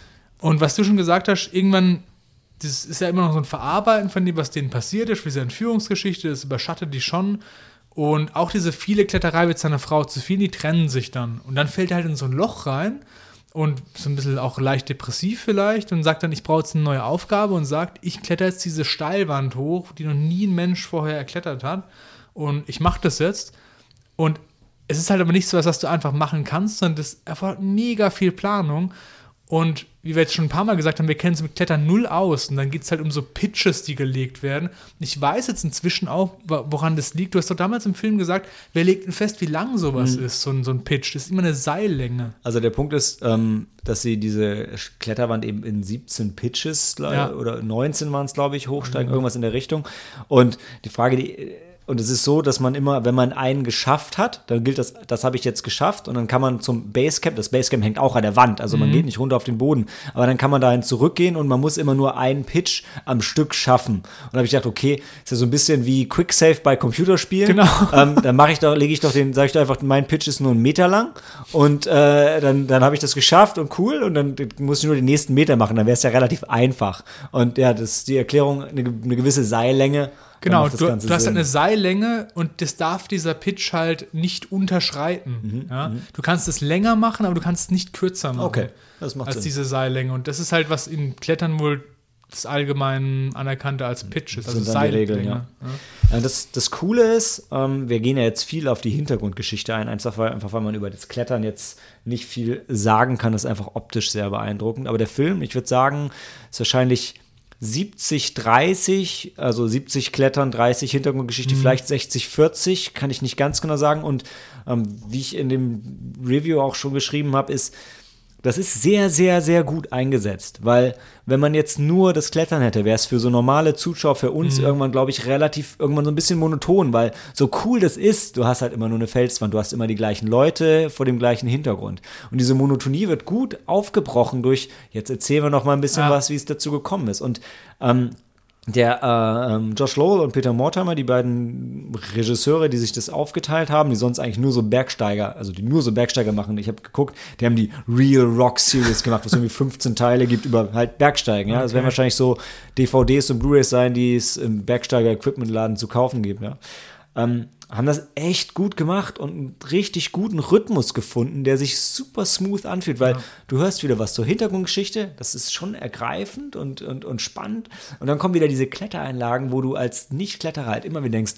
Und was du schon gesagt hast, irgendwann, das ist ja immer noch so ein Verarbeiten von dem, was denen passiert ist, wie seine Entführungsgeschichte, das überschattet die schon. Und auch diese viele Kletterei mit seiner Frau zu viel, die trennen sich dann. Und dann fällt er halt in so ein Loch rein und so ein bisschen auch leicht depressiv vielleicht und sagt dann, ich brauche jetzt eine neue Aufgabe und sagt, ich kletter jetzt diese Steilwand hoch, die noch nie ein Mensch vorher erklettert hat und ich mache das jetzt. Und es ist halt aber nicht so, was du einfach machen kannst, sondern das erfordert mega viel Planung. Und wie wir jetzt schon ein paar Mal gesagt haben, wir kennen es mit Klettern null aus. Und dann geht es halt um so Pitches, die gelegt werden. Ich weiß jetzt inzwischen auch, woran das liegt. Du hast doch damals im Film gesagt, wer legt denn fest, wie lang sowas mhm. ist, so ein, so ein Pitch? Das ist immer eine Seillänge. Also der Punkt ist, ähm, dass sie diese Kletterwand eben in siebzehn Pitches ja. oder neunzehn waren es, glaube ich, hochsteigen, mhm. irgendwas in der Richtung. Und die Frage, die Und es ist so, dass man immer, wenn man einen geschafft hat, dann gilt das, das habe ich jetzt geschafft und dann kann man zum Basecamp, das Basecamp hängt auch an der Wand, also man mhm. geht nicht runter auf den Boden, aber dann kann man dahin zurückgehen und man muss immer nur einen Pitch am Stück schaffen. Und da habe ich gedacht, okay, ist ja so ein bisschen wie Quicksave bei Computerspielen. Genau. Ähm, dann mache ich doch, lege ich doch den, sage ich doch einfach, mein Pitch ist nur einen Meter lang und äh, dann, dann habe ich das geschafft und cool und dann muss ich nur den nächsten Meter machen, dann wäre es ja relativ einfach. Und ja, das ist die Erklärung, eine, eine gewisse Seillänge. Genau, du, du hast halt eine Seillänge und das darf dieser Pitch halt nicht unterschreiten. Mhm, ja? Du kannst es länger machen, aber du kannst es nicht kürzer machen okay, das macht als Sinn. Diese Seillänge. Und das ist halt, was im Klettern wohl das allgemein anerkannte als Pitch ist, also Seillänge. Ja. Ja. Das, das Coole ist, ähm, wir gehen ja jetzt viel auf die Hintergrundgeschichte ein, einfach weil, einfach weil man über das Klettern jetzt nicht viel sagen kann. Das ist einfach optisch sehr beeindruckend. Aber der Film, ich würde sagen, ist wahrscheinlich siebzig dreißig, also siebzig Klettern, dreißig Hintergrundgeschichte, mhm. vielleicht sechzig vierzig, kann ich nicht ganz genau sagen. Und ähm, wie ich in dem Review auch schon geschrieben habe, ist, das ist sehr, sehr, sehr gut eingesetzt, weil wenn man jetzt nur das Klettern hätte, wäre es für so normale Zuschauer, für uns mhm. irgendwann, glaube ich, relativ, irgendwann so ein bisschen monoton, weil so cool das ist, du hast halt immer nur eine Felswand, du hast immer die gleichen Leute vor dem gleichen Hintergrund. Und diese Monotonie wird gut aufgebrochen durch, jetzt erzählen wir noch mal ein bisschen ja. was, wie es dazu gekommen ist. Und ähm, Der äh, Josh Lowell und Peter Mortimer, die beiden Regisseure, die sich das aufgeteilt haben, die sonst eigentlich nur so Bergsteiger, also die nur so Bergsteiger machen. Ich habe geguckt, die haben die Real Rock Series gemacht, was irgendwie fünfzehn Teile gibt über halt Bergsteigen. Ja, okay. Das werden wahrscheinlich so D V Ds und Blu-rays sein, die es im Bergsteiger-Equipment-Laden zu kaufen gibt. Ja. Ähm, haben das echt gut gemacht und einen richtig guten Rhythmus gefunden, der sich super smooth anfühlt, weil ja. du hörst wieder was zur Hintergrundgeschichte, das ist schon ergreifend und, und, und spannend und dann kommen wieder diese Klettereinlagen, wo du als Nicht-Kletterer halt immer wieder denkst,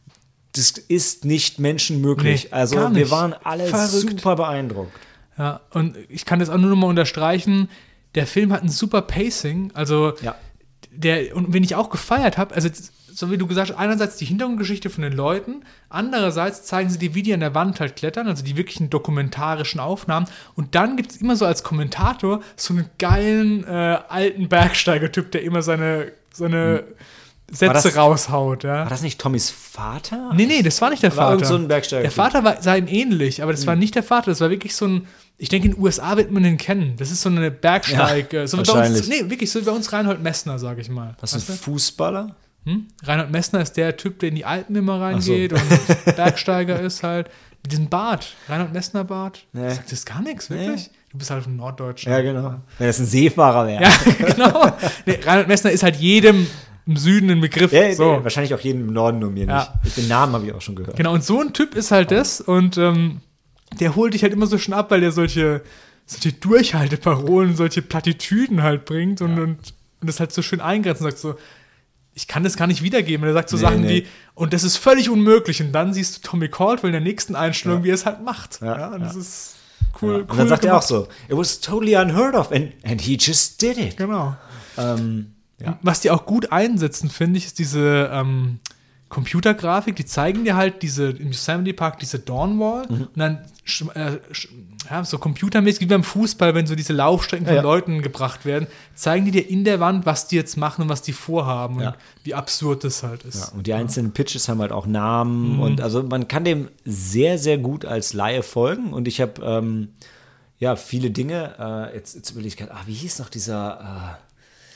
das ist nicht menschenmöglich. Nee, also wir waren alle Verrückt. super beeindruckt. Ja, und ich kann das auch nur noch mal unterstreichen, der Film hat ein super Pacing, also ja. der, und wenn ich auch gefeiert habe, also so wie du gesagt hast, einerseits die Hintergrundgeschichte von den Leuten, andererseits zeigen sie dir, wie die an der Wand halt klettern, also die wirklichen dokumentarischen Aufnahmen. Und dann gibt es immer so als Kommentator so einen geilen äh, alten Bergsteiger-Typ, der immer seine, seine hm. Sätze das, raushaut. Ja. War das nicht Tommys Vater? Nee, nee, das war nicht der war Vater. So ein Bergsteiger. Der Vater war, sah ihm ähnlich, aber das hm. war nicht der Vater, das war wirklich so ein, ich denke, in den U S A wird man den kennen. Das ist so eine Bergsteig. Ja, so wahrscheinlich. Uns, nee, wirklich, so wie bei uns Reinhold Messner, sag ich mal. Was ist ein Fußballer? Hm? Reinhold Messner ist der Typ, der in die Alpen immer reingeht so. und Bergsteiger ist halt. Mit diesem Bart, Reinhold Messner Bart. Nee. Sagt das gar nichts, wirklich? Nee. Du bist halt ein Norddeutscher. Ja, genau. Wenn das ein Seefahrer wäre. Ja, genau. Nee, Reinhold Messner ist halt jedem im Süden ein Begriff. Ja, so. nee, wahrscheinlich auch jedem im Norden, nur mir ja. nicht. Den Namen habe ich auch schon gehört. Genau, und so ein Typ ist halt das und ähm, der holt dich halt immer so schon ab, weil der solche, solche Durchhalteparolen, solche Plattitüden halt bringt und, ja. und, und das halt so schön eingrenzt und sagt so, ich kann das gar nicht wiedergeben. Und er sagt so nee, Sachen nee. wie, und das ist völlig unmöglich. Und dann siehst du Tommy Caldwell in der nächsten Einstellung, ja. wie er es halt macht. Ja, ja, und ja. das ist cool. Ja. Und cool dann sagt gemacht. Er auch so, it was totally unheard of and, and he just did it. Genau. Ähm, ja. Was die auch gut einsetzen, finde ich, ist diese ähm, Computergrafik. Die zeigen dir halt diese, im Yosemite Park diese Dawnwall mhm. und dann äh, ja, so computermäßig wie beim Fußball, wenn so diese Laufstrecken von ja. Leuten gebracht werden, zeigen die dir in der Wand, was die jetzt machen und was die vorhaben ja. und wie absurd das halt ist. Ja, und die einzelnen Pitches haben halt auch Namen mhm. und also man kann dem sehr, sehr gut als Laie folgen und ich habe ähm, ja viele Dinge, äh, jetzt, jetzt überlege ich gerade, ah, wie hieß noch dieser äh,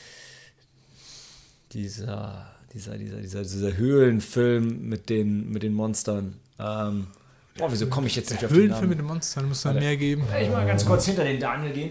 dieser, dieser, dieser, dieser, dieser Höhlenfilm mit den, mit den Monstern. Ähm, boah, wieso komme ich jetzt nicht auf den Namen? Höhlenfilm mit den Monstern, muss da mehr geben. Ich mal ganz kurz hinter den Daniel gehen.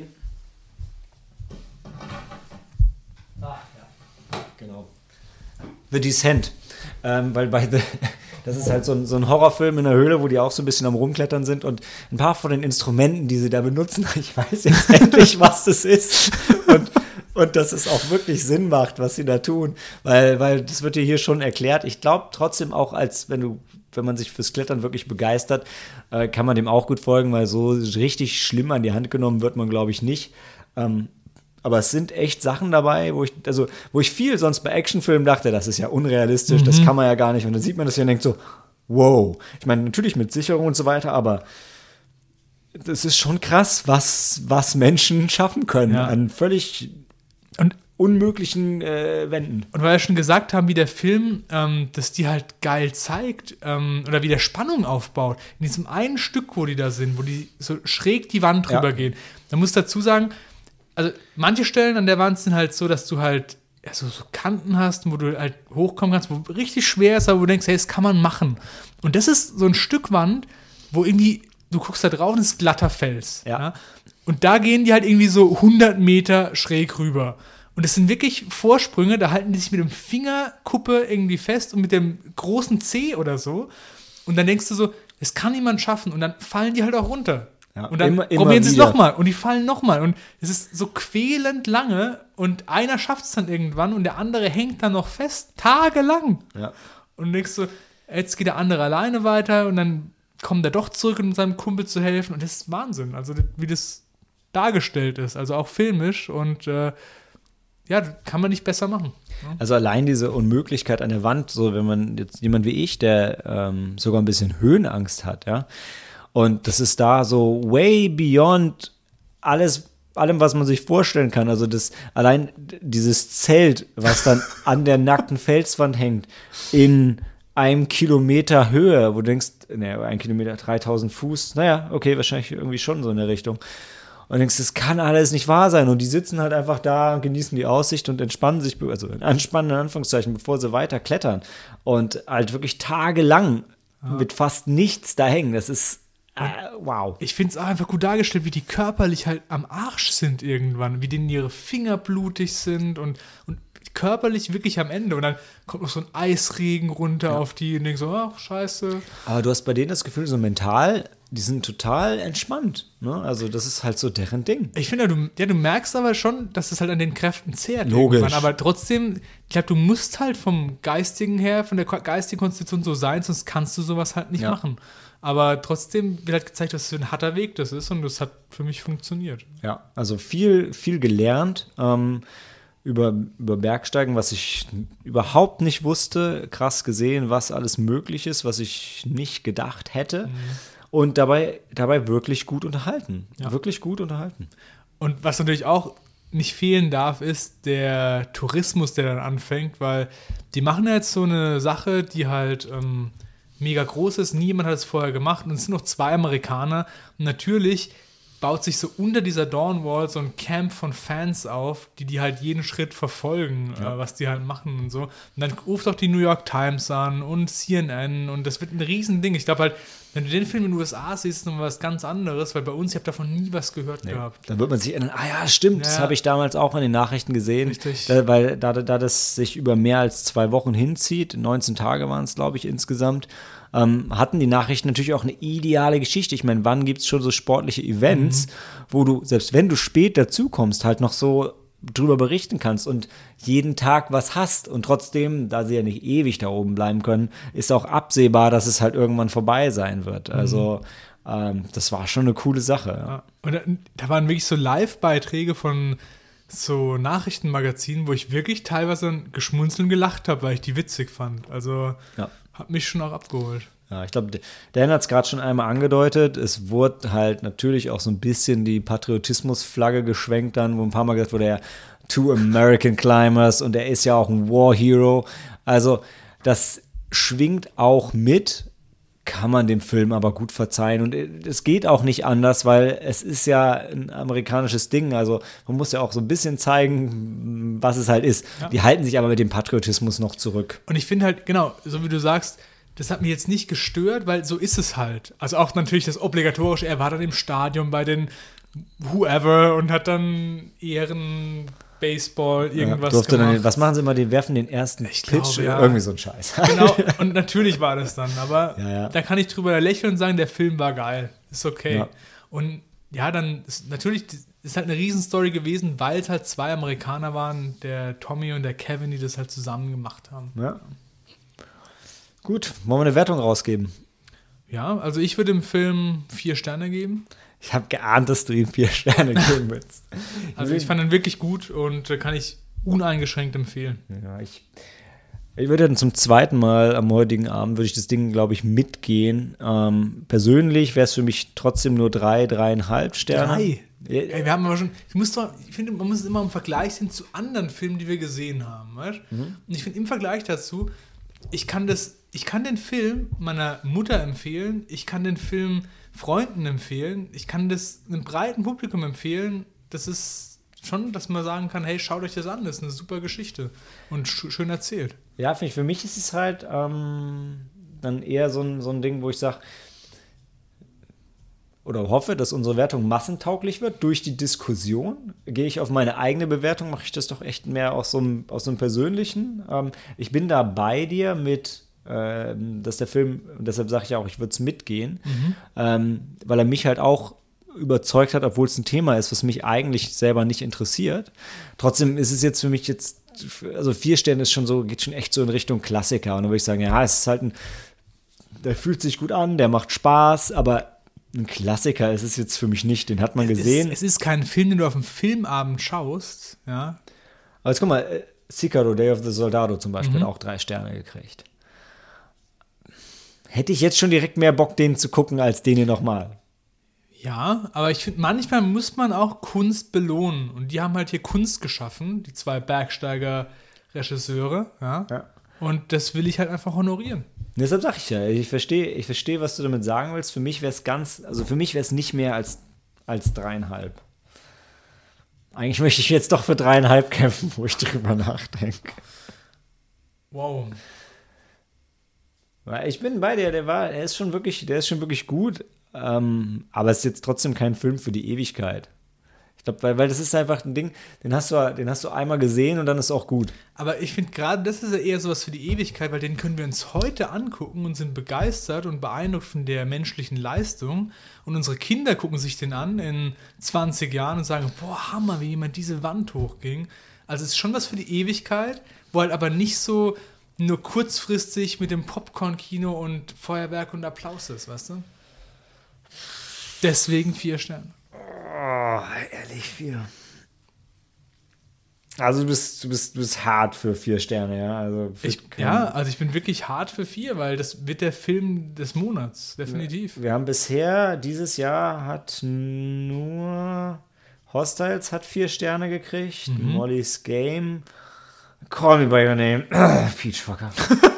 Ah, ja. Genau. The Descent. Ähm, weil bei The, das ist halt so ein, so ein Horrorfilm in der Höhle, wo die auch so ein bisschen am Rumklettern sind und ein paar von den Instrumenten, die sie da benutzen, ich weiß jetzt endlich, was das ist. Und Und dass es auch wirklich Sinn macht, was sie da tun. Weil, weil das wird dir hier schon erklärt. Ich glaube trotzdem auch, als wenn du, wenn man sich fürs Klettern wirklich begeistert, äh, kann man dem auch gut folgen, weil so richtig schlimm an die Hand genommen wird man, glaube ich, nicht. Ähm, aber es sind echt Sachen dabei, wo ich, also, wo ich viel sonst bei Actionfilmen dachte, das ist ja unrealistisch, mhm. das kann man ja gar nicht. Und dann sieht man das hier und denkt so, wow. Ich meine, natürlich mit Sicherung und so weiter, aber das ist schon krass, was, was Menschen schaffen können ja. an völlig und unmöglichen äh, Wänden. Und weil wir schon gesagt haben, wie der Film ähm, das die halt geil zeigt ähm, oder wie der Spannung aufbaut, in diesem einen Stück, wo die da sind, wo die so schräg die Wand drüber ja. gehen, da muss ich dazu sagen, also manche Stellen an der Wand sind halt so, dass du halt ja, so, so Kanten hast, wo du halt hochkommen kannst, wo richtig schwer ist, aber wo du denkst, hey, das kann man machen. Und das ist so ein Stück Wand, wo irgendwie, du guckst da drauf und es ist glatter Fels. Ja. ja. Und da gehen die halt irgendwie so hundert Meter schräg rüber. Und das sind wirklich Vorsprünge, da halten die sich mit dem Fingerkuppe irgendwie fest und mit dem großen Zeh oder so. Und dann denkst du so, das kann niemand schaffen. Und dann fallen die halt auch runter. Ja, und dann immer, immer probieren sie es wieder. nochmal. Und die fallen nochmal. Und es ist so quälend lange. Und einer schafft es dann irgendwann und der andere hängt dann noch fest, tagelang. Ja. Und denkst so, jetzt geht der andere alleine weiter und dann kommt er doch zurück, um seinem Kumpel zu helfen. Und das ist Wahnsinn. Also wie das dargestellt ist, also auch filmisch und äh, ja, kann man nicht besser machen. Ja. Also allein diese Unmöglichkeit an der Wand, so wenn man jetzt jemand wie ich, der ähm, sogar ein bisschen Höhenangst hat, ja, und das ist da so way beyond alles, allem, was man sich vorstellen kann, also das, allein dieses Zelt, was dann an der nackten Felswand hängt, in einem Kilometer Höhe, wo du denkst, ne, ein Kilometer, dreitausend Fuß, naja, okay, wahrscheinlich irgendwie schon so in der Richtung. Und denkst, das kann alles nicht wahr sein. Und die sitzen halt einfach da und genießen die Aussicht und entspannen sich, also anspannen in Anführungszeichen, bevor sie weiter klettern. Und halt wirklich tagelang ja. mit fast nichts da hängen. Das ist, äh, wow. Ich finde es auch einfach gut dargestellt, wie die körperlich halt am Arsch sind irgendwann. Wie denen ihre Finger blutig sind und, und körperlich wirklich am Ende. Und dann kommt noch so ein Eisregen runter ja. auf die und denkst so, ach, scheiße. Aber du hast bei denen das Gefühl, so mental, die sind total entspannt. Ne? Also das ist halt so deren Ding. Ich finde, du, ja, du merkst aber schon, dass es halt an den Kräften zehrt. Logisch. Irgendwann. Aber trotzdem, ich glaube, du musst halt vom Geistigen her, von der geistigen Konstitution so sein, sonst kannst du sowas halt nicht ja. machen. Aber trotzdem wird halt gezeigt, was für ein harter Weg das ist und das hat für mich funktioniert. Ja, also viel, viel gelernt ähm, über, über Bergsteigen, was ich überhaupt nicht wusste. Krass gesehen, was alles möglich ist, was ich nicht gedacht hätte. Mhm. Und dabei, dabei wirklich gut unterhalten. Ja. Wirklich gut unterhalten. Und was natürlich auch nicht fehlen darf, ist der Tourismus, der dann anfängt, weil die machen jetzt so eine Sache, die halt ähm, mega groß ist. Niemand hat es vorher gemacht und es sind noch zwei Amerikaner. Und natürlich baut sich so unter dieser Dawnwall so ein Camp von Fans auf, die die halt jeden Schritt verfolgen, ja. äh, was die halt machen und so. Und dann ruft auch die New York Times an und C N N und das wird ein Riesending. Ich glaube halt, wenn du den Film in den U S A siehst, ist noch was ganz anderes, weil bei uns, ich habe davon nie was gehört nee. gehabt. Dann wird man sich erinnern, ah ja, stimmt, ja. das habe ich damals auch in den Nachrichten gesehen. Richtig. Da, weil da, da das sich über mehr als zwei Wochen hinzieht, neunzehn Tage waren es, glaube ich, insgesamt, ähm, hatten die Nachrichten natürlich auch eine ideale Geschichte. Ich meine, wann gibt es schon so sportliche Events, mhm. wo du, selbst wenn du spät dazukommst, halt noch so drüber berichten kannst und jeden Tag was hast und trotzdem, da sie ja nicht ewig da oben bleiben können, ist auch absehbar, dass es halt irgendwann vorbei sein wird. Also ähm, das war schon eine coole Sache. Ja. Ja. Und da, da waren wirklich so Live-Beiträge von so Nachrichtenmagazinen, wo ich wirklich teilweise geschmunzeln gelacht habe, weil ich die witzig fand. Also Ja. hat mich schon auch abgeholt. Ja, ich glaube, Dan hat es gerade schon einmal angedeutet. Es wurde halt natürlich auch so ein bisschen die Patriotismusflagge geschwenkt dann, wo ein paar Mal gesagt wurde, ja, Two American Climbers und er ist ja auch ein War Hero. Also das schwingt auch mit, kann man dem Film aber gut verzeihen. Und es geht auch nicht anders, weil es ist ja ein amerikanisches Ding. Also man muss ja auch so ein bisschen zeigen, was es halt ist. Ja. Die halten sich aber mit dem Patriotismus noch zurück. Und ich finde halt, genau, so wie du sagst, das hat mich jetzt nicht gestört, weil so ist es halt. Also auch natürlich das Obligatorische, er war dann im Stadion bei den Whoever und hat dann Ehren, Baseball, irgendwas ja, durfte gemacht. Dann, was machen sie immer? Die werfen den ersten Ich Pitch, glaube, ja. irgendwie so ein Scheiß. Genau, und natürlich war das dann, aber Ja, ja. da kann ich drüber lächeln und sagen, der Film war geil, ist okay. Ja. Und ja, dann ist natürlich ist halt eine Riesenstory gewesen, weil es halt zwei Amerikaner waren, der Tommy und der Kevin, die das halt zusammen gemacht haben. Ja. Gut, wollen wir eine Wertung rausgeben? Ja, also ich würde dem Film vier Sterne geben. Ich habe geahnt, dass du ihm vier Sterne geben willst. Also ich fand ihn wirklich gut und äh, kann ich uneingeschränkt empfehlen. Ja, ich, ich würde dann zum zweiten Mal am heutigen Abend, würde ich das Ding, glaube ich, mitgehen. Ähm, persönlich wäre es für mich trotzdem nur drei, dreieinhalb Sterne. Drei? Ja, Ey, wir haben aber schon, ich, muss doch, ich finde, man muss es immer im Vergleich sehen zu anderen Filmen, die wir gesehen haben. Weißt? Mhm. Und ich finde im Vergleich dazu, ich kann das, ich kann den Film meiner Mutter empfehlen, ich kann den Film Freunden empfehlen, ich kann das einem breiten Publikum empfehlen. Das ist schon, dass man sagen kann, hey, schaut euch das an, das ist eine super Geschichte und sch- schön erzählt. Ja, für mich, für mich ist es halt ähm, dann eher so ein, so ein Ding, wo ich sage, oder hoffe, dass unsere Wertung massentauglich wird durch die Diskussion. Gehe ich auf meine eigene Bewertung, mache ich das doch echt mehr aus so einem, aus so einem persönlichen. Ähm, ich bin da bei dir mit, äh, dass der Film, und deshalb sage ich auch, ich würde es mitgehen, mhm. ähm, weil er mich halt auch überzeugt hat, obwohl es ein Thema ist, was mich eigentlich selber nicht interessiert. Trotzdem ist es jetzt für mich jetzt, also vier Sterne ist schon so, geht schon echt so in Richtung Klassiker. Und dann würde ich sagen, ja, es ist halt ein, der fühlt sich gut an, der macht Spaß, aber ein Klassiker ist es jetzt für mich nicht, den hat man gesehen. Es, es ist kein Film, den du auf dem Filmabend schaust, ja. Aber jetzt guck mal, Sicario, Day of the Soldado zum Beispiel, Mhm. hat auch drei Sterne gekriegt. Hätte ich jetzt schon direkt mehr Bock, den zu gucken, als den hier nochmal. Ja, aber ich finde, manchmal muss man auch Kunst belohnen. Und die haben halt hier Kunst geschaffen, die zwei Bergsteiger-Regisseure, ja. Ja. Und das will ich halt einfach honorieren. Deshalb sage ich ja, ich verstehe, ich verstehe, was du damit sagen willst. Für mich wäre es ganz, also für mich wäre es nicht mehr als, als dreieinhalb. Eigentlich möchte ich jetzt doch für dreieinhalb kämpfen, wo ich drüber nachdenke. Wow. Weil ich bin bei dir, der war, er ist schon wirklich, der ist schon wirklich gut, ähm, aber es ist jetzt trotzdem kein Film für die Ewigkeit. Ich glaube, weil, weil das ist einfach ein Ding, den hast du, den hast du einmal gesehen und dann ist auch gut. Aber ich finde gerade, das ist ja eher sowas für die Ewigkeit, weil den können wir uns heute angucken und sind begeistert und beeindruckt von der menschlichen Leistung. Und unsere Kinder gucken sich den an in zwanzig Jahren und sagen, boah, Hammer, wie jemand diese Wand hochging. Also es ist schon was für die Ewigkeit, wo halt aber nicht so nur kurzfristig mit dem Popcorn-Kino und Feuerwerk und Applaus ist, weißt du? Deswegen vier Sterne. Oh, ehrlich, vier. Also du bist, du bist, du bist hart für vier Sterne, ja. Also ich, ja, also ich bin wirklich hart für vier, weil das wird der Film des Monats, definitiv. Wir haben bisher, dieses Jahr hat nur Hostiles hat vier Sterne gekriegt, mhm. Molly's Game, Call Me By Your Name, Peach Fucker.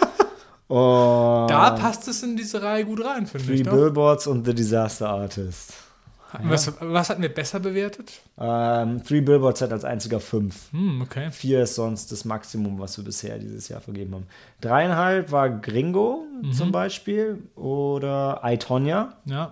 Da passt es in diese Reihe gut rein, finde ich. Three Billboards und The Disaster Artist. Ja. Was, was hatten wir besser bewertet? Ähm, Three Billboards hat als einziger fünf. Hm, okay. Vier ist sonst das Maximum, was wir bisher dieses Jahr vergeben haben. Dreieinhalb war Gringo mhm. zum Beispiel oder I, Tonya. Ja.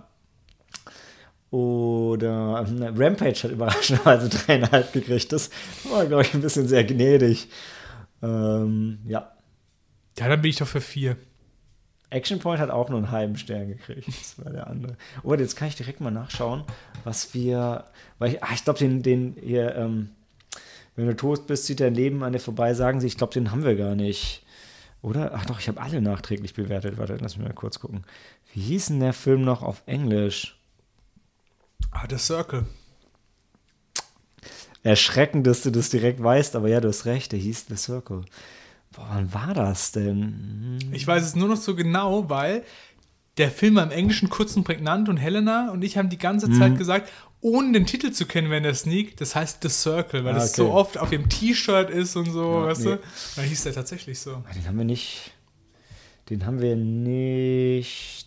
Oder äh, Rampage hat überraschenderweise dreieinhalb gekriegt. Das war, glaube ich, ein bisschen sehr gnädig. Ähm, ja. Ja, dann bin ich doch für vier. Action Point hat auch nur einen halben Stern gekriegt. Das war der andere. Oh, jetzt kann ich direkt mal nachschauen, was wir. Weil ich, ach, ich glaube, den, den hier, ähm, wenn du tot bist, zieht dein Leben an dir vorbei, sagen sie, ich glaube, den haben wir gar nicht. Oder? Ach doch, ich habe alle nachträglich bewertet. Warte, lass mich mal kurz gucken. Wie hieß denn der Film noch auf Englisch? Ah, The Circle. erschreckend, dass du das direkt weißt, aber ja, du hast recht, der hieß The Circle. Boah, wann war das denn? Hm. Ich weiß es nur noch so genau, weil der Film war im Englischen kurz und prägnant und Helena und ich haben die ganze Zeit Mhm. gesagt, ohne den Titel zu kennen, wenn der Sneak, das heißt The Circle, weil Ah, das okay. so oft auf ihrem T-Shirt ist und so, Ja, weißt nee. du? Da hieß der tatsächlich so. Den haben wir nicht. Den haben wir nicht.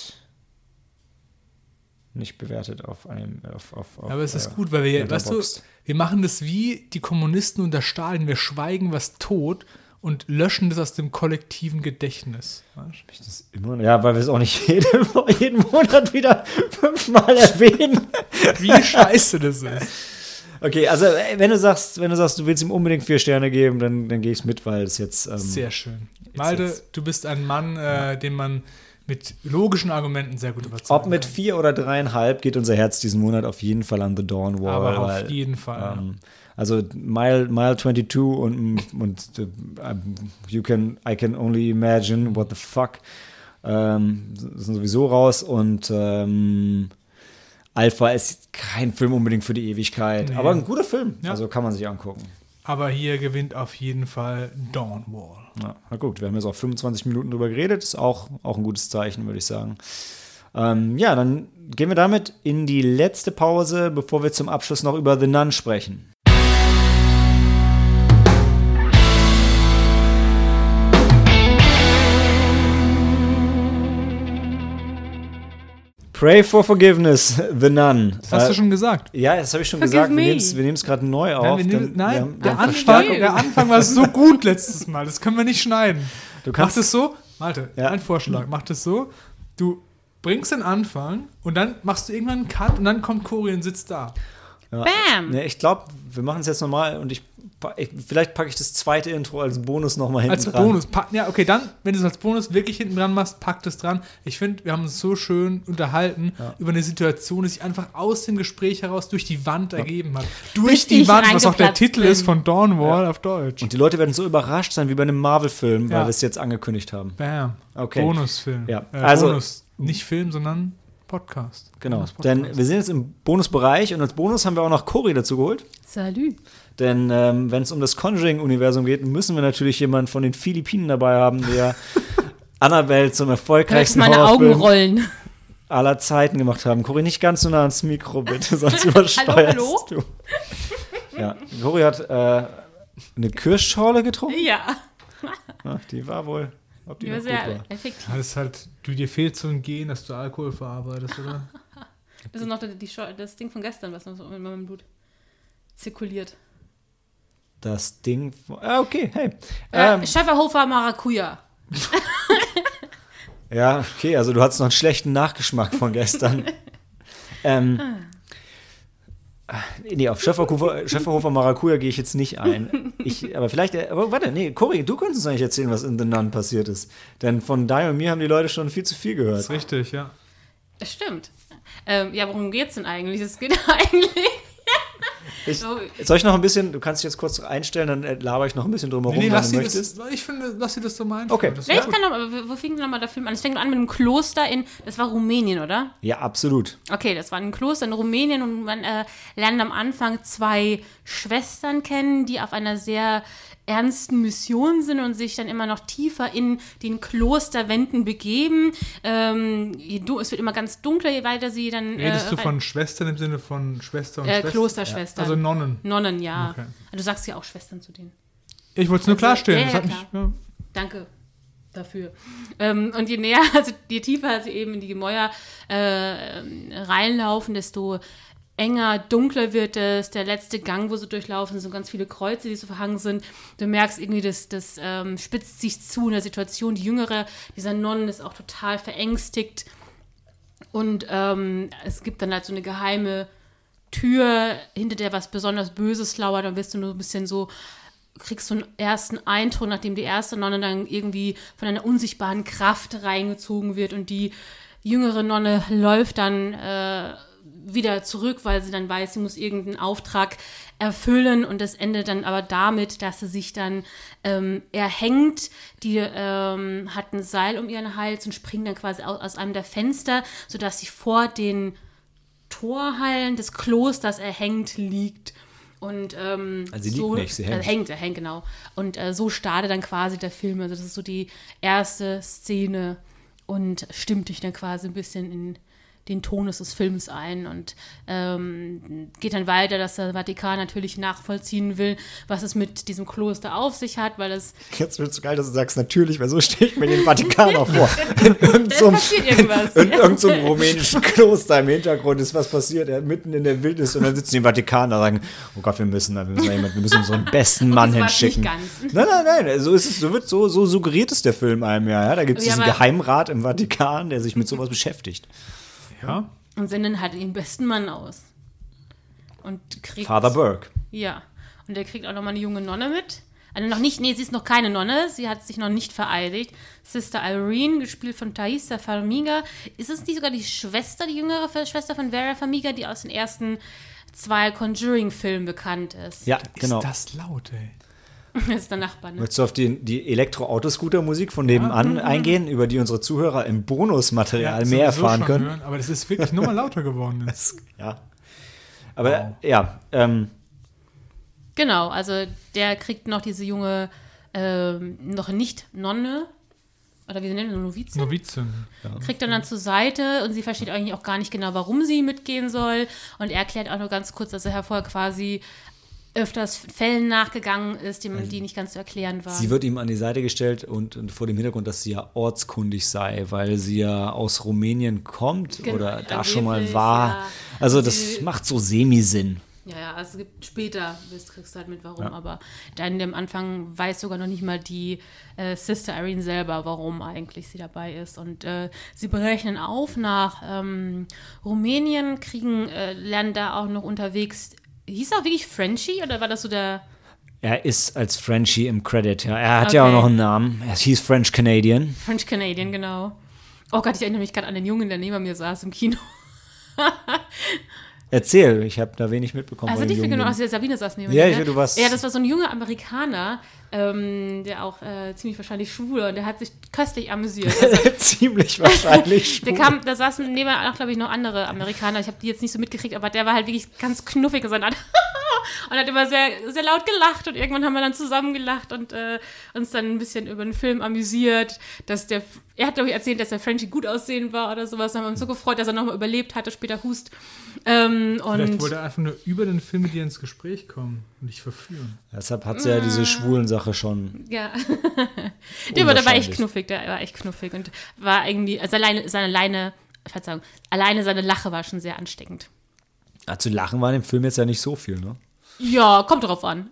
Nicht bewertet auf einem. Auf, auf, auf, Aber es ist äh, gut, weil wir, weißt du, Letterboxd. wir machen das wie die Kommunisten unter Stalin, wir schweigen was tot und löschen das aus dem kollektiven Gedächtnis. Weißt? Ich das immer, ja, weil wir es auch nicht jede, jeden Monat wieder fünfmal erwähnen. Wie scheiße das ist. Okay, also ey, wenn du sagst, wenn du sagst, du willst ihm unbedingt vier Sterne geben, dann, dann gehe ich mit, weil es jetzt. Ähm, Sehr schön. Malte, jetzt- du bist ein Mann, äh, den man mit logischen Argumenten sehr gut überzeugt. Ob mit vier oder dreieinhalb geht unser Herz diesen Monat auf jeden Fall an The Dawn Wall. Aber auf weil, jeden Fall. Ähm, also Mile, Mile zweiundzwanzig und, und uh, you can, I can only imagine what the fuck ähm, sind sowieso raus und ähm, Alpha ist kein Film unbedingt für die Ewigkeit, Nee. aber ein guter Film, Ja. also kann man sich angucken. Aber hier gewinnt auf jeden Fall Dawn Wall. Ja, na gut, wir haben jetzt auch fünfundzwanzig Minuten drüber geredet, ist auch, auch ein gutes Zeichen, würde ich sagen. Ähm, ja, dann gehen wir damit in die letzte Pause, bevor wir zum Abschluss noch über The Nun sprechen. Pray for Forgiveness, The Nun. Das hast Äh, du schon gesagt. Ja, das habe ich schon Forgive gesagt. Wir me. nehmen es wir nehmen's gerade neu auf. Nein, wir nehmen, Dann- nein wir haben- wir der, haben Anfang, Verstärkung. der Anfang war so gut letztes Mal. Das können wir nicht schneiden. Du Mach kannst das so, Malte, Ja. ein Vorschlag. Mach das so, du bringst den Anfang und dann machst du irgendwann einen Cut und dann kommt Cory und sitzt da. Ja. Bam! Ja, ich glaube, wir machen es jetzt nochmal und ich, pa- ich vielleicht packe ich das zweite Intro als Bonus nochmal hinten Als dran. Bonus. Pack, ja, okay, dann, wenn du es als Bonus wirklich hinten dran machst, pack das dran. Ich finde, wir haben uns so schön unterhalten Ja. über eine Situation, die sich einfach aus dem Gespräch heraus durch die Wand ergeben hat. Durch Bis die ich Wand, was auch der reingeplatzt Titel bin. ist von Dawn Wall auf Deutsch. Und die Leute werden so überrascht sein wie bei einem Marvel-Film, Ja. weil wir es jetzt angekündigt haben. Bam. Okay. Bonusfilm. Ja. Äh, Also- Bonus. Nicht Film, sondern Podcast. Genau. Bonus-Podcast. Denn wir sind jetzt im Bonusbereich und als Bonus haben wir auch noch Cory dazu geholt. Salü. Denn ähm, wenn es um das Conjuring-Universum geht, müssen wir natürlich jemanden von den Philippinen dabei haben, der Annabelle zum Hört erfolgreichsten meine Augen Horrorfilm rollen. aller Zeiten gemacht haben. Cory, nicht ganz so nah ans Mikro, bitte, sonst übersteuerst Hallo, du. Ja, Cory hat äh, eine Kirschschorle getrunken. Ja. Ach, die war wohl, ob die Die noch war gut sehr war. effektiv. Ja, das ist halt, du, dir fehlt so ein Gen, dass du Alkohol verarbeitest, oder? Das ist noch die, die, Scho- das Ding von gestern, was noch so in meinem Blut zirkuliert. Das Ding. Ah, okay, hey. Äh, Ähm, Schäferhofer Maracuja. ja, okay, also du hattest noch einen schlechten Nachgeschmack von gestern. ähm, nee, auf Schäferhofer, Schäferhofer Maracuja gehe ich jetzt nicht ein. Ich, aber vielleicht, äh, aber warte, nee, Cory, du könntest uns eigentlich erzählen, was in The Nun passiert ist. Denn von Dai und mir haben die Leute schon viel zu viel Das gehört. ist richtig, ja. Das stimmt. Ähm, ja, worum geht's denn eigentlich? Es geht eigentlich. Ich, So, soll ich noch ein bisschen, du kannst dich jetzt kurz einstellen, dann äh, laber ich noch ein bisschen drum herum, Nee, wenn lass du sie möchtest. das, ich finde, lass sie das so meinen. Okay. Das nee, ist ich gut. kann noch, aber wo fing denn nochmal der Film an? Es fängt an mit einem Kloster in, das war Rumänien, oder? Ja, absolut. Okay, das war ein Kloster in Rumänien und man äh, lernt am Anfang zwei Schwestern kennen, die auf einer sehr ernsten Mission sind und sich dann immer noch tiefer in den Klosterwänden begeben. Ähm, je du- es wird immer ganz dunkler, je weiter sie dann. Redest äh, du von Schwestern im Sinne von Schwester und äh, Schwester? Klosterschwestern? Also Nonnen. Nonnen, ja. Okay. Du sagst ja auch Schwestern zu denen. Ich wollte es nur Also, klarstellen. ja, das ja, hat mich, ja. Danke dafür. Ähm, und je näher, also je tiefer sie eben in die Gemäuer äh, reinlaufen, desto enger, dunkler wird es. Der letzte Gang, wo sie durchlaufen, sind ganz viele Kreuze, die so verhangen sind. Du merkst irgendwie, das, das ähm, spitzt sich zu in der Situation. Die jüngere dieser Nonnen ist auch total verängstigt. Und ähm, es gibt dann halt so eine geheime Tür, hinter der was besonders Böses lauert. Dann wirst du nur ein bisschen so, kriegst so einen ersten Eindruck, nachdem die erste Nonne dann irgendwie von einer unsichtbaren Kraft reingezogen wird und die jüngere Nonne läuft dann äh, wieder zurück, weil sie dann weiß, sie muss irgendeinen Auftrag erfüllen und das endet dann aber damit, dass sie sich dann ähm, erhängt. Die ähm, hat ein Seil um ihren Hals und springt dann quasi aus, aus einem der Fenster, sodass sie vor den Torhallen des Klosters erhängt liegt. Und ähm, also sie so, liegt nicht, sie hängt. Äh, hängt, hängt, genau. Und äh, so startet dann quasi der Film. Also das ist so die erste Szene und stimmt dich dann quasi ein bisschen in den Tonus des Films ein und ähm, geht dann weiter, dass der Vatikan natürlich nachvollziehen will, was es mit diesem Kloster auf sich hat, weil es... Jetzt wird es so geil, dass du sagst, natürlich, weil so stelle ich mir den Vatikan auch vor. In irgendeinem irgendwas. in, in irgendeinem rumänischen Kloster im Hintergrund ist was passiert, er mitten in der Wildnis und dann sitzen die im Vatikan da sagen, oh Gott, wir müssen, wir müssen, jemand, wir müssen unseren besten Mann das hinschicken. Nicht ganz. Nein, nein, nein, so ist es, so wird so, so suggeriert es der Film einem ja. ja? Da gibt es Ja, diesen aber- Geheimrat im Vatikan, der sich mit sowas beschäftigt. Ja. Und senden halt den besten Mann aus. Und kriegt... Father Burke. Ja. Und der kriegt auch nochmal eine junge Nonne mit. Also noch nicht, nee, sie ist noch keine Nonne, sie hat sich noch nicht vereidigt. Sister Irene, gespielt von Thaisa Farmiga. Ist es nicht sogar die Schwester, die jüngere Schwester von Vera Farmiga, die aus den ersten zwei Conjuring-Filmen bekannt ist? Ja, genau. Ist das laut, ey. Das ist der Nachbar, ne? Möchtest du auf die, die Elektro-Autoscooter-Musik von nebenan eingehen, über die unsere Zuhörer im Bonusmaterial mehr sowieso erfahren schon können? hören, aber das ist wirklich nur mal lauter geworden jetzt. Ja. Aber Wow. ja, ähm, Genau, also der kriegt noch diese junge, ähm, noch nicht Nonne, oder wie sie nennen, Novize, Novizin. kriegt dann dann zur Seite und sie versteht eigentlich auch gar nicht genau, warum sie mitgehen soll. Und er erklärt auch nur ganz kurz, dass er hervor quasi öfters Fällen nachgegangen ist, die, die nicht ganz zu erklären waren. sie wird ihm an die Seite gestellt und, und vor dem Hintergrund, dass sie ja ortskundig sei, weil sie ja aus Rumänien kommt Genau, oder da schon mal angeblich, war. ja. Also das Sie- macht so Semi-Sinn. Ja, ja, also es gibt später, das kriegst du halt mit, warum, aber dann am Anfang weiß sogar noch nicht mal die äh, Sister Irene selber, warum eigentlich sie dabei ist. Und äh, sie berechnen auf nach ähm, Rumänien, kriegen, äh, lernen da auch noch unterwegs, hieß er auch wirklich Frenchie oder war das so der... Er ist als Frenchie im Credit, ja. Er hat ja auch Okay. noch einen Namen. Er hieß French Canadian. French Canadian, genau. Oh Gott, ich erinnere mich gerade an den Jungen, der neben mir saß im Kino. Erzähl, ich habe da wenig mitbekommen. Also von nicht dem wie genau, Jungen. also der Sabine saß neben Ja, mir. ich- ne? du warst- Ja, das war so ein junger Amerikaner, ähm, der auch äh, ziemlich wahrscheinlich schwul war und der hat sich köstlich amüsiert. Also, Ziemlich wahrscheinlich. der kam, da saßen neben auch, glaube ich, noch andere Amerikaner. Ich habe die jetzt nicht so mitgekriegt, aber der war halt wirklich ganz knuffig und hat, und hat immer sehr, sehr laut gelacht und irgendwann haben wir dann zusammen gelacht und äh, uns dann ein bisschen über den Film amüsiert, dass der, er hat, glaube ich, erzählt, dass der Frenchie gut aussehen war oder sowas. Dann haben wir uns so gefreut, dass er nochmal überlebt hatte, später Hust. Ähm, Vielleicht und wollte er einfach nur über den Film mit dir ins Gespräch kommen und dich verführen. Deshalb hat sie ja diese schwulen Sache schon. ja. Der war, der war echt Unwahrscheinlich. knuffig, der war echt knuffig und war irgendwie, also alleine, seine Leine, Verzeihung, alleine seine Lache war schon sehr ansteckend. Ja, zu lachen war in dem Film jetzt ja nicht so viel, ne? Ja, kommt drauf an.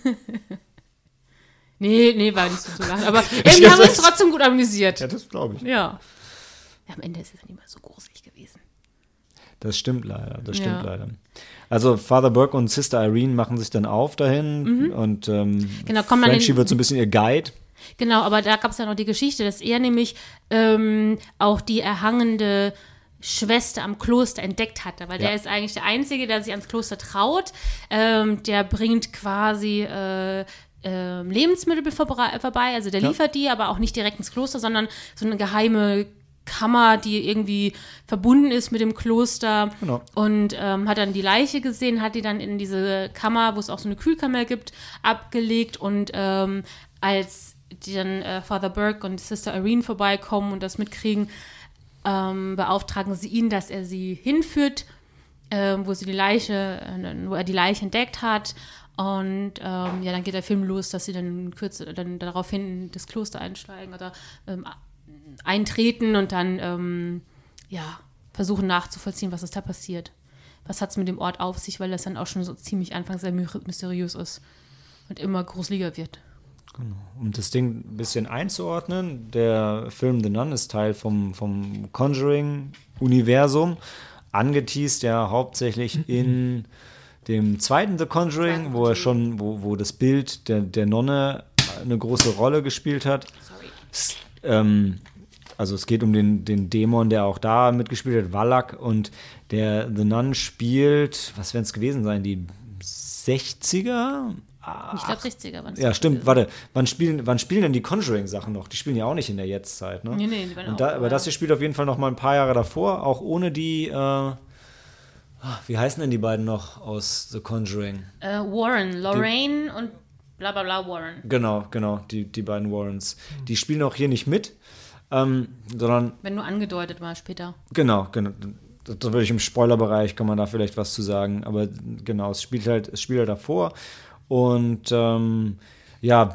nee, nee, war nicht so zu lachen, aber irgendwie haben wir uns trotzdem gut amüsiert. Ja, das glaube ich. Ja. Ja, am Ende ist es nicht mehr so gruselig gewesen. Das stimmt leider, das stimmt Ja. leider. Also Father Burke und Sister Irene machen sich dann auf dahin und ähm, Genau, kommen dann Frenchie in- wird so ein bisschen ihr Guide. Genau, aber da gab es ja noch die Geschichte, dass er nämlich ähm, auch die erhangende Schwester am Kloster entdeckt hatte, weil Ja. der ist eigentlich der Einzige, der sich ans Kloster traut. Ähm, der bringt quasi äh, äh, Lebensmittel vorbei, vorbei, also der Ja. liefert die, aber auch nicht direkt ins Kloster, sondern so eine geheime Kammer, die irgendwie verbunden ist mit dem Kloster. Genau. Und ähm, hat dann die Leiche gesehen, hat die dann in diese Kammer, wo es auch so eine Kühlkammer gibt, abgelegt. Und ähm, als die dann äh, Father Burke und Sister Irene vorbeikommen und das mitkriegen, ähm, beauftragen sie ihn, dass er sie hinführt, ähm, wo sie die Leiche, äh, wo er die Leiche entdeckt hat. Und ähm, ja, dann geht der Film los, dass sie dann kürzer, dann daraufhin in das Kloster einsteigen oder ähm, eintreten und dann ähm, ja, versuchen nachzuvollziehen, was ist da passiert. Was hat es mit dem Ort auf sich, weil das dann auch schon so ziemlich anfangs sehr my- mysteriös ist und immer gruseliger wird. Um das Ding ein bisschen einzuordnen, der Film The Nun ist Teil vom, vom Conjuring-Universum, angeteased ja hauptsächlich in dem zweiten The Conjuring, wo er schon, wo, wo das Bild der, der Nonne eine große Rolle gespielt hat. Sorry. S- ähm, also es geht um den, den Dämon, der auch da mitgespielt hat, Wallach, und der The Nun spielt, was werden es gewesen sein, die sechziger? Ich glaube, sechziger waren es. Ja, stimmt, warte, wann spielen, wann spielen denn die Conjuring-Sachen noch? Die spielen ja auch nicht in der Jetztzeit, ne? Nee, nee, die waren Und auch da, aber vorher. das hier spielt auf jeden Fall noch mal ein paar Jahre davor, auch ohne die, äh, Wie heißen denn die beiden noch aus The Conjuring? Äh, Warren, Lorraine die, und bla bla bla Warren. Genau, genau, die, die beiden Warrens. Die spielen auch hier nicht mit, ähm, sondern... Wenn nur angedeutet war später. Genau, genau. Da würde ich im Spoilerbereich, kann man da vielleicht was zu sagen. Aber genau, es spielt halt, es spielt halt davor. Und ähm, ja,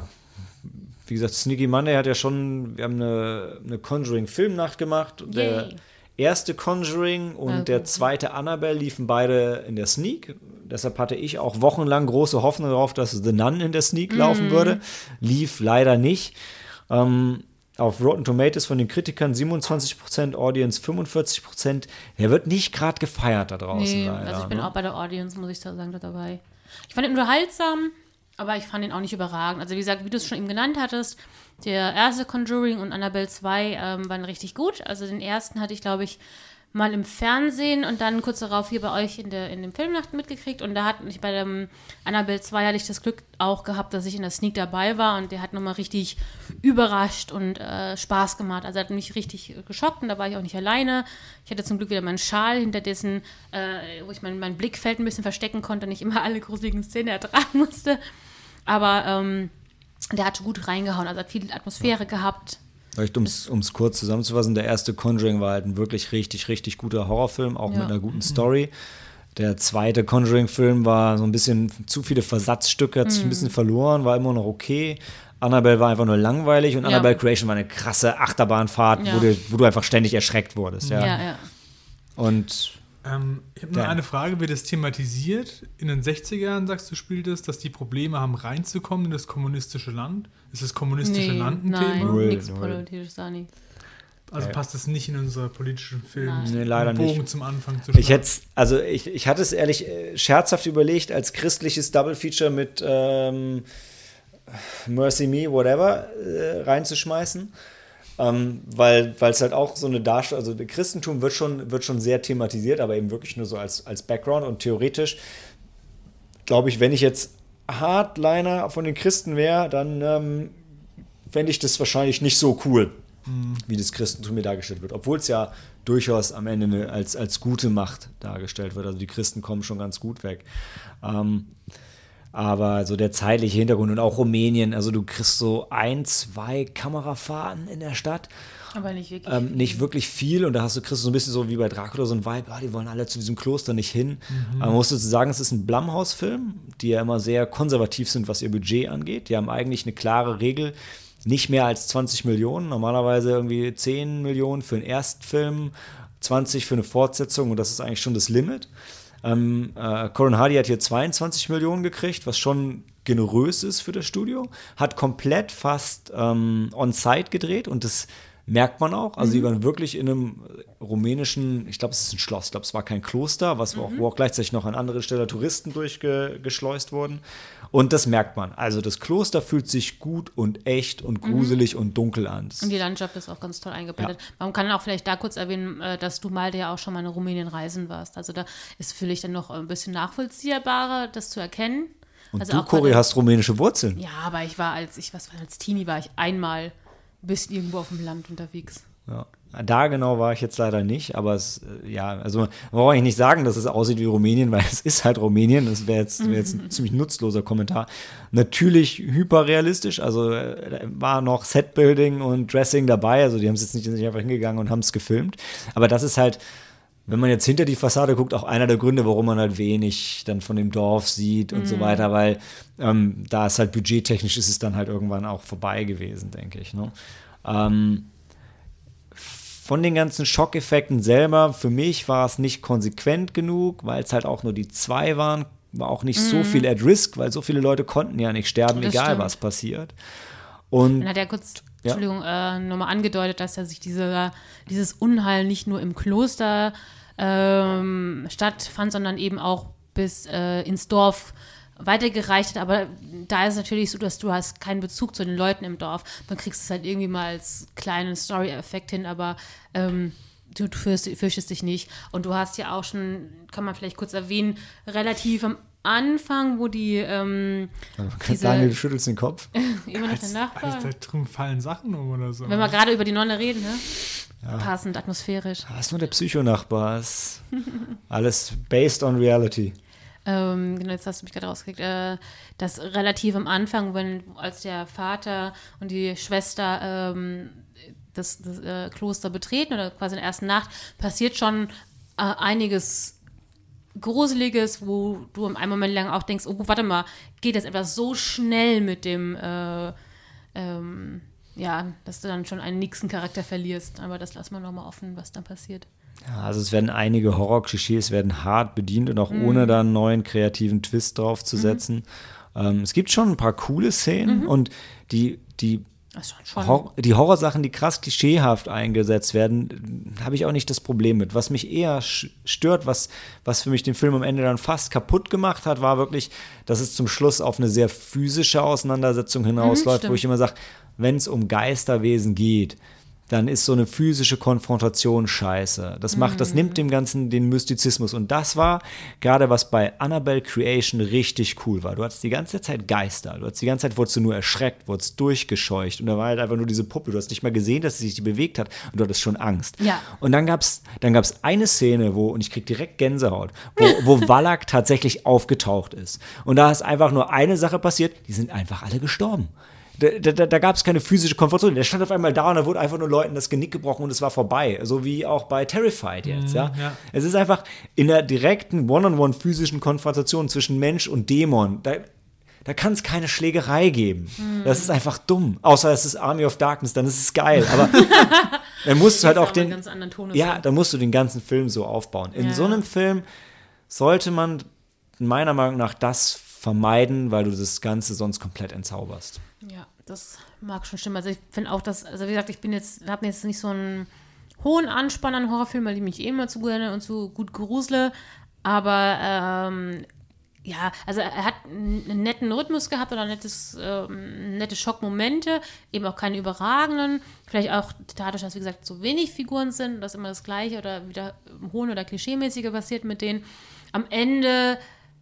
wie gesagt, Sneaky Monday hat ja schon, wir haben eine, eine Conjuring-Filmnacht gemacht. Yay. Der erste Conjuring und okay. der zweite Annabelle liefen beide in der Sneak. Deshalb hatte ich auch wochenlang große Hoffnung darauf, dass The Nun in der Sneak mm. laufen würde. Lief leider nicht. Ähm, auf Rotten Tomatoes von den Kritikern siebenundzwanzig Prozent, Audience fünfundvierzig Prozent. Der wird nicht gerade gefeiert da draußen. Nee, leider, also ich bin ne? auch bei der Audience, muss ich sagen, da dabei. Ich fand ihn unterhaltsam, aber ich fand ihn auch nicht überragend. Also wie gesagt, wie du es schon eben genannt hattest, der erste Conjuring und Annabelle zwei ähm, waren richtig gut. Also den ersten hatte ich, glaube ich, mal im Fernsehen und dann kurz darauf hier bei euch in der in dem Filmnacht mitgekriegt. Und da hat ich bei dem Annabelle zwei hatte ich das Glück auch gehabt, dass ich in der Sneak dabei war und der hat nochmal richtig überrascht und äh, Spaß gemacht. Also er hat mich richtig geschockt und da war ich auch nicht alleine. Ich hatte zum Glück wieder meinen Schal, hinter dessen, äh, wo ich mein, mein Blickfeld ein bisschen verstecken konnte, nicht immer alle gruseligen Szenen ertragen musste. Aber ähm, der hat gut reingehauen, also hat viel Atmosphäre ja. gehabt. Vielleicht, um es kurz zusammenzufassen, der erste Conjuring war halt ein wirklich richtig, richtig guter Horrorfilm, auch ja. mit einer guten Story. Der zweite Conjuring-Film war so ein bisschen zu viele Versatzstücke, hat sich ein bisschen verloren, war immer noch okay. Annabelle war einfach nur langweilig und ja. Annabelle Creation war eine krasse Achterbahnfahrt, ja. wo, du, wo du einfach ständig erschreckt wurdest. Ja, ja. ja. Und ähm, ich habe nur ja. eine Frage, wird das thematisiert? In den sechziger Jahren, sagst du, spielt es, dass die Probleme haben, reinzukommen in das kommunistische Land? Ist das kommunistische nee, Land ein Thema? Nein, nichts politisches da nicht. Also passt das nicht in unsere politischen Filme? Nee, leider Bogen nicht. Zum Anfang zu schlagen. Ich hätte also ich, ich hatte es ehrlich äh, scherzhaft überlegt, als christliches Double-Feature mit ähm, Mercy Me, whatever, äh, reinzuschmeißen. Ähm, weil es halt auch so eine Darstellung, also das Christentum wird schon, wird schon sehr thematisiert, aber eben wirklich nur so als, als Background und theoretisch glaube ich, wenn ich jetzt Hardliner von den Christen wäre, dann ähm, fände ich das wahrscheinlich nicht so cool, mhm. wie das Christentum mir dargestellt wird. Obwohl es ja durchaus am Ende eine, als, als gute Macht dargestellt wird. Also die Christen kommen schon ganz gut weg. Ähm, aber so der zeitliche Hintergrund und auch Rumänien, also du kriegst so ein, zwei Kamerafahrten in der Stadt. Aber nicht wirklich ähm, viel. Nicht wirklich viel. Und da hast du, kriegst du so ein bisschen so wie bei Dracula so ein Vibe, oh, die wollen alle zu diesem Kloster nicht hin. Mhm. Aber man muss dazu sagen, es ist ein Blumhouse-Film, die ja immer sehr konservativ sind, was ihr Budget angeht. Die haben eigentlich eine klare Regel, nicht mehr als zwanzig Millionen. Normalerweise irgendwie zehn Millionen für einen Erstfilm, zwanzig für eine Fortsetzung und das ist eigentlich schon das Limit. Ähm, äh, Corin Hardy hat hier zweiundzwanzig Millionen gekriegt, was schon generös ist für das Studio. Hat komplett fast ähm, on-site gedreht und das merkt man auch. Also mhm. die waren wirklich in einem rumänischen, ich glaube, es ist ein Schloss, ich glaube, es war kein Kloster, was mhm. auch, wo auch gleichzeitig noch an anderen Stellen Touristen durchgeschleust wurden. Und das merkt man. Also das Kloster fühlt sich gut und echt und gruselig mhm. und dunkel an. Das und die Landschaft ist auch ganz toll eingebettet. Ja. Man kann auch vielleicht da kurz erwähnen, dass du mal ja auch schon mal in Rumänien reisen warst. Also da ist vielleicht dann noch ein bisschen nachvollziehbarer, das zu erkennen. Und also du, Cori, hast rumänische Wurzeln. Ja, aber ich war als, ich was als Teenie war ich einmal ein bisschen irgendwo auf dem Land unterwegs. Ja. Da genau war ich jetzt leider nicht, aber es, ja, also man braucht eigentlich nicht sagen, dass es aussieht wie Rumänien, weil es ist halt Rumänien, das wäre jetzt, wär jetzt ein ziemlich nutzloser Kommentar. Natürlich hyperrealistisch, also war noch Setbuilding und Dressing dabei, also die haben es jetzt nicht, nicht einfach hingegangen und haben es gefilmt, aber das ist halt, wenn man jetzt hinter die Fassade guckt, auch einer der Gründe, warum man halt wenig dann von dem Dorf sieht und mhm. so weiter, weil ähm, da ist halt budgettechnisch ist es dann halt irgendwann auch vorbei gewesen, denke ich, ne? Ähm, Von den ganzen Schockeffekten selber, für mich war es nicht konsequent genug, weil es halt auch nur die zwei waren, war auch nicht mm. so viel at risk, weil so viele Leute konnten ja nicht sterben, das egal stimmt. Was passiert. Und dann hat er kurz, ja. Entschuldigung, äh, nochmal angedeutet, dass er sich diese, dieses Unheil nicht nur im Kloster ähm, stattfand, sondern eben auch bis äh, ins Dorf weitergereicht hat, aber da ist es natürlich so, dass du hast keinen Bezug zu den Leuten im Dorf. Dann kriegst du es halt irgendwie mal als kleinen Story-Effekt hin, aber ähm, du, du fürchtest, fürchtest dich nicht. Und du hast ja auch schon, kann man vielleicht kurz erwähnen, relativ am Anfang, wo die ähm, diese, Daniel, du schüttelst den Kopf. immer noch der Nachbar. Da drüben fallen Sachen um oder so. Wenn wir gerade über die Nonne reden, ne? passend, atmosphärisch. Das ist nur der Psychonachbar. Ist alles based on reality. Ähm, genau, jetzt hast du mich gerade rausgekriegt, äh, dass relativ am Anfang, wenn als der Vater und die Schwester ähm, das, das äh, Kloster betreten oder quasi in der ersten Nacht, passiert schon äh, einiges Gruseliges, wo du in einem Moment lang auch denkst, oh, warte mal, geht das etwas so schnell mit dem, äh, ähm, ja, dass du dann schon einen nächsten Charakter verlierst. Aber das lassen wir nochmal offen, was dann passiert. Ja, also es werden einige Horror-Klischees werden hart bedient und auch mm. ohne da einen neuen kreativen Twist draufzusetzen. Mm. Ähm, es gibt schon ein paar coole Szenen mm-hmm. und die, die, Hor- die Horrorsachen, die krass klischeehaft eingesetzt werden, habe ich auch nicht das Problem mit. Was mich eher sch- stört, was, was für mich den Film am Ende dann fast kaputt gemacht hat, war wirklich, dass es zum Schluss auf eine sehr physische Auseinandersetzung hinausläuft, mm, wo ich immer sage, wenn es um Geisterwesen geht, dann ist so eine physische Konfrontation scheiße. Das macht, das nimmt dem Ganzen den Mystizismus. Und das war gerade, was bei Annabelle Creation richtig cool war. Du hattest die ganze Zeit Geister. Du hattest die ganze Zeit, wurdest du nur erschreckt, wurdest durchgescheucht. Und da war halt einfach nur diese Puppe. Du hast nicht mal gesehen, dass sie sich bewegt hat. Und du hattest schon Angst. Ja. Und dann gab's, dann gab's eine Szene, wo, und ich krieg direkt Gänsehaut, wo, wo Wallach tatsächlich aufgetaucht ist. Und da ist einfach nur eine Sache passiert. Die sind einfach alle gestorben. Da, da, da gab es keine physische Konfrontation. Der stand auf einmal da und da wurde einfach nur Leuten das Genick gebrochen und es war vorbei. So wie auch bei Terrified jetzt, ja. ja. Es ist einfach in der direkten One-on-one physischen Konfrontation zwischen Mensch und Dämon, da, da kann es keine Schlägerei geben. Mhm. Das ist einfach dumm. Außer es ist Army of Darkness, dann ist es geil. Aber dann musst du halt auch den, ganz anderen Tonus ja, dann musst du den ganzen Film so aufbauen. In ja. so einem Film sollte man meiner Meinung nach das vermeiden, weil du das Ganze sonst komplett entzauberst. Ja, das mag schon stimmen. Also ich finde auch, dass, also wie gesagt, ich bin jetzt, habe jetzt nicht so einen hohen Anspann an Horrorfilmen, weil ich mich eh immer zu gerne und zu gut grusle. Aber ähm, ja, also er hat einen netten Rhythmus gehabt oder nettes, ähm, nette Schockmomente, eben auch keine überragenden. Vielleicht auch dadurch, dass, wie gesagt, so wenig Figuren sind, dass immer das Gleiche oder wieder hohen oder klischeemäßige passiert mit denen. Am Ende,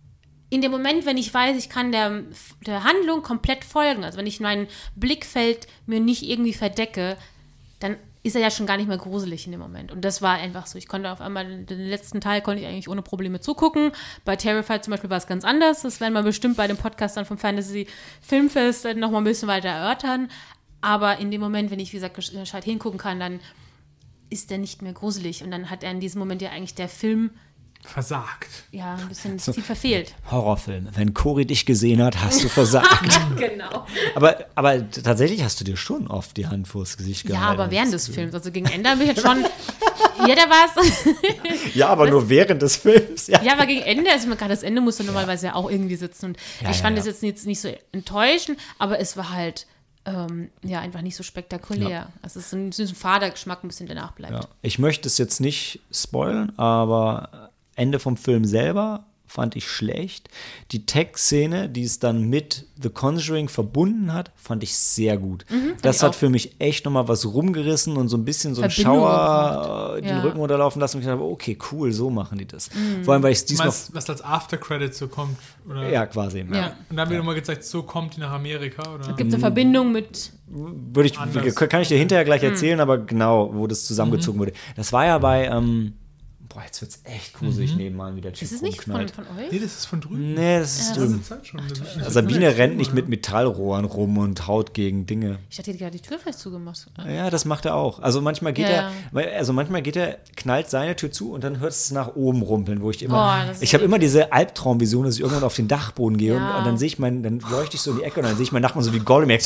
in dem Moment, wenn ich weiß, ich kann der, der Handlung komplett folgen, also wenn ich mein Blickfeld mir nicht irgendwie verdecke, dann ist er ja schon gar nicht mehr gruselig in dem Moment. Und das war einfach so. Ich konnte auf einmal, den letzten Teil konnte ich eigentlich ohne Probleme zugucken. Bei Terrified zum Beispiel war es ganz anders. Das werden wir bestimmt bei dem Podcast dann vom Fantasy Filmfest noch mal ein bisschen weiter erörtern. Aber in dem Moment, wenn ich, wie gesagt, gescheit hingucken kann, dann ist der nicht mehr gruselig. Und dann hat er in diesem Moment ja eigentlich der Film versagt. Ja, ein bisschen das Ziel verfehlt. Horrorfilm. Wenn Cory dich gesehen hat, hast du versagt. Genau. Aber, aber tatsächlich hast du dir schon oft die Hand vors Gesicht gehalten. Ja, aber während des Films. Also gegen Ende habe ich jetzt schon... Ja, da war es. Ja, aber Was? nur während des Films. Ja, ja aber gegen Ende, also gerade das Ende musste normalerweise ja auch irgendwie sitzen. Und ja, ich fand es ja, ja. jetzt nicht, nicht so enttäuschend, aber es war halt... Ähm, ja, einfach nicht so spektakulär. Ja. Also es ist ein, es ist ein fader Geschmack, ein bisschen danach bleibt. Ja. Ich möchte es jetzt nicht spoilern, aber Ende vom Film selber fand ich schlecht. Die Tech-Szene, die es dann mit The Conjuring verbunden hat, fand ich sehr gut. Mhm, das hat auch für mich echt nochmal was rumgerissen und so ein bisschen so einen Schauer den ja. Rücken runterlaufen lassen. Und ich dachte, okay, cool, so machen die das. Mhm. Vor allem, weil ich es diesmal... Was, was als After-Credits so kommt? Oder? Ja, quasi. Ja. Ja. Und dann wird ja. nochmal gezeigt, so kommt die nach Amerika? Oder? Es gibt eine Verbindung mit... Würde ich, Anders. kann ich dir hinterher gleich erzählen, mhm. aber genau, wo das zusammengezogen mhm. wurde. Das war ja bei... Ähm, Boah, jetzt wird's echt gruselig mhm. nebenmal, wie der Typ Ist es nicht von, von euch? Nee, das ist von drüben. Nee, das ist ja, drüben. Das ist schon, das ist Ach, Sabine rennt nicht mit Metallrohren rum und haut gegen Dinge. Ich hatte gerade die Tür fest zugemacht. Ja, das macht er auch. Also manchmal geht ja. er, also manchmal geht er, knallt seine Tür zu und dann hört es nach oben rumpeln, wo ich immer, oh, ich habe immer diese Albtraumvision, dass ich irgendwann auf den Dachboden gehe ja. und, und dann sehe ich meinen, dann leuchte ich so in die Ecke und dann sehe ich meinen Nachbarn so wie Gollum, so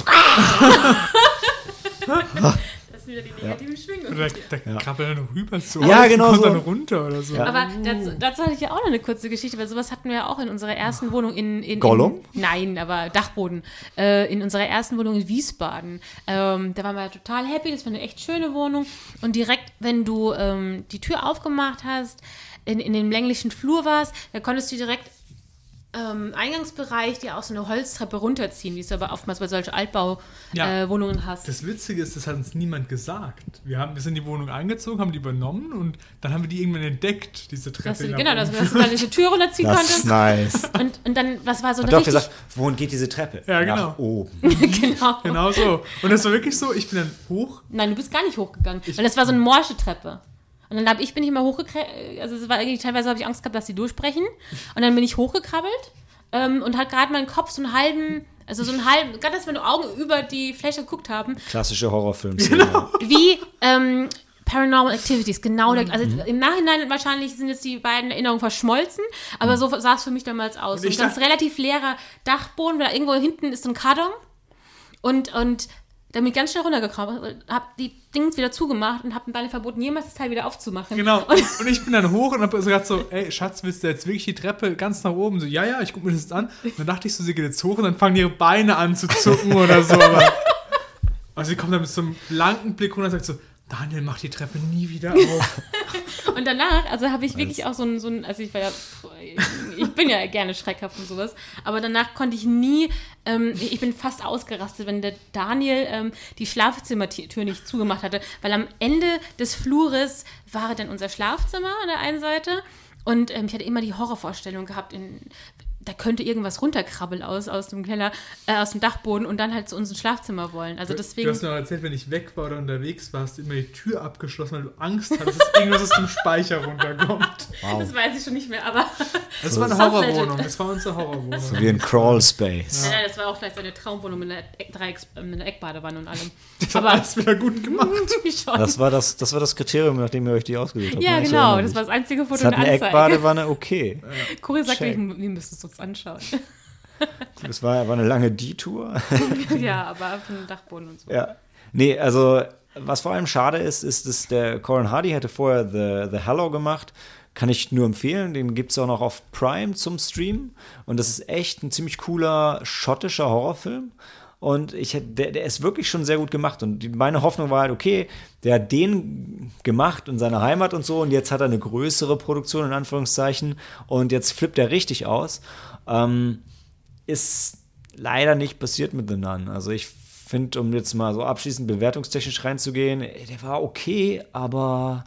wieder die negative ja. Schwingung. Oder da, da ja. krabbelt er noch rüber so. Ja, genau kommt so. dann runter oder so. Ja. Aber dazu, dazu hatte ich ja auch noch eine kurze Geschichte, weil sowas hatten wir ja auch in unserer ersten Wohnung in... in Gollum? In, nein, aber Dachboden. Äh, in unserer ersten Wohnung in Wiesbaden. Ähm, da waren wir ja total happy, das war eine echt schöne Wohnung. Und direkt, wenn du ähm, die Tür aufgemacht hast, in, in dem länglichen Flur warst, da konntest du direkt ähm, Eingangsbereich, die auch so eine Holztreppe runterziehen, wie es aber oftmals bei solchen Altbauwohnungen Ja. äh, hast. Das Witzige ist, das hat uns niemand gesagt. Wir, haben, wir sind in die Wohnung eingezogen, haben die übernommen und dann haben wir die irgendwann entdeckt, diese Treppe. Dass du, genau, dass du, dass du da diese Tür runterziehen Das konntest. ist nice. Und, und dann, was war so Hat eine doch richtig... gesagt, wohin geht diese Treppe? Ja, genau. Nach oben. genau. Genau so. Und das war wirklich so, ich bin dann hoch. Nein, du bist gar nicht hochgegangen. Weil das war so eine morsche Treppe. Und dann hab ich, bin ich immer hochgekrabbelt, also es war irgendwie, teilweise habe ich Angst gehabt, dass die durchbrechen. Und dann bin ich hochgekrabbelt ähm, und hat gerade meinen Kopf so einen halben, also so einen halben, gerade dass meine Augen über die Fläche geguckt haben, Klassische Horrorfilm. Genau. wie ähm, Paranormal Activities, genau. Der, also im Nachhinein wahrscheinlich sind jetzt die beiden Erinnerungen verschmolzen, aber so sah es für mich damals aus. Und So ein ich ganz dachte- relativ leerer Dachboden, weil da irgendwo hinten ist so ein Karton und, und da bin ich ganz schnell runtergekommen, hab die Dings wieder zugemacht und hab dem Daniel verboten, jemals das Teil wieder aufzumachen. Genau. Und ich bin dann hoch und hab so gesagt so, ey, Schatz, willst du jetzt wirklich die Treppe ganz nach oben? So, ja, ja, ich guck mir das jetzt an. Und dann dachte ich so, sie geht jetzt hoch und dann fangen ihre Beine an zu zucken oder so. Aber also sie kommt dann mit so einem blanken Blick runter und sagt so, Daniel, mach die Treppe nie wieder auf. Und danach, also habe ich wirklich auch so ein, so ein, also ich war ja, ich bin ja gerne schreckhaft und sowas, aber danach konnte ich nie, ähm, ich bin fast ausgerastet, wenn der Daniel ähm, die Schlafzimmertür nicht zugemacht hatte, weil am Ende des Flures war dann unser Schlafzimmer an der einen Seite und ähm, ich hatte immer die Horrorvorstellung gehabt, in, da könnte irgendwas runterkrabbeln aus, aus dem Keller, äh, aus dem Dachboden und dann halt zu unserem Schlafzimmer wollen. Also deswegen. Du hast mir auch erzählt, wenn ich weg war oder unterwegs war, hast du immer die Tür abgeschlossen, weil du Angst hattest, dass irgendwas aus dem Speicher runterkommt. Wow. Das weiß ich schon nicht mehr, aber. Das So war eine ist das Horrorwohnung. legit. Das war unsere Horrorwohnung. So wie ein Crawl Space. Nein, nein, das war auch vielleicht eine Traumwohnung mit einer, Eck- Dreiecks, äh, mit einer Eckbadewanne und allem. Das hat Aber alles wieder gut gemacht. schon. Das war das, das war das Kriterium, nachdem ihr euch die ausgesucht habt. ja, ne? Ich genau. erinnere Das mich. war das einzige Foto Es hat in der eine Anzeige. Eckbadewanne, okay. Cory sagt, Check. wir wir müssen es uns anschauen. Das war, war eine lange Detour. ja, aber auf dem Dachboden und so. Ja. Nee, also was vor allem schade ist, ist, dass der Corin Hardy hatte vorher The, The Hallow gemacht. Kann ich nur empfehlen. Den gibt es auch noch auf Prime zum Stream. Und das ist echt ein ziemlich cooler schottischer Horrorfilm. Und ich, hätt- der, der ist wirklich schon sehr gut gemacht. Und die, meine Hoffnung war halt, okay, der hat den gemacht in seiner Heimat und so. Und jetzt hat er eine größere Produktion, in Anführungszeichen. Und jetzt flippt er richtig aus. Ähm, ist leider nicht passiert mit The Nun. Also ich finde, um jetzt mal so abschließend bewertungstechnisch reinzugehen, ey, der war okay, aber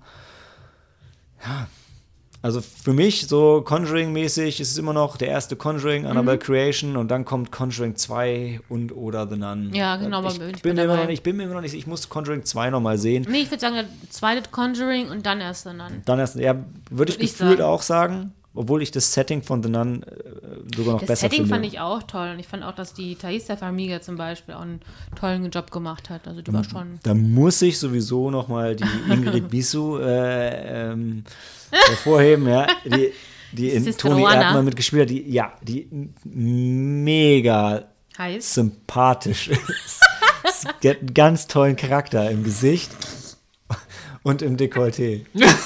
ja, also für mich so Conjuring-mäßig ist es immer noch der erste Conjuring, Annabelle Creation und dann kommt Conjuring zwei und oder The Nun. Ja, genau, Ich aber ich bin, bin mir immer dabei. noch nicht, ich bin mir immer noch nicht, ich muss Conjuring zwei noch mal sehen. Nee, ich würde sagen, der zweite Conjuring und dann erst The Nun. Dann erst, ja, würde ich Würd ich gefühlt sagen. auch sagen, obwohl ich das Setting von The Nun äh, sogar noch Das besser Setting finde. fand ich auch toll. Und ich fand auch, dass die Thaisa Farmiga zum Beispiel auch einen tollen Job gemacht hat. Also die war schon. Da muss ich sowieso noch mal die Ingrid Bisu äh, ähm, hervorheben, ja. Die, die in Sister Toni Oana. Erdmann mitgespielt hat, die, ja, die m- mega Heiß. sympathisch ist. Die hat einen ganz tollen Charakter im Gesicht und im Dekolleté.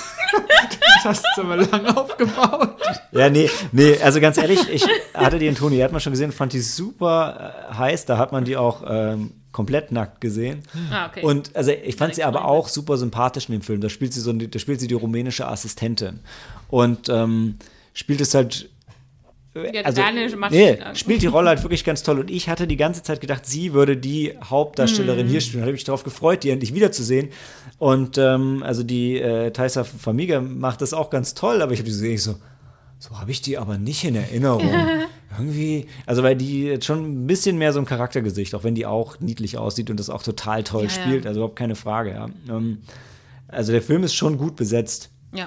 Das hast du aber lang aufgebaut. Ja, nee, nee, also ganz ehrlich, ich hatte die in Toni Erdmann schon gesehen, fand die super äh, heiß, da hat man die auch ähm, komplett nackt gesehen. Ah, okay. Und also ich fand sie Direkt aber rein. auch super sympathisch in dem Film. Da spielt sie so, da spielt sie die rumänische Assistentin und ähm, spielt es halt. Ja, Also, Daniel macht nee, an. spielt die Rolle halt wirklich ganz toll. Und ich hatte die ganze Zeit gedacht, sie würde die Hauptdarstellerin Mhm. hier spielen. Da habe ich mich darauf gefreut, die endlich wiederzusehen. Und ähm, also die äh, Thaisa Farmiga macht das auch ganz toll, aber ich habe die gesehen, ich so, so habe ich die aber nicht in Erinnerung. Irgendwie, also weil die jetzt schon ein bisschen mehr so ein Charaktergesicht, auch wenn die auch niedlich aussieht und das auch total toll Ja, ja. spielt, also überhaupt keine Frage. Ja. Ähm, also der Film ist schon gut besetzt. Ja.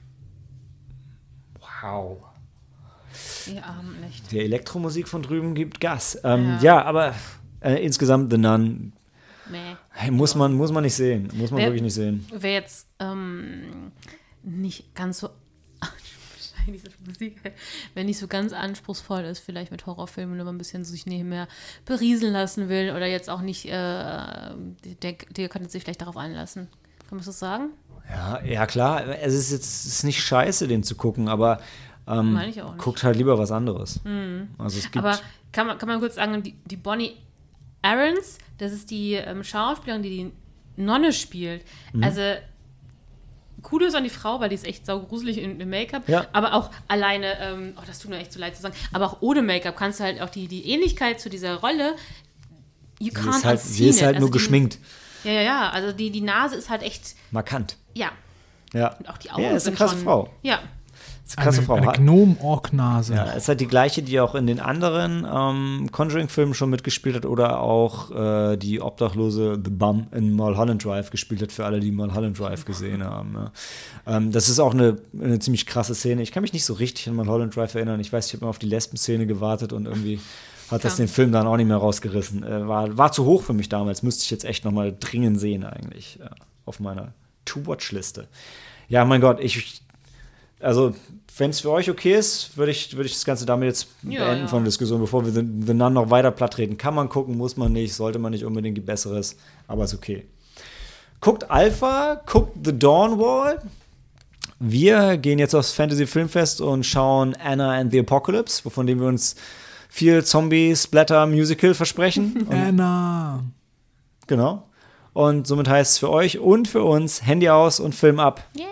Wow. Die Armen, echt. Die Elektromusik von drüben gibt Gas. Ähm, Ja. ja. aber äh, insgesamt The Nun Nee. hey, muss, man, muss man nicht sehen. Muss man Wer- wirklich nicht sehen. Wer jetzt ähm, nicht ganz so. Wahrscheinlich diese Musik, wenn nicht so ganz anspruchsvoll ist, vielleicht mit Horrorfilmen, wenn man ein bisschen sich nebenher berieseln lassen will oder jetzt auch nicht, äh, der, der könnte sich vielleicht darauf einlassen. Kann man das so sagen? Ja, ja klar, es ist jetzt es ist nicht scheiße, den zu gucken, aber ähm, Meine ich auch nicht. guckt halt lieber was anderes. Also es gibt Aber kann man, kann man kurz sagen, die, die Bonnie Aarons, das ist die ähm, Schauspielerin, die die Nonne spielt. Mhm. Also Kudos an die Frau, weil die ist echt saugruselig im, im Make-up. Ja. Aber auch alleine, ähm, oh, das tut mir echt so leid zu sagen, aber auch ohne Make-up kannst du halt auch die, die Ähnlichkeit zu dieser Rolle, you Sie can't ist halt, unseen sie ist it. halt Also nur die- geschminkt. Ja, ja, ja, also die, die Nase ist halt echt, Markant. ja, Ja. und auch die Augen Ja, ist eine sind krasse schon, Frau. Ja, Ist eine krasse Eine, Frau. eine Hat- Gnom-Ork-Nase. Ja, ist halt die gleiche, die auch in den anderen ähm, Conjuring-Filmen schon mitgespielt hat oder auch äh, die obdachlose The Bum in Mulholland Drive gespielt hat, für alle, die Mulholland Drive gesehen haben. Ja. Ähm, das ist auch eine, eine ziemlich krasse Szene. Ich kann mich nicht so richtig an Mulholland Drive erinnern. Ich weiß, ich habe immer auf die Lesben-Szene gewartet und irgendwie hat das Ja. den Film dann auch nicht mehr rausgerissen. Äh, war, war zu hoch für mich damals. Müsste ich jetzt echt noch mal dringend sehen eigentlich ja, auf meiner To-Watch-Liste. Ja, mein Gott, ich also, wenn es für euch okay ist, würde ich, würd ich das Ganze damit jetzt Ja, beenden ja. von der Diskussion, bevor wir The, The Nun noch weiter platt treten. Kann man gucken, muss man nicht, sollte man nicht unbedingt die Besseres, aber ist okay. Guckt Alpha, guckt The Dawn Wall. Wir gehen jetzt aufs Fantasy Filmfest und schauen Anna and the Apocalypse, wovon dem wir uns viel Zombie-Splatter-Musical versprechen. Und, Anna. genau. Und somit heißt es für euch und für uns Handy aus und Film ab. yay.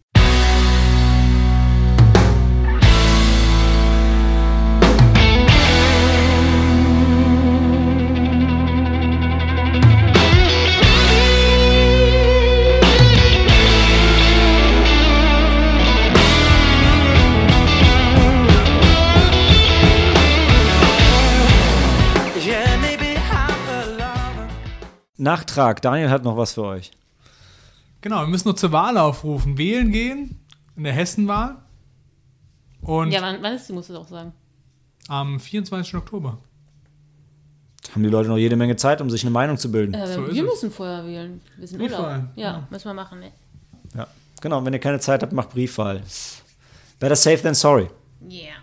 Nachtrag, Daniel hat noch was für euch. Genau, wir müssen nur zur Wahl aufrufen. Wählen gehen in der Hessenwahl. Und Ja, wann, wann ist die, musst du auch sagen. am vierundzwanzigsten Oktober. Haben die Leute noch jede Menge Zeit, um sich eine Meinung zu bilden. Äh, So ist wir es. müssen vorher wählen. Wir sind Urlaub. Briefwahl, Ja, ja. müssen wir machen, ne? Ja, genau. Wenn ihr keine Zeit habt, macht Briefwahl. Better safe than sorry. Yeah.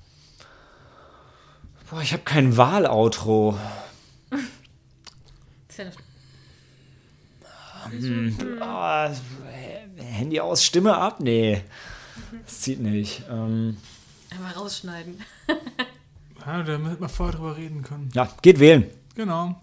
Boah, ich habe kein Wahloutro. Ist ja das Ah, Handy aus, Stimme ab? Nee, das zieht nicht. Ähm, einmal rausschneiden. Ja, da hätten wir vorher drüber reden können. ja, geht wählen. Genau.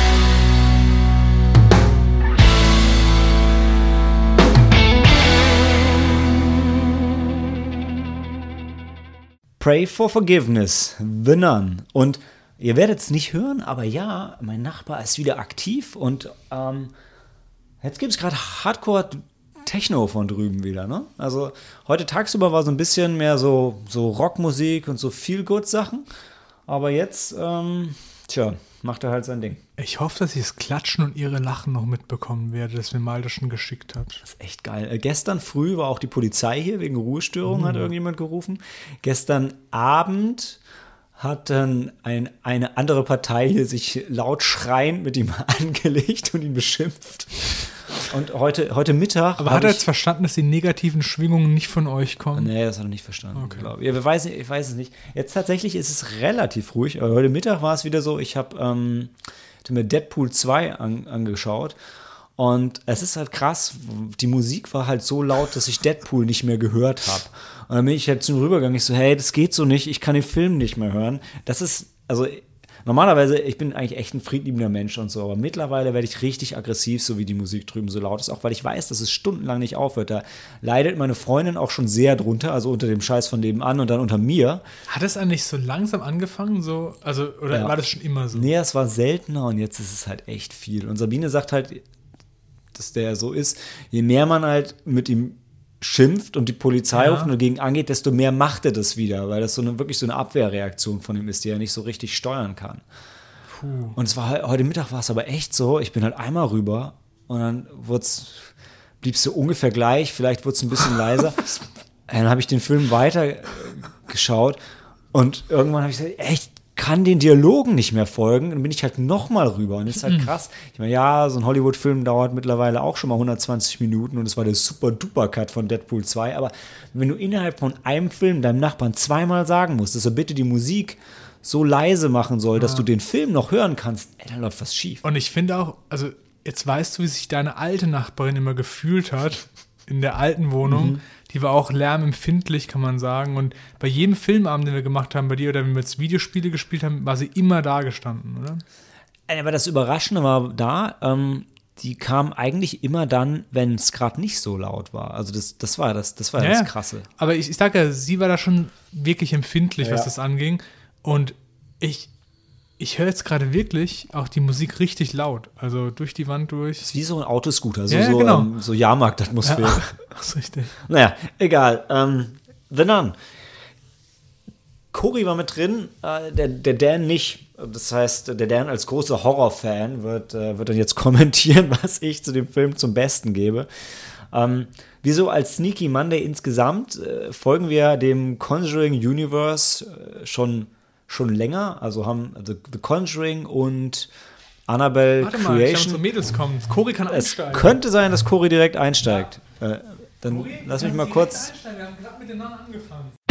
Pray for Forgiveness, The Nun. Und ihr werdet es nicht hören, aber ja, mein Nachbar ist wieder aktiv und ähm, jetzt gibt es gerade Hardcore-Techno von drüben wieder, ne? Also heute tagsüber war so ein bisschen mehr so, so Rockmusik und so Feel-Good-Sachen, aber jetzt, ähm, tja, macht er halt sein Ding. Ich hoffe, dass ich das Klatschen und ihre Lachen noch mitbekommen werde, das mir Malte schon geschickt hat. Das ist echt geil. Äh, gestern früh war auch die Polizei hier wegen Ruhestörung, hat irgendjemand gerufen. Gestern Abend hat dann ein, eine andere Partei hier sich laut schreiend mit ihm angelegt und ihn beschimpft. Und heute, heute Mittag. Aber hab hat er ich- jetzt verstanden, dass die negativen Schwingungen nicht von euch kommen? Nee, das hat er nicht verstanden, Okay. glaube ich. Ja, wir weiß, ich weiß es nicht. Jetzt tatsächlich ist es relativ ruhig. Aber heute Mittag war es wieder so, ich habe ähm, hatte mir Deadpool zwei an, angeschaut. Und es ist halt krass, die Musik war halt so laut, dass ich Deadpool nicht mehr gehört habe. Und dann bin ich halt zum Rübergang, ich so, hey, das geht so nicht, ich kann den Film nicht mehr hören. Das ist, also normalerweise, ich bin eigentlich echt ein friedliebender Mensch und so, aber mittlerweile werde ich richtig aggressiv, so wie die Musik drüben so laut ist, auch weil ich weiß, dass es stundenlang nicht aufhört. Da leidet meine Freundin auch schon sehr drunter, also unter dem Scheiß von nebenan und dann unter mir. Hat es eigentlich so langsam angefangen? So, also, oder Ja. war das schon immer so? Nee, es war seltener und jetzt ist es halt echt viel. Und Sabine sagt halt, dass der so ist, je mehr man halt mit ihm schimpft und die Polizei Ja. ruft und dagegen angeht, desto mehr macht er das wieder, weil das so eine, wirklich so eine Abwehrreaktion von ihm ist, die er nicht so richtig steuern kann. Puh. Und es war halt- heute Mittag war es aber echt so, ich bin halt einmal rüber und dann wurd's, blieb es so ungefähr gleich, vielleicht wurde es ein bisschen leiser. Dann habe ich den Film weiter äh, geschaut und irgendwann habe ich gesagt, echt, kann den Dialogen nicht mehr folgen. Dann bin ich halt noch mal rüber und das ist halt krass. Ich meine, ja, so ein Hollywood-Film dauert mittlerweile auch schon mal hundertzwanzig Minuten und es war der Super-Duper-Cut von Deadpool zwei, aber wenn du innerhalb von einem Film deinem Nachbarn zweimal sagen musst, dass er bitte die Musik so leise machen soll, dass du den Film noch hören kannst, ey, dann läuft was schief. Und ich finde auch, also jetzt weißt du, wie sich deine alte Nachbarin immer gefühlt hat in der alten Wohnung. Mhm. Die war auch lärmempfindlich, kann man sagen. Und bei jedem Filmabend, den wir gemacht haben bei dir oder wenn wir jetzt Videospiele gespielt haben, war sie immer da gestanden, oder? Aber das Überraschende war da, ähm, die kam eigentlich immer dann, wenn es gerade nicht so laut war. Also das, das war das, das war ja, Ja, das Krasse. Aber ich, ich sage ja, sie war da schon wirklich empfindlich, Ja. was das anging. Und ich, ich höre jetzt gerade wirklich auch die Musik richtig laut. Also durch die Wand durch. Das ist wie so ein Autoscooter, so, Ja, so, genau. ähm, so Jahrmarktatmosphäre. Ja, das ist richtig. Naja, egal. Ähm, The Nun. Cory war mit drin, äh, der, der Dan nicht. Das heißt, der Dan als großer Horrorfan wird, äh, wird dann jetzt kommentieren, was ich zu dem Film zum Besten gebe. Ähm, wieso als Sneaky Monday insgesamt äh, folgen wir dem Conjuring Universe äh, schon, schon länger. Also haben also The Conjuring und Annabelle Warte mal, ich habe Creation. unsere Mädels kommen. Cory kann Es einsteigen. könnte sein, dass Cory direkt einsteigt. Äh, dann Cory, lass mich kannst mal direkt kurz. einsteigen. Wir haben gerade mit den Namen angefangen.